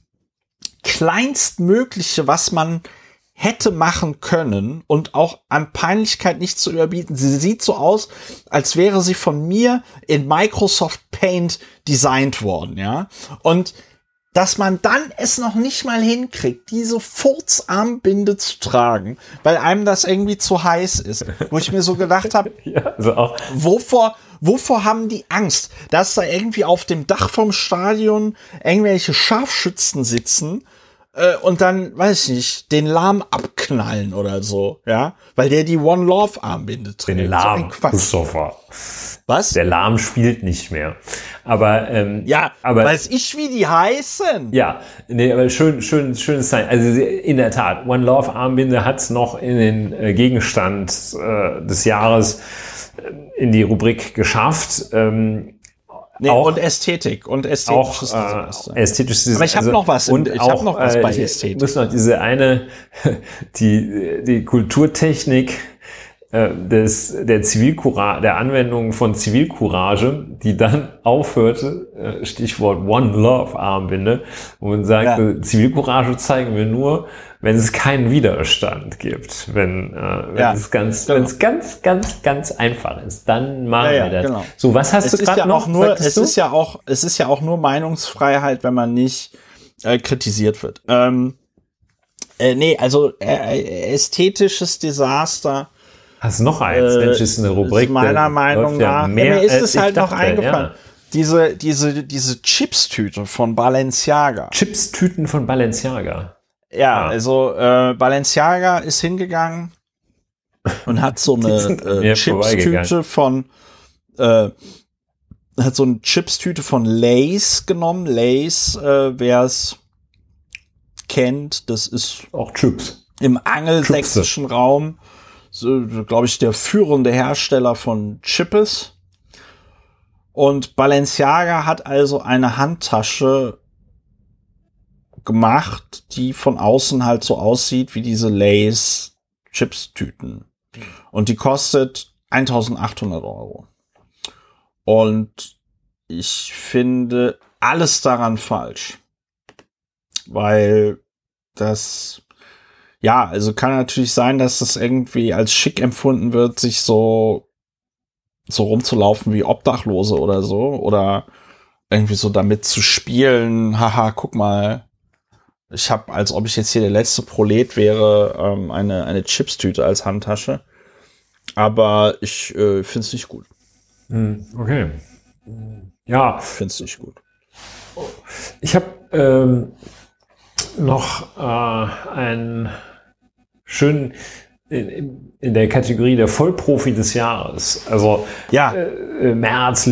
A: kleinstmögliche, was man hätte machen können und auch an Peinlichkeit nicht zu überbieten. Sie sieht so aus, als wäre sie von mir in Microsoft Paint designt worden, ja. Und dass man dann es noch nicht mal hinkriegt, diese Furzarmbinde zu tragen, weil einem das irgendwie zu heiß ist. Wo ich mir so gedacht habe,
B: ja, also auch.
A: wovor, wovor haben die Angst? Dass da irgendwie auf dem Dach vom Stadion irgendwelche Scharfschützen sitzen äh, und dann, weiß ich nicht, den Lahm abknallen oder so, ja? Weil der die One Love Armbinde trägt.
B: Den Lahm,
A: so
B: Christopher.
A: Was?
B: Der Lahm spielt nicht mehr. Aber, ähm,
A: ja, aber weiß ich, wie die heißen.
B: Ja, nee, aber schön, schön, schönes Zeichen. Also in der Tat, One Love Armbinde hat's noch in den äh, Gegenstand äh, des Jahres äh, in die Rubrik geschafft. Ähm,
A: nee,
B: auch,
A: und Ästhetik und ästhetisches
B: auch, äh, ästhetisches.
A: Aber ich habe
B: also,
A: noch was.
B: Und
A: ich
B: auch,
A: habe noch was bei
B: äh,
A: Ästhetik.
B: Ich muss noch diese eine, die die Kulturtechnik des, der Zivilcourage, der Anwendung von Zivilcourage, die dann aufhörte, Stichwort One Love Armbinde, wo man sagt, ja. Zivilcourage zeigen wir nur, wenn es keinen Widerstand gibt, wenn, äh, wenn ja, es ganz, genau. wenn es ganz, ganz, ganz einfach ist, dann machen ja, wir das. Genau. So, was hast es du gerade
A: ja
B: noch?
A: Nur, es du? ist ja auch, es ist ja auch nur Meinungsfreiheit, wenn man nicht äh, kritisiert wird. Ähm, äh, nee, also äh, ästhetisches Desaster.
B: Hast du noch eins? Mensch, ist eine Rubrik.
A: Meiner Meinung nach.
B: Ja mehr,
A: mir ist es halt
B: dachte,
A: noch eingefallen.
B: Ja.
A: Diese, diese, diese Chips-Tüte von Balenciaga.
B: Chips-Tüten von Balenciaga.
A: Ja, ja. also äh, Balenciaga ist hingegangen und hat so eine äh, Chips-Tüte von äh, hat so eine Chipstüte von Lay's genommen. Lay's, äh, wer es kennt, das ist
B: auch Chips.
A: Im angelsächsischen Chipse. Raum, so, glaube ich, der führende Hersteller von Chips. Und Balenciaga hat also eine Handtasche gemacht, die von außen halt so aussieht wie diese Lay's Chips-Tüten. Und die kostet eintausendachthundert Euro. Und ich finde alles daran falsch. Weil das, ja, also kann natürlich sein, dass das irgendwie als schick empfunden wird, sich so, so rumzulaufen wie Obdachlose oder so. Oder irgendwie so damit zu spielen, haha, guck mal, ich habe, als ob ich jetzt hier der letzte Prolet wäre, ähm, eine, eine Chipstüte als Handtasche. Aber ich äh, finde es nicht gut.
B: Okay. Ja.
A: Ich finde es nicht gut.
B: Ich habe ähm, noch äh, einen schönen in, in der Kategorie der Vollprofi des Jahres. Also
A: ja.
B: äh, Merz,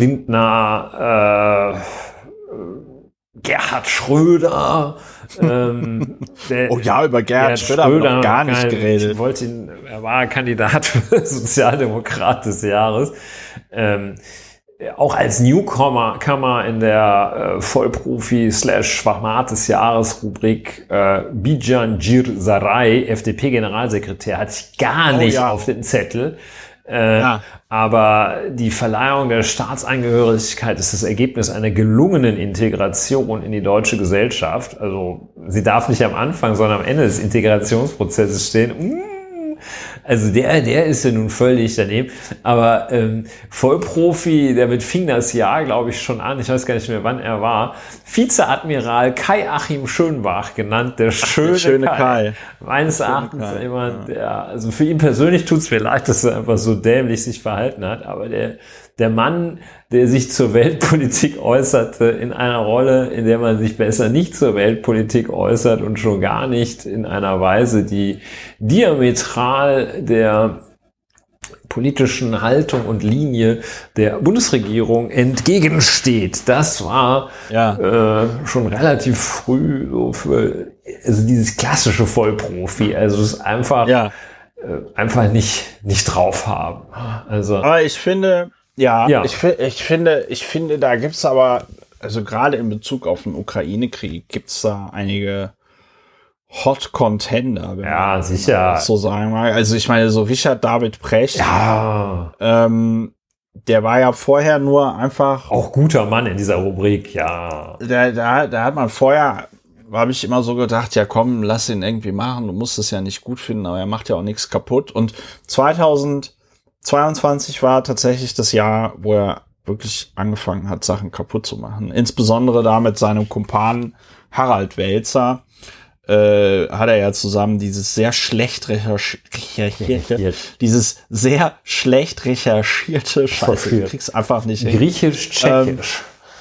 B: Lindner, äh, Gerhard Schröder. ähm, der,
A: oh ja, über Gerhard, Gerhard Schröder, Schröder haben wir noch gar nicht geredet.
B: Ich wollte ihn, er war Kandidat für Sozialdemokrat des Jahres. Ähm, auch als Newcomer kann man in der äh, Vollprofi-Schwachmat des Jahres Rubrik äh, Bijan Saray, F D P-Generalsekretär, hatte ich gar nicht oh, ja. auf den Zettel. Äh, ja. Aber die Verleihung der Staatsangehörigkeit ist das Ergebnis einer gelungenen Integration in die deutsche Gesellschaft. Also sie darf nicht am Anfang, sondern am Ende des Integrationsprozesses stehen. Also der, der ist ja nun völlig daneben. Aber ähm, Vollprofi, damit fing das Jahr, glaube ich, schon an. Ich weiß gar nicht mehr, wann er war. Vizeadmiral Kai-Achim Schönbach genannt, der schöne,
A: der schöne Kai.
B: Kai. Meines Erachtens Kai. Jemand, ja. der, also für ihn persönlich tut's mir leid, dass er einfach so dämlich sich verhalten hat. Aber der, der Mann, der sich zur Weltpolitik äußerte, in einer Rolle, in der man sich besser nicht zur Weltpolitik äußert und schon gar nicht in einer Weise, die diametral der politischen Haltung und Linie der Bundesregierung entgegensteht. Das war ja. äh, schon relativ früh so für also dieses klassische Vollprofi. Also es ist einfach ja. äh, einfach nicht nicht drauf haben. Also,
A: aber ich finde Ja, ja. Ich, ich finde, ich finde, da gibt's aber, also gerade in Bezug auf den Ukraine-Krieg, gibt's da einige Hot Contender, wenn
B: ja,
A: man
B: sicher.
A: so sagen mag. Also ich meine, so Richard David Precht,
B: ja.
A: ähm, der war ja vorher nur einfach
B: auch guter Mann in dieser Rubrik, ja.
A: Da, da, da hat man vorher, habe ich immer so gedacht, ja komm, lass ihn irgendwie machen. Du musst es ja nicht gut finden, aber er macht ja auch nichts kaputt. Und zweitausendzweiundzwanzig war tatsächlich das Jahr, wo er wirklich angefangen hat, Sachen kaputt zu machen. Insbesondere da mit seinem Kumpan Harald Welzer äh, hat er ja zusammen dieses sehr schlecht recherchierte, dieses sehr schlecht recherchierte Scheiße, du kriegst einfach nicht hin.
B: Griechisch-Tschechisch.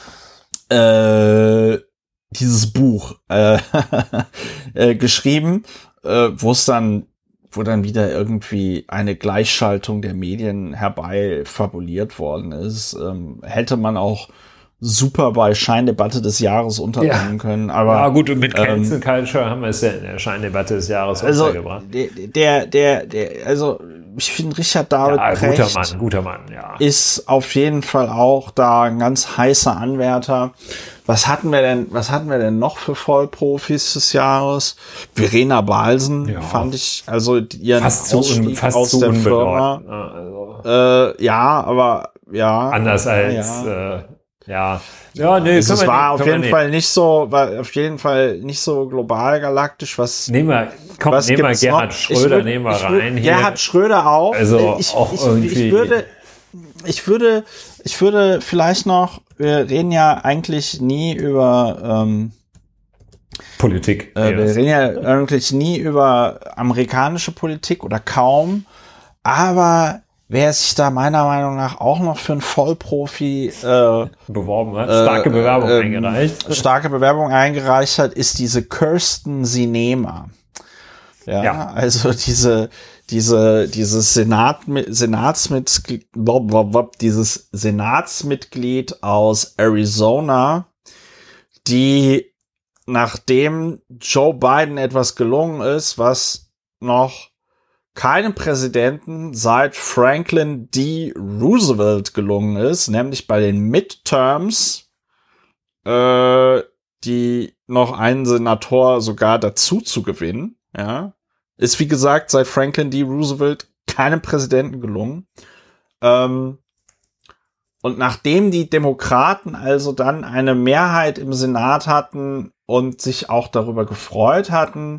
A: Ähm, äh, dieses Buch äh, äh, geschrieben, äh, wo es dann wo dann wieder irgendwie eine Gleichschaltung der Medien herbei fabuliert worden ist. Ähm, hätte man auch super bei Scheindebatte des Jahres unterbringen ja. können. Aber
B: ja gut, und mit Cancel ähm, Culture haben wir es ja in der Scheindebatte des Jahres
A: also
B: untergebracht.
A: Der, der, der, der, also ich finde Richard David
B: ja,
A: Precht
B: guter Mann, guter Mann, ja.
A: ist auf jeden Fall auch da ein ganz heißer Anwärter. Was hatten wir denn, was hatten wir denn noch für Vollprofis des Jahres? Verena Balsen ja. fand ich, also ihren
B: fast Ausstieg fast
A: aus der Firma.
B: Also.
A: Äh, ja, aber ja.
B: Anders als
A: ja.
B: Äh, ja. Ja, nee,
A: also es war nicht, auf jeden nicht. Fall nicht so, war auf jeden Fall nicht so global galaktisch, was.
B: Nehmen wir, komm,
A: was
B: nehmen wir Gerhard
A: noch?
B: Schröder,
A: würd,
B: nehmen wir
A: würd,
B: rein hier.
A: Gerhard Schröder auch.
B: Also
A: ich,
B: auch
A: ich,
B: irgendwie.
A: Ich würde, ich würde, ich würde vielleicht noch, wir reden ja eigentlich nie über, ähm,
B: Politik.
A: Äh, wir reden ja eigentlich nie über amerikanische Politik oder kaum, aber wer sich da meiner Meinung nach auch noch für einen Vollprofi äh,
B: beworben hat, starke äh, Bewerbung äh, eingereicht.
A: Starke Bewerbung eingereicht hat, ist diese Kirsten Sinema. Ja, ja, also diese diese, dieses Senat, Senatsmitglied, dieses Senatsmitglied aus Arizona, die, nachdem Joe Biden etwas gelungen ist, was noch keinem Präsidenten seit Franklin D. Roosevelt gelungen ist, nämlich bei den Midterms, äh, die noch einen Senator sogar dazu zu gewinnen, ja, ist wie gesagt seit Franklin D. Roosevelt keinem Präsidenten gelungen. Ähm, und nachdem die Demokraten also dann eine Mehrheit im Senat hatten und sich auch darüber gefreut hatten,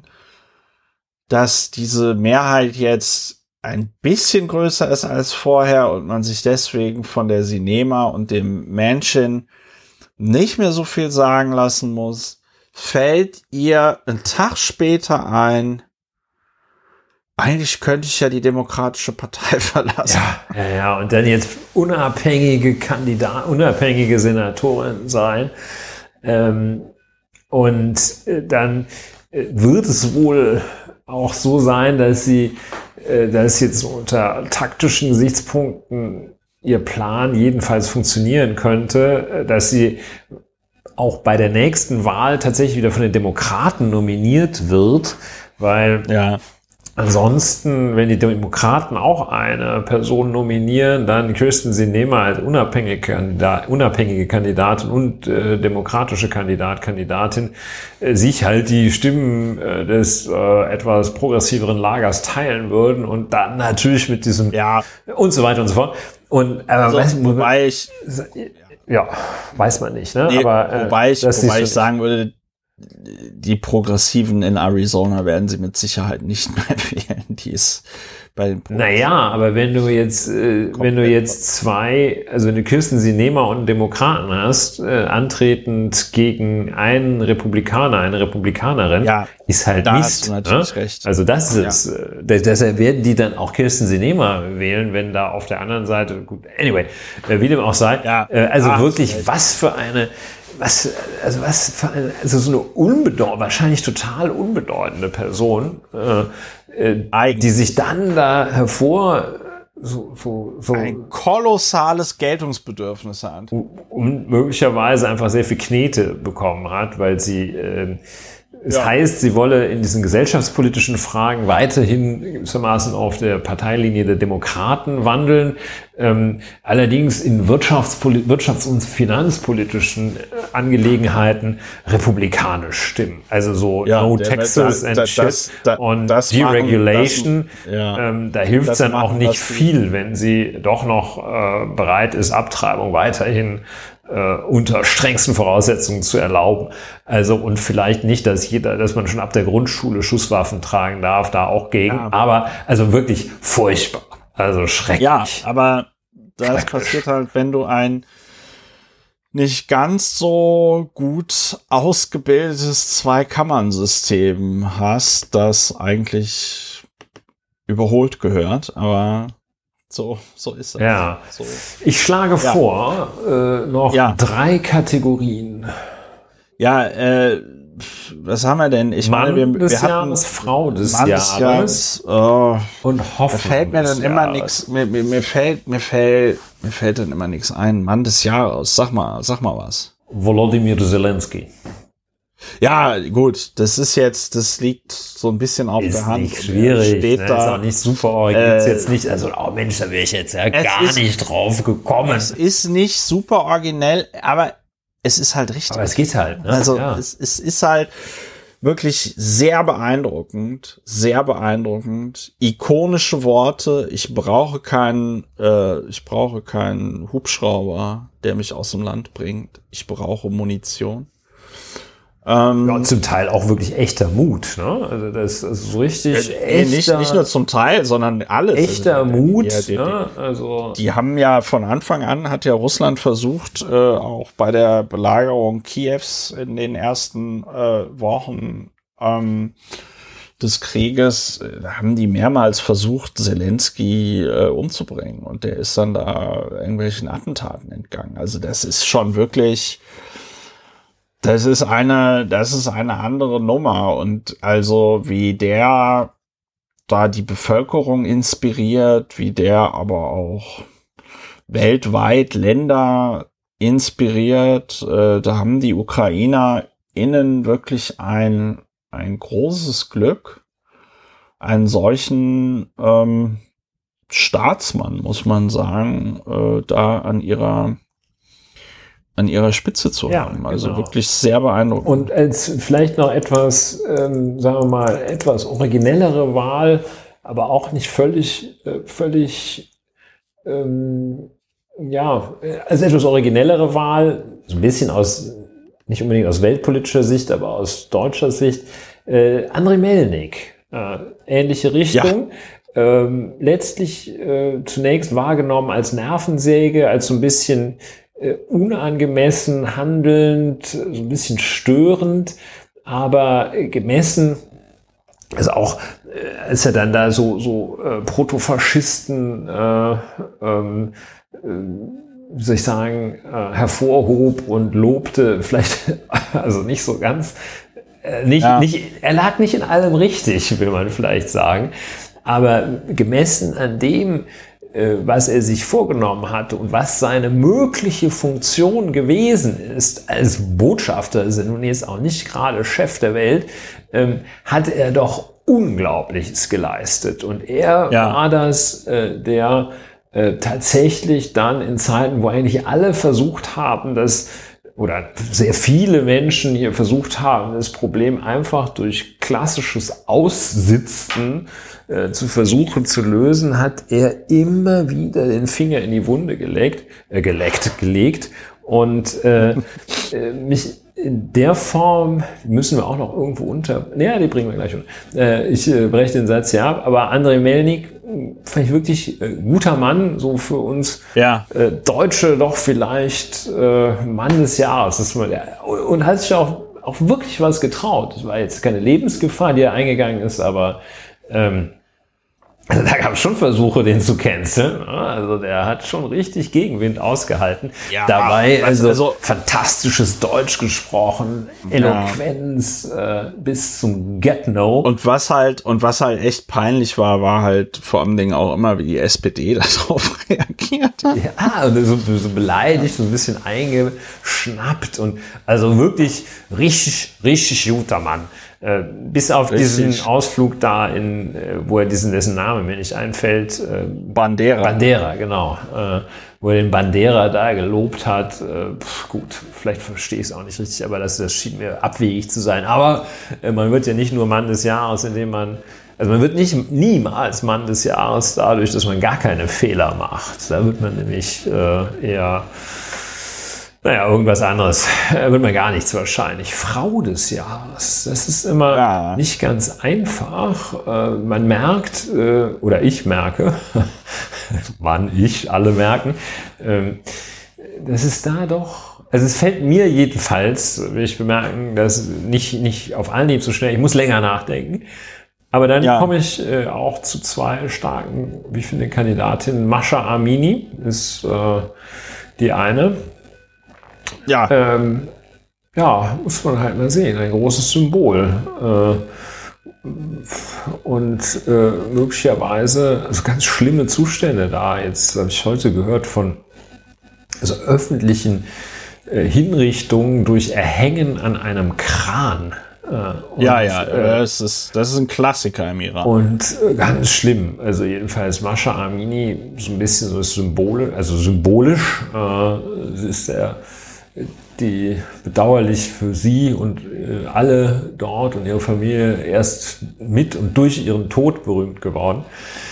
A: dass diese Mehrheit jetzt ein bisschen größer ist als vorher und man sich deswegen von der Sinema und dem Manchin nicht mehr so viel sagen lassen muss, fällt ihr einen Tag später ein, eigentlich könnte ich ja die Demokratische Partei verlassen.
B: Ja, ja, ja. Und dann jetzt unabhängige Kandidat, unabhängige Senatorin sein. Ähm, und äh, dann äh, wird es wohl auch so sein, dass sie, äh, dass jetzt unter taktischen Gesichtspunkten ihr Plan jedenfalls funktionieren könnte, äh, dass sie auch bei der nächsten Wahl tatsächlich wieder von den Demokraten nominiert wird, weil
A: ja.
B: Ansonsten, wenn die Demokraten auch eine Person nominieren, dann Kyrsten Sinema als unabhängige, Kandidat, unabhängige Kandidatin und äh, demokratische Kandidat, Kandidatin äh, sich halt die Stimmen äh, des äh, etwas progressiveren Lagers teilen würden und dann natürlich mit diesem
A: ja
B: und so weiter und so fort. Und aber
A: also,
B: weiß,
A: wobei ich
B: ja weiß man nicht, ne?
A: Nee,
B: aber äh,
A: wobei ich, wobei ich
B: so
A: sagen würde, die Progressiven in Arizona werden sie mit Sicherheit nicht mehr wählen, die ist bei den
B: Naja, aber wenn du jetzt, äh, wenn du jetzt zwei, also eine Kyrsten Sinema und einen Demokraten hast, äh, antretend gegen einen Republikaner, eine Republikanerin,
A: ja,
B: ist halt
A: da
B: Mist.
A: hast du natürlich
B: ne?
A: recht.
B: Also das
A: ja.
B: ist, äh, deshalb werden die dann auch Kyrsten Sinema wählen, wenn da auf der anderen Seite, gut, anyway, äh, wie dem auch sei,
A: ja.
B: äh, also
A: Ach,
B: wirklich, was für eine, was, also was für eine, also so eine unbedeutende, wahrscheinlich total unbedeutende Person, äh, die sich dann da hervor so, so, so
A: ein kolossales Geltungsbedürfnis hat
B: und möglicherweise einfach sehr viel Knete bekommen hat, weil sie äh, es
A: ja.
B: heißt, sie wolle in diesen gesellschaftspolitischen Fragen weiterhin gewissermaßen auf der Parteilinie der Demokraten wandeln, ähm, allerdings in Wirtschaftspoli- wirtschafts- und finanzpolitischen Angelegenheiten republikanisch stimmen. Also so
A: ja,
B: no
A: der,
B: taxes
A: da,
B: and
A: da,
B: shit
A: das, da,
B: und
A: das
B: deregulation.
A: Machen, das, ja,
B: ähm, da hilft es dann
A: machen,
B: auch nicht
A: das,
B: viel, wenn sie doch noch äh, bereit ist, Abtreibung weiterhin Uh, unter strengsten Voraussetzungen zu erlauben. Also und vielleicht nicht, dass jeder, dass man schon ab der Grundschule Schusswaffen tragen darf, da auch gegen. Ja. Aber also wirklich furchtbar. Also schrecklich.
A: Ja, aber das passiert halt, wenn du ein nicht ganz so gut ausgebildetes Zwei-Kammern-System hast, das eigentlich überholt gehört, aber So, so ist es.
B: Ja.
A: So.
B: Ich schlage ja. vor, äh, noch ja. drei Kategorien.
A: Ja, äh, was haben wir denn? Ich
B: Mann
A: meine, wir,
B: des
A: wir hatten
B: Jahres, Frau des
A: Mann
B: Jahres,
A: des Jahres oh,
B: und Hoffnung.
A: Da fällt mir dann immer nichts. Mir, mir, mir fällt, mir fällt, mir fällt dann immer nichts ein. Mann des Jahres. Sag mal, sag mal was.
B: Volodymyr Zelensky.
A: Ja, gut, das ist jetzt, das liegt so ein bisschen auf
B: ist
A: der Hand.
B: Nicht schwierig,
A: steht
B: ne?
A: da,
B: ist auch nicht super, aber
A: äh,
B: gibt's jetzt nicht, also, oh Mensch, da wäre ich jetzt ja gar
A: ist,
B: nicht drauf gekommen.
A: Es ist nicht super originell, aber es ist halt richtig.
B: Aber es geht halt, ne?
A: Also,
B: ja.
A: es, es ist halt wirklich sehr beeindruckend, sehr beeindruckend. Ikonische Worte. Ich brauche keinen, äh, ich brauche keinen Hubschrauber, der mich aus dem Land bringt. Ich brauche Munition.
B: Ähm, ja, zum Teil auch wirklich echter Mut, ne? Also das ist so richtig
A: äh,
B: echter,
A: nicht, nicht nur zum Teil, sondern alles.
B: Echter
A: also,
B: Mut,
A: die, die,
B: ne? Also
A: die haben ja von Anfang an, hat ja Russland versucht, äh, auch bei der Belagerung Kiews in den ersten äh, Wochen ähm, des Krieges, äh, haben die mehrmals versucht, Zelensky äh, umzubringen. Und der ist dann da irgendwelchen Attentaten entgangen. Also das ist schon wirklich... Das ist eine, das ist eine andere Nummer und also wie der da die Bevölkerung inspiriert, wie der aber auch weltweit Länder inspiriert. Äh, da haben die UkrainerInnen wirklich ein, ein großes Glück, einen solchen ähm, Staatsmann, muss man sagen, äh, da an ihrer an ihrer Spitze zu ja, haben. Also genau. Wirklich sehr beeindruckend.
B: Und als vielleicht noch etwas, ähm, sagen wir mal, etwas originellere Wahl, aber auch nicht völlig, äh, völlig, ähm, ja, also etwas originellere Wahl, so ein bisschen aus, nicht unbedingt aus weltpolitischer Sicht, aber aus deutscher Sicht, äh, Andriy Melnik, äh, ähnliche Richtung. Ja. Ähm, letztlich äh, zunächst wahrgenommen als Nervensäge, als so ein bisschen Uh, unangemessen handelnd, so ein bisschen störend, aber gemessen, also auch, äh, als er dann da so, so äh, Protofaschisten, äh, ähm, äh, wie soll ich sagen, äh, hervorhob und lobte, vielleicht, also nicht so ganz, äh, nicht, ja. nicht, er lag nicht in allem richtig, will man vielleicht sagen, aber gemessen an dem, was er sich vorgenommen hatte und was seine mögliche Funktion gewesen ist als Botschafter, ist er nun jetzt auch nicht gerade Chef der Welt, ähm, hat er doch Unglaubliches geleistet. Und er ja. war das, äh, der äh, tatsächlich dann in Zeiten, wo eigentlich alle versucht haben, das oder sehr viele Menschen hier versucht haben, das Problem einfach durch klassisches Aussitzen äh, zu versuchen zu lösen, hat er immer wieder den Finger in die Wunde gelegt, äh, geleckt, gelegt und äh, äh, mich in der Form müssen wir auch noch irgendwo unter. Naja, die bringen wir gleich unter. Äh, ich äh, breche den Satz hier ab, aber Andriy Melnik, vielleicht wirklich äh, guter Mann, so für uns
A: ja.
B: äh, Deutsche doch vielleicht äh, Mann des Jahres. Das war der, und hat sich auch, auch wirklich was getraut. Es war jetzt keine Lebensgefahr, die er eingegangen ist, aber ähm, also da gab es schon Versuche, den zu canceln. Also der hat schon richtig Gegenwind ausgehalten. Ja, Dabei also, also fantastisches Deutsch gesprochen, Eloquenz ja. äh, bis zum Get-No.
A: Und was halt und was halt echt peinlich war, war halt vor allem Dingen auch immer, wie die S P D darauf reagiert hat.
B: Ja, und so, so beleidigt, so ein bisschen eingeschnappt und also wirklich richtig, richtig guter Mann. Äh, bis auf Richtig. diesen Ausflug da, in, äh, wo er diesen, dessen Name mir nicht einfällt. Äh,
A: Bandera.
B: Bandera, genau. Äh, wo er den Bandera da gelobt hat. Äh, pf, gut, vielleicht verstehe ich es auch nicht richtig, aber das, das schien mir abwegig zu sein. Aber äh, man wird ja nicht nur Mann des Jahres, indem man, also man wird nicht niemals Mann des Jahres dadurch, dass man gar keine Fehler macht. Da wird man nämlich äh, eher... Naja, irgendwas anderes. Da wird man gar nichts wahrscheinlich. Frau des Jahres, das ist immer ja. nicht ganz einfach. Äh, man merkt, äh, oder ich merke, Mann, ich, alle merken, ähm, das ist da doch, also es fällt mir jedenfalls, will ich bemerken, dass nicht, nicht auf Anhieb so schnell, ich muss länger nachdenken. Aber dann ja. komme ich äh, auch zu zwei starken, wie ich finde, Kandidatinnen. Mascha Amini ist äh, die eine.
A: Ja.
B: Ähm, ja, muss man halt mal sehen. Ein großes Symbol. Äh, und äh, möglicherweise also ganz schlimme Zustände da. Jetzt habe ich heute gehört von also öffentlichen äh, Hinrichtungen durch Erhängen an einem Kran.
A: Äh, und, ja, ja, äh, das, ist, das ist ein Klassiker im Iran.
B: Und äh, ganz schlimm. Also jedenfalls Mascha Amini, so ein bisschen so symbolisch, also symbolisch äh, ist der die bedauerlich für sie und äh, alle dort und ihre Familie erst mit und durch ihren Tod berühmt geworden.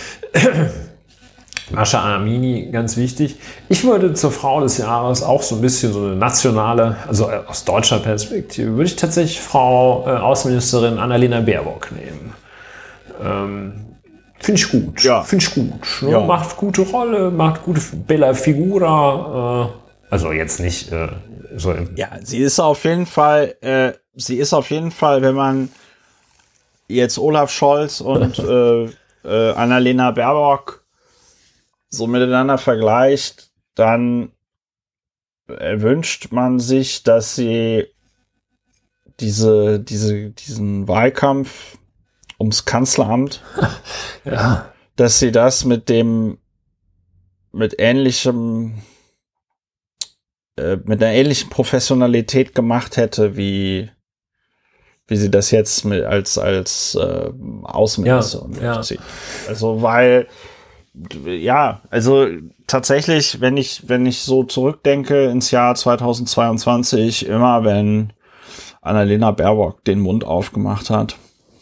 B: Mascha Amini, ganz wichtig. Ich würde zur Frau des Jahres auch so ein bisschen so eine nationale, also aus deutscher Perspektive, würde ich tatsächlich Frau äh, Außenministerin Annalena Baerbock nehmen. Ähm, Finde ich gut.
A: Ja.
B: Finde ich gut. Ne?
A: Ja.
B: Macht gute Rolle, macht gute Bella Figura. Äh, also jetzt nicht äh, so im
A: ja, sie ist auf jeden Fall, äh, sie ist auf jeden Fall, wenn man jetzt Olaf Scholz und äh, äh, Annalena Baerbock so miteinander vergleicht, dann wünscht man sich, dass sie diese, diese, diesen Wahlkampf ums Kanzleramt.
B: Ja.
A: Dass sie das mit dem, mit ähnlichem, äh, mit einer ähnlichen Professionalität gemacht hätte, wie, wie sie das jetzt mit, als, als äh, Außenministerin
B: ja,
A: durchzieht. Ja. Also, weil, ja, also tatsächlich, wenn ich, wenn ich so zurückdenke ins Jahr zweitausendzweiundzwanzig, immer wenn Annalena Baerbock den Mund aufgemacht hat,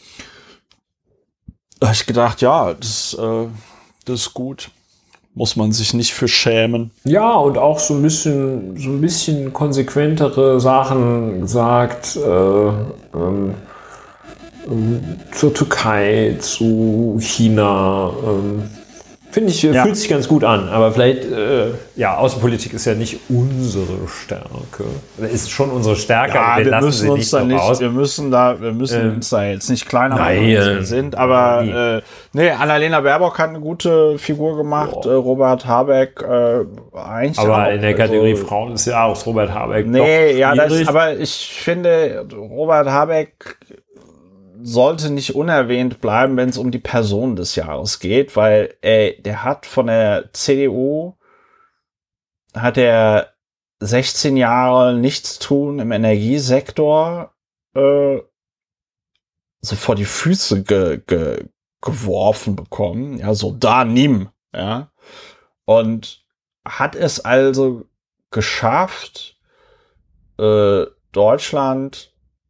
A: habe ich gedacht, ja, das, äh, das ist gut. Muss man sich nicht für schämen.
B: Ja, und auch so ein bisschen, so ein bisschen konsequentere Sachen gesagt, äh, ähm, ähm, zur Türkei, zu China, ähm, finde ich, ja. Fühlt sich ganz gut an, aber vielleicht, äh, ja, Außenpolitik ist ja nicht unsere Stärke. Ist schon unsere Stärke,
A: ja,
B: aber wir,
A: wir
B: lassen
A: müssen
B: sie
A: uns
B: nicht
A: da
B: so
A: nicht,
B: raus.
A: wir müssen da, wir müssen ähm, uns da jetzt nicht kleiner machen,
B: nein,
A: als wir sind, aber,
B: nee.
A: äh, nee, Annalena Baerbock hat eine gute Figur gemacht, äh, Robert Habeck, äh, eigentlich
B: aber
A: auch,
B: in der Kategorie
A: also,
B: Frauen ist ja auch Robert Habeck
A: nee,
B: doch
A: ja, das,
B: schwierig.
A: aber ich finde, Robert Habeck sollte nicht unerwähnt bleiben, wenn es um die Person des Jahres geht, weil ey, der hat von der C D U hat er sechzehn Jahre nichts tun im Energiesektor äh, so vor die Füße ge, ge, geworfen bekommen, ja, so da nimm, ja, und hat es also geschafft, äh, Deutschland,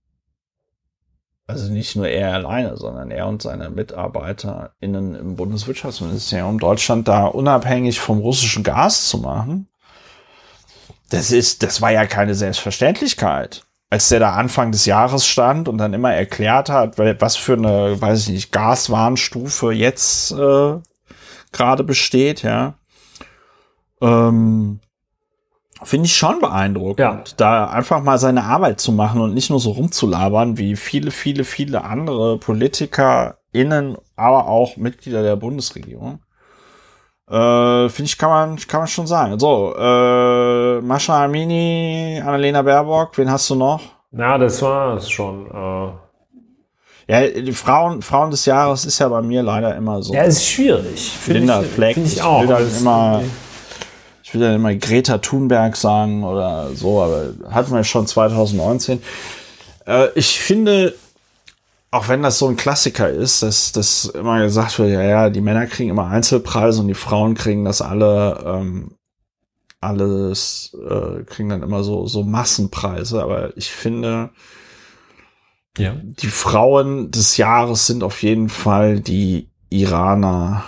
A: also nicht nur er alleine, sondern er und seine MitarbeiterInnen im Bundeswirtschaftsministerium, Deutschland da unabhängig vom russischen Gas zu machen. Das ist, das war ja keine Selbstverständlichkeit. Als der da Anfang des Jahres stand und dann immer erklärt hat, was für eine, weiß ich nicht, Gaswarnstufe jetzt äh, gerade besteht, ja. Ähm, Finde ich schon beeindruckend,
B: ja.
A: da einfach mal seine Arbeit zu machen und nicht nur so rumzulabern, wie viele, viele, viele andere PolitikerInnen, aber auch Mitglieder der Bundesregierung. Äh, Finde ich, kann man, kann man schon sagen. So, äh, Mascha Amini, Annalena Baerbock, wen hast du noch?
B: Na, das war es schon. Äh
A: Ja, die Frauen, Frauen des Jahres ist ja bei mir leider immer so.
B: Ja, ist schwierig.
A: Blinder Fleck.
B: Finde ich auch.
A: Ich will dann immer, ich will dann immer Greta Thunberg sagen oder so, aber hatten wir schon zweitausendneunzehn. Äh, ich finde, auch wenn das so ein Klassiker ist, dass, dass immer gesagt wird, ja, ja, die Männer kriegen immer Einzelpreise und die Frauen kriegen das alle, ähm, alles, äh, kriegen dann immer so, so Massenpreise. Aber ich finde,
B: ja.
A: die Frauen des Jahres sind auf jeden Fall die IranerInnen,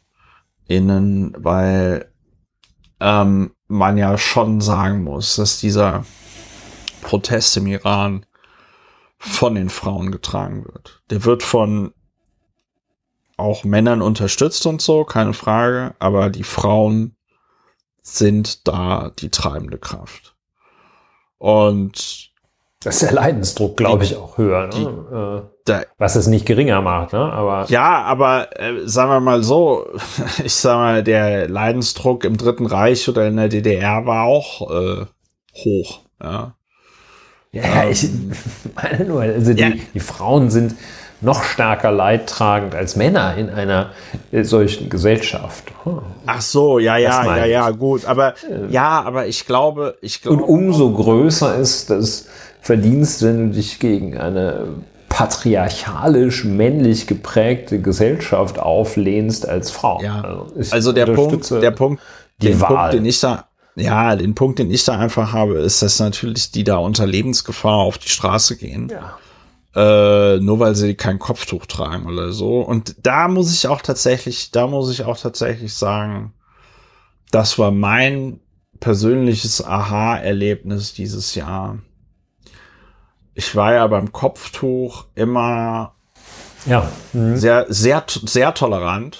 A: weil ähm, man ja schon sagen muss, dass dieser Protest im Iran von den Frauen getragen wird. Der wird von auch Männern unterstützt und so, keine Frage, aber die Frauen sind da die treibende Kraft. Und
B: das ist der Leidensdruck, glaube ich, auch höher, ne?
A: Die,
B: äh,
A: da,
B: was es nicht geringer macht, ne? Aber
A: ja, aber äh, sagen wir mal so, ich sag mal, der Leidensdruck im Dritten Reich oder in der D D R war auch äh, hoch, ja.
B: Ja, ähm, ich meine nur, also die,
A: ja.
B: die Frauen sind noch stärker leidtragend als Männer in einer solchen Gesellschaft. Oh.
A: Ach so, ja, ja, ja, ja, gut. Aber
B: äh,
A: ja, aber ich glaube, ich glaube.
B: Und umso größer ist das Verdienst, wenn du dich gegen eine patriarchalisch männlich geprägte Gesellschaft auflehnst als Frau.
A: Ja.
B: Also,
A: also der Punkt, der Punkt,
B: die
A: den
B: Wahl.
A: Punkt, den ich da, ja, den Punkt, den ich da einfach habe, ist, dass natürlich die da unter Lebensgefahr auf die Straße gehen.
B: Ja.
A: Äh, nur weil sie kein Kopftuch tragen oder so. Und da muss ich auch tatsächlich, da muss ich auch tatsächlich sagen, das war mein persönliches Aha-Erlebnis dieses Jahr. Ich war ja beim Kopftuch immer
B: ja. Mhm.
A: sehr, sehr, sehr tolerant.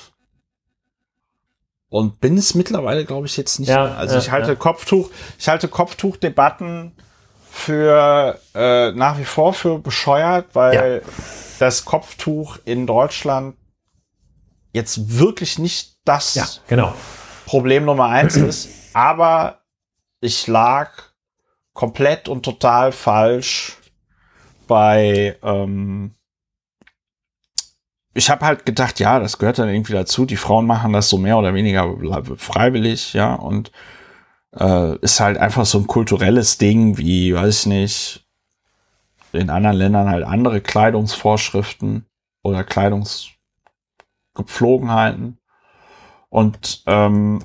A: Und bin es mittlerweile, glaube ich, jetzt nicht
B: ja,
A: mehr. Also
B: ja,
A: ich halte
B: ja.
A: Kopftuch, ich halte Kopftuchdebatten für äh, nach wie vor für bescheuert, weil ja. das Kopftuch in Deutschland jetzt wirklich nicht das
B: ja, genau.
A: Problem Nummer eins ist. Aber ich lag komplett und total falsch bei ähm, ich habe halt gedacht, ja, das gehört dann irgendwie dazu. Die Frauen machen das so mehr oder weniger freiwillig, ja, und äh, ist halt einfach so ein kulturelles Ding, wie, weiß ich nicht, in anderen Ländern halt andere Kleidungsvorschriften oder Kleidungsgepflogenheiten. Und ähm,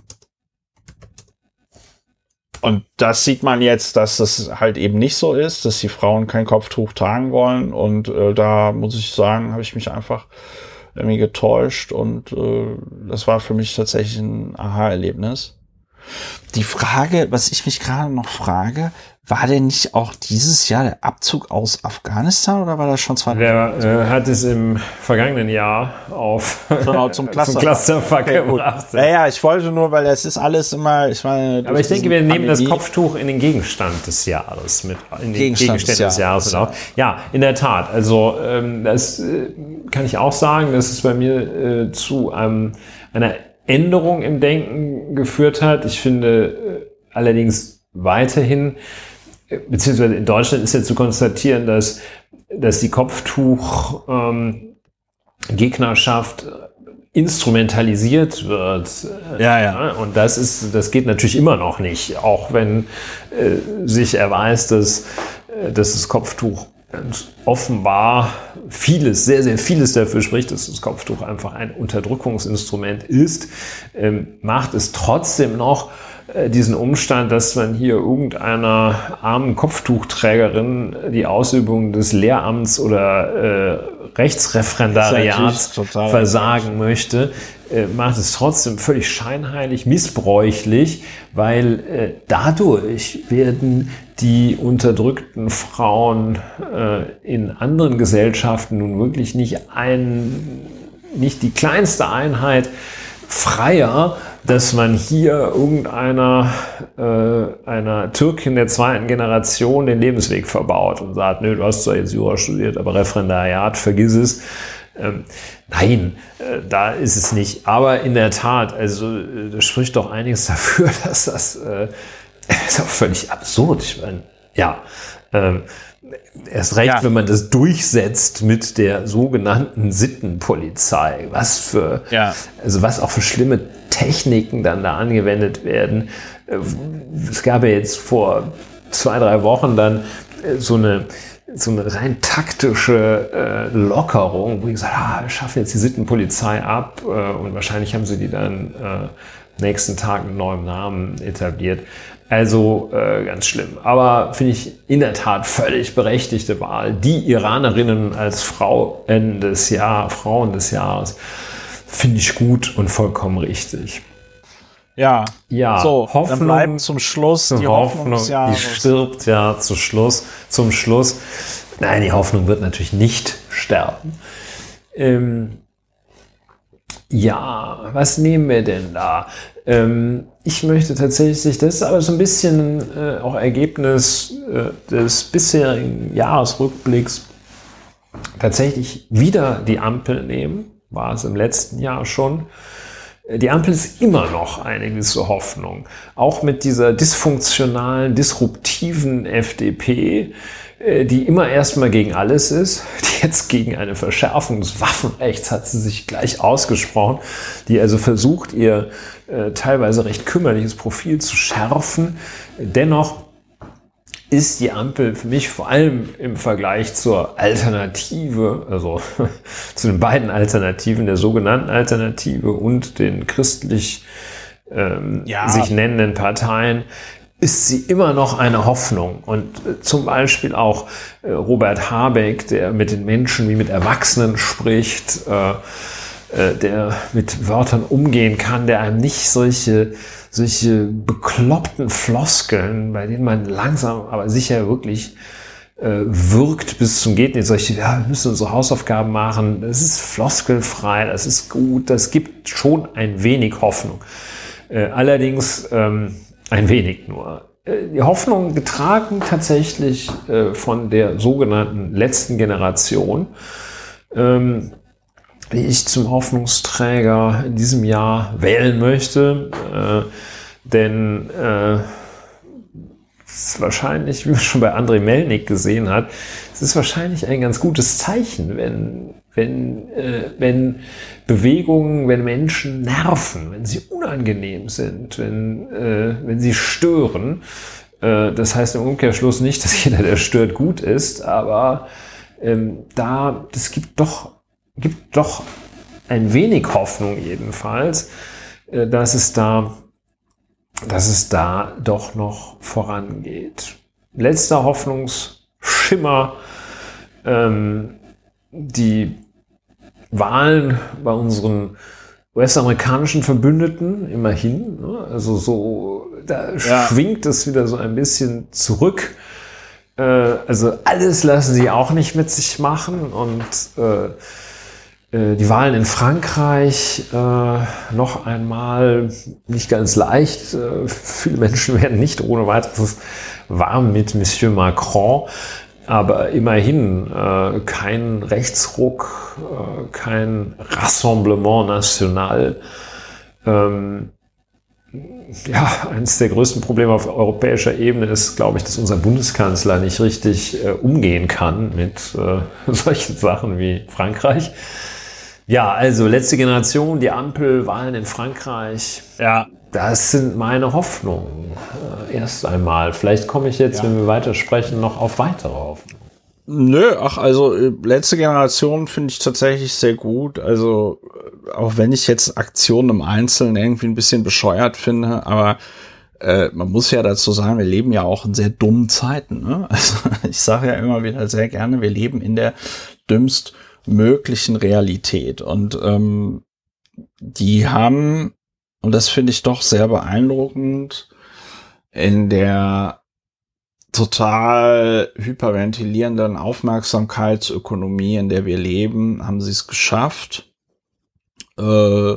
A: und das sieht man jetzt, dass das halt eben nicht so ist, dass die Frauen kein Kopftuch tragen wollen. Und äh, da muss ich sagen, habe ich mich einfach irgendwie getäuscht. Und äh, das war für mich tatsächlich ein Aha-Erlebnis. Die Frage, was ich mich gerade noch frage, war denn nicht auch dieses Jahr der Abzug aus Afghanistan oder war das schon zwanzig?
B: Der äh, hat es im vergangenen Jahr auf
A: genau, zum Clusterfuck,
B: zum Clusterfuck okay, gebracht.
A: Ja, ja, ich wollte nur, weil es ist alles immer, ich meine...
B: Aber ich denke, wir nehmen das Kopftuch in den Gegenstand des Jahres mit, in den
A: Gegenstand,
B: Gegenstand
A: des,
B: des Jahres. Jahres. Ja, in der Tat. Also ähm, das äh, kann ich auch sagen, dass es bei mir äh, zu ähm, einer Änderung im Denken geführt hat. Ich finde äh, allerdings weiterhin, äh, beziehungsweise in Deutschland ist ja zu konstatieren, dass, dass die Kopftuch-Gegnerschaft ähm, instrumentalisiert wird.
A: Ja, ja.
B: Und das ist, das geht natürlich immer noch nicht, auch wenn äh, sich erweist, dass, äh, dass das Kopftuch offenbar vieles, sehr, sehr vieles dafür spricht, dass das Kopftuch einfach ein Unterdrückungsinstrument ist, ähm, macht es trotzdem noch äh, diesen Umstand, dass man hier irgendeiner armen Kopftuchträgerin die Ausübung des Lehramts oder äh, Rechtsreferendariats versagen möchte, äh, macht es trotzdem völlig scheinheilig, missbräuchlich, weil äh, dadurch werden die unterdrückten Frauen äh, in anderen Gesellschaften nun wirklich nicht ein, nicht die kleinste Einheit freier, dass man hier irgendeiner äh, einer Türkin der zweiten Generation den Lebensweg verbaut und sagt, nö, du hast zwar jetzt Jura studiert, aber Referendariat, vergiss es. Ähm, nein, äh, da ist es nicht. Aber in der Tat, also äh, das spricht doch einiges dafür, dass das äh, ist auch völlig absurd. Ich meine, ja, ähm, erst recht, ja, wenn man das durchsetzt mit der sogenannten Sittenpolizei. Was für, ja. also was auch für schlimme Techniken dann da angewendet werden. Es gab ja jetzt vor zwei, drei Wochen dann so eine so eine rein taktische äh, Lockerung, wo die gesagt haben, ah, wir schaffen jetzt die Sittenpolizei ab äh, und wahrscheinlich haben sie die dann äh, nächsten Tag mit neuem Namen etabliert. Also äh, ganz schlimm. Aber finde ich in der Tat völlig berechtigte Wahl. Die Iranerinnen als Frauen des, Jahr, Frauen des Jahres finde ich gut und vollkommen richtig.
A: Ja,
B: ja,
A: so,
B: Hoffnung,
A: dann bleibt zum Schluss die Hoffnung,
B: Hoffnung die stirbt ja zu Schluss, zum Schluss. Nein, die Hoffnung wird natürlich nicht sterben. Ähm, ja, was nehmen wir denn da? Ähm, ich möchte tatsächlich, das ist aber so ein bisschen äh, auch Ergebnis äh, des bisherigen Jahresrückblicks, tatsächlich wieder die Ampel nehmen, war es im letzten Jahr schon. Die Ampel ist immer noch eine gewisse Hoffnung. Auch mit dieser dysfunktionalen, disruptiven F D P, die immer erstmal gegen alles ist, die jetzt gegen eine Verschärfung des Waffenrechts hat sie sich gleich ausgesprochen, die also versucht, ihr äh, teilweise recht kümmerliches Profil zu schärfen. Dennoch ist die Ampel für mich vor allem im Vergleich zur Alternative, also zu den beiden Alternativen, der sogenannten Alternative und den christlich ähm, ja. sich nennenden Parteien, ist sie immer noch eine Hoffnung. Und äh, zum Beispiel auch äh, Robert Habeck, der mit den Menschen wie mit Erwachsenen spricht, äh, äh, der mit Wörtern umgehen kann, der einem nicht solche solche bekloppten Floskeln, bei denen man langsam, aber sicher wirklich äh, wirkt bis zum Geht nicht. Solche, ja, wir müssen unsere Hausaufgaben machen. Das ist floskelfrei, das ist gut, das gibt schon ein wenig Hoffnung. Äh, allerdings ähm, ein wenig nur. Äh, die Hoffnung getragen tatsächlich äh, von der sogenannten letzten Generation, ähm, die ich zum Hoffnungsträger in diesem Jahr wählen möchte. Äh, denn äh, es ist wahrscheinlich, wie man schon bei André Melnik gesehen hat, es ist wahrscheinlich ein ganz gutes Zeichen, wenn wenn, äh, wenn Bewegungen, wenn Menschen nerven, wenn sie unangenehm sind, wenn, äh, wenn sie stören. Äh, das heißt im Umkehrschluss nicht, dass jeder, der stört, gut ist, aber ähm, da, das gibt doch, gibt doch ein wenig Hoffnung jedenfalls, äh, dass es da, dass es da doch noch vorangeht. Letzter Hoffnungsschimmer, ähm, die Wahlen bei unseren U S-amerikanischen Verbündeten, immerhin, ne? Also so, da ja. schwingt es wieder so ein bisschen zurück. Äh, also alles lassen sie auch nicht mit sich machen und äh, äh, die Wahlen in Frankreich äh, noch einmal nicht ganz leicht. Äh, viele Menschen werden nicht ohne weiteres warm mit Monsieur Macron. Aber immerhin äh, kein Rechtsruck, äh, kein Rassemblement National. Ähm, ja, eines der größten Probleme auf europäischer Ebene ist, glaube ich, dass unser Bundeskanzler nicht richtig äh, umgehen kann mit äh, solchen Sachen wie Frankreich. Ja, also letzte Generation, die Ampel, Wahlen in Frankreich. Ja. Das sind meine Hoffnungen. Äh, erst einmal. Vielleicht komme ich jetzt, ja. wenn wir weitersprechen, noch auf weitere Hoffnungen.
A: Nö, ach, also letzte Generation finde ich tatsächlich sehr gut. Also auch wenn ich jetzt Aktionen im Einzelnen irgendwie ein bisschen bescheuert finde, aber äh, man muss ja dazu sagen, wir leben ja auch in sehr dummen Zeiten. Ne? Also ich sage ja immer wieder sehr gerne, wir leben in der dümmst möglichen Realität. Und ähm, die haben, und das finde ich doch sehr beeindruckend, in der total hyperventilierenden Aufmerksamkeitsökonomie, in der wir leben, haben sie es geschafft, äh,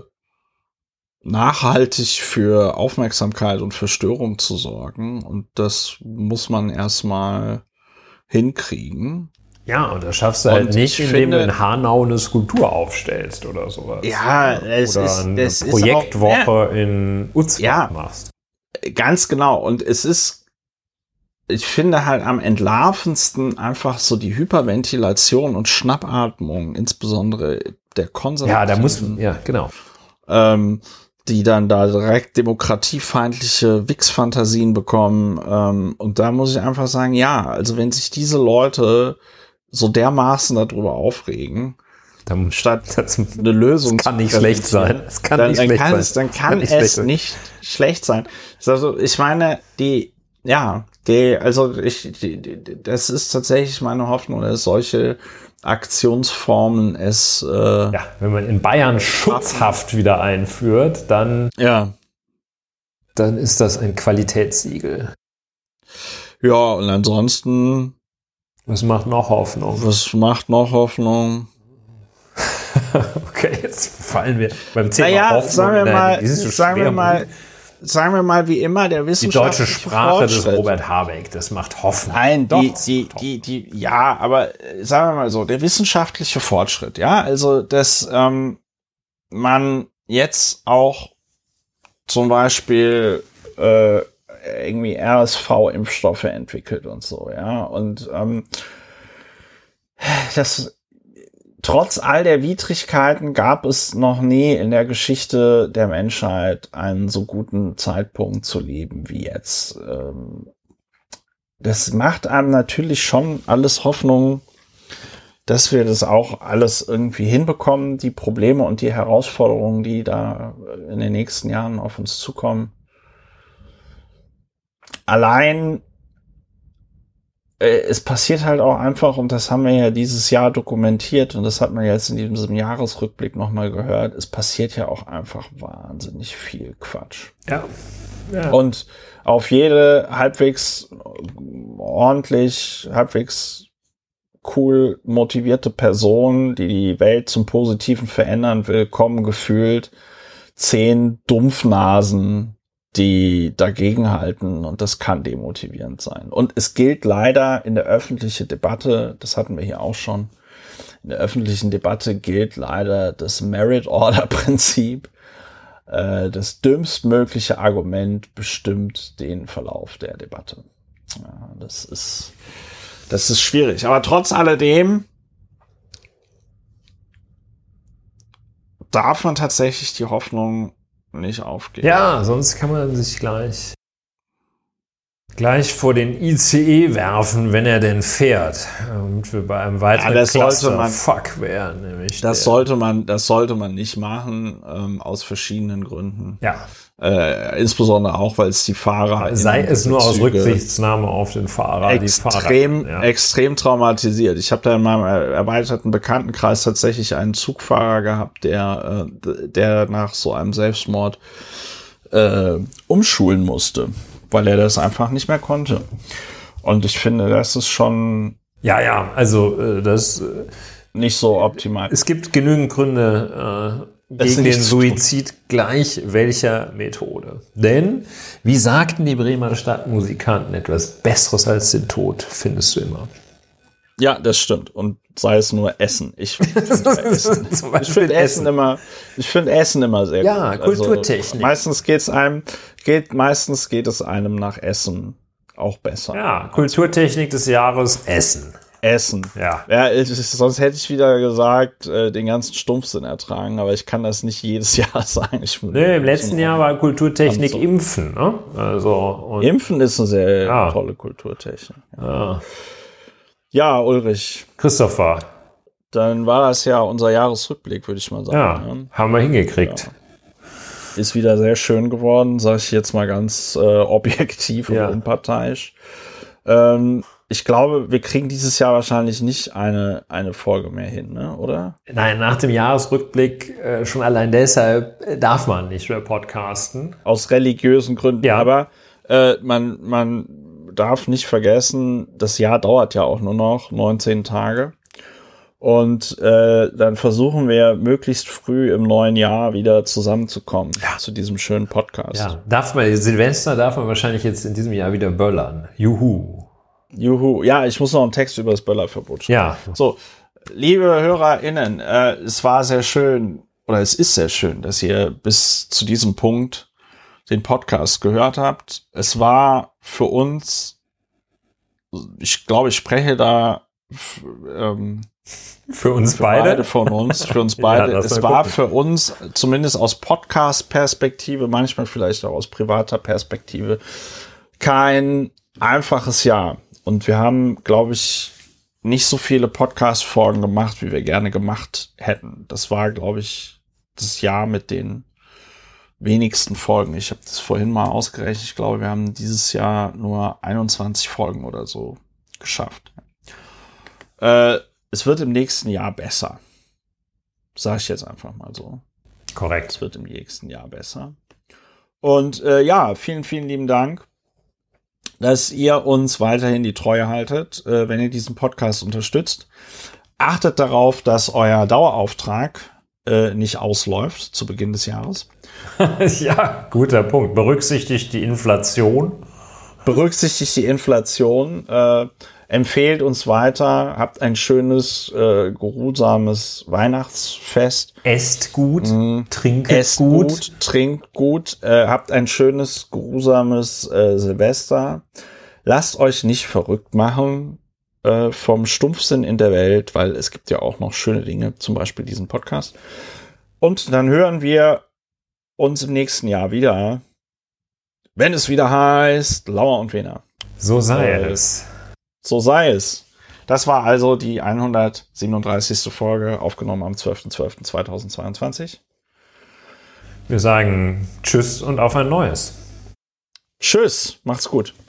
A: nachhaltig für Aufmerksamkeit und für Störung zu sorgen. Und das muss man erstmal hinkriegen.
B: Ja, und das schaffst du halt und nicht, indem finde, du in Hanau eine Skulptur aufstellst oder sowas.
A: Ja, es
B: oder
A: ist
B: eine
A: es
B: Projektwoche
A: ist auch, ja,
B: in Uzbek
A: ja,
B: machst.
A: Ganz genau. Und es ist, ich finde halt am entlarvendsten einfach so die Hyperventilation und Schnappatmung, insbesondere der Konservativen.
B: Ja, da muss, ja, genau.
A: Ähm, die dann da direkt demokratiefeindliche Wix-Fantasien bekommen. Ähm, und da muss ich einfach sagen, ja, also wenn sich diese Leute so dermaßen darüber aufregen,
B: dann
A: statt eine Lösung
B: das kann nicht schlecht sein. Das kann
A: dann,
B: nicht
A: dann
B: schlecht
A: kann
B: sein.
A: Es, dann kann, kann nicht es
B: schlecht
A: nicht schlecht sein. Also ich meine, die, ja, die, also ich, die, die, das ist tatsächlich meine Hoffnung, dass solche Aktionsformen es, äh,
B: ja, wenn man in Bayern Schutzhaft wieder einführt, dann,
A: ja,
B: dann ist das ein Qualitätssiegel.
A: Ja, und ansonsten,
B: was macht noch Hoffnung?
A: Was macht noch Hoffnung?
B: Okay, jetzt fallen wir beim Thema
A: naja,
B: Hoffnung.
A: Sagen wir mal,
B: nein, so
A: sagen wir mal, sagen wir mal wie immer, der wissenschaftliche
B: Die deutsche Sprache des Robert Habeck, das macht Hoffnung.
A: Nein, die, die, die, die, ja, aber sagen wir mal so, der wissenschaftliche Fortschritt, ja, also, dass ähm, man jetzt auch zum Beispiel äh, irgendwie R S V-Impfstoffe entwickelt und so, ja, und ähm, das trotz all der Widrigkeiten gab es noch nie in der Geschichte der Menschheit einen so guten Zeitpunkt zu leben wie jetzt. Das macht einem natürlich schon alles Hoffnung, dass wir das auch alles irgendwie hinbekommen, die Probleme und die Herausforderungen, die da in den nächsten Jahren auf uns zukommen. Allein es passiert halt auch einfach, und das haben wir ja dieses Jahr dokumentiert, und das hat man jetzt in diesem Jahresrückblick nochmal gehört, es passiert ja auch einfach wahnsinnig viel Quatsch.
B: Ja. Ja.
A: Und auf jede halbwegs ordentlich, halbwegs cool motivierte Person, die die Welt zum Positiven verändern will, kommen gefühlt zehn Dumpfnasen, die dagegen halten, und das kann demotivierend sein. Und es gilt leider in der öffentlichen Debatte, das hatten wir hier auch schon, in der öffentlichen Debatte gilt leider das Merit-Order-Prinzip. Äh, das dümmstmögliche Argument bestimmt den Verlauf der Debatte. Ja, das ist, das ist schwierig. Aber trotz alledem darf man tatsächlich die Hoffnung nicht aufgeben.
B: Ja, sonst kann man sich gleich gleich vor den I C E werfen, wenn er denn fährt. Und wir bei einem weiteren
A: ja, Cluster
B: Fuck wären. Nämlich
A: das der. sollte man, das sollte man nicht machen, ähm, aus verschiedenen Gründen.
B: Ja.
A: Äh, insbesondere auch, weil es die Fahrer
B: sei es nur aus Rücksichtnahme auf den Fahrer,
A: extrem,
B: die Fahrer, ja.
A: extrem traumatisiert. Ich habe da in meinem erweiterten Bekanntenkreis tatsächlich einen Zugfahrer gehabt, der, äh, der nach so einem Selbstmord äh, umschulen musste, weil er das einfach nicht mehr konnte. Und ich finde, das ist schon
B: ja, ja, also äh, das äh,
A: nicht so optimal.
B: Es gibt genügend Gründe äh, gegen den Suizid gleich welcher Methode. Denn, wie sagten die Bremer Stadtmusikanten, etwas Besseres als den Tod findest du immer.
A: Ja, das stimmt. Und sei es nur Essen. Ich finde Essen. Ich find Essen immer, ich finde Essen immer sehr
B: ja,
A: gut.
B: Ja, Kulturtechnik.
A: Also, meistens geht's einem, geht, meistens geht es einem nach Essen auch besser.
B: Ja, Kulturtechnik des Jahres, Essen.
A: Essen.
B: Ja.
A: Ja, ich, sonst hätte ich wieder gesagt, äh, den ganzen Stumpfsinn ertragen, aber ich kann das nicht jedes Jahr sagen. Ich
B: nee, im letzten Jahr war Kulturtechnik so. Impfen, ne? Also, und
A: Impfen ist eine sehr ja. tolle Kulturtechnik. Ja. Ja. ja, Ulrich.
B: Christopher.
A: Dann war das ja unser Jahresrückblick, würde ich mal sagen.
B: Ja, ja. Haben wir hingekriegt.
A: Ja. Ist wieder sehr schön geworden, sage ich jetzt mal ganz äh, objektiv und ja. unparteiisch. Ähm, Ich glaube, wir kriegen dieses Jahr wahrscheinlich nicht eine, eine Folge mehr hin, ne? Oder?
B: Nein, nach dem Jahresrückblick äh, schon allein deshalb darf man nicht mehr podcasten.
A: Aus religiösen Gründen.
B: Ja.
A: Aber äh, man, man darf nicht vergessen, das Jahr dauert ja auch nur noch neunzehn Tage. Und äh, dann versuchen wir möglichst früh im neuen Jahr wieder zusammenzukommen ja. zu diesem schönen Podcast.
B: Ja, darf man, Silvester darf man wahrscheinlich jetzt in diesem Jahr wieder böllern. Juhu.
A: Juhu. Ja, ich muss noch einen Text über das Böllerverbot schreiben.
B: Ja.
A: So, liebe HörerInnen, äh, es war sehr schön, oder es ist sehr schön, dass ihr bis zu diesem Punkt den Podcast gehört habt. Es war für uns, ich glaube, ich spreche da ähm,
B: für uns
A: für
B: beide?
A: beide von uns, für uns beide. Ja, es war gucken. Für uns, zumindest aus Podcast-Perspektive, manchmal vielleicht auch aus privater Perspektive, kein einfaches Jahr. Und wir haben, glaube ich, nicht so viele Podcast-Folgen gemacht, wie wir gerne gemacht hätten. Das war, glaube ich, das Jahr mit den wenigsten Folgen. Ich habe das vorhin mal ausgerechnet. Ich glaube, wir haben dieses Jahr nur einundzwanzig Folgen oder so geschafft. Äh, es wird im nächsten Jahr besser. Sage ich jetzt einfach mal so.
B: Korrekt.
A: Es wird im nächsten Jahr besser. Und äh, ja, vielen, vielen lieben Dank, dass ihr uns weiterhin die Treue haltet, äh, wenn ihr diesen Podcast unterstützt. Achtet darauf, dass euer Dauerauftrag äh, nicht ausläuft zu Beginn des Jahres.
B: Ja, guter Punkt. Berücksichtigt die Inflation.
A: Berücksichtigt die Inflation. Äh, empfehlt uns weiter. Habt ein schönes, äh, geruhsames Weihnachtsfest.
B: Esst gut,
A: mhm.
B: trinkt
A: Esst
B: gut.
A: gut, trinkt gut. Äh, habt ein schönes, geruhsames äh, Silvester. Lasst euch nicht verrückt machen äh, vom Stumpfsinn in der Welt, weil es gibt ja auch noch schöne Dinge, zum Beispiel diesen Podcast. Und dann hören wir uns im nächsten Jahr wieder, wenn es wieder heißt Lauer und Wehner.
B: So sei
A: äh,
B: es.
A: So sei es. Das war also die hundertsiebenunddreißigste Folge, aufgenommen am zwölfter zwölfter zweitausendzweiundzwanzig.
B: Wir sagen Tschüss und auf ein neues.
A: Tschüss, macht's gut.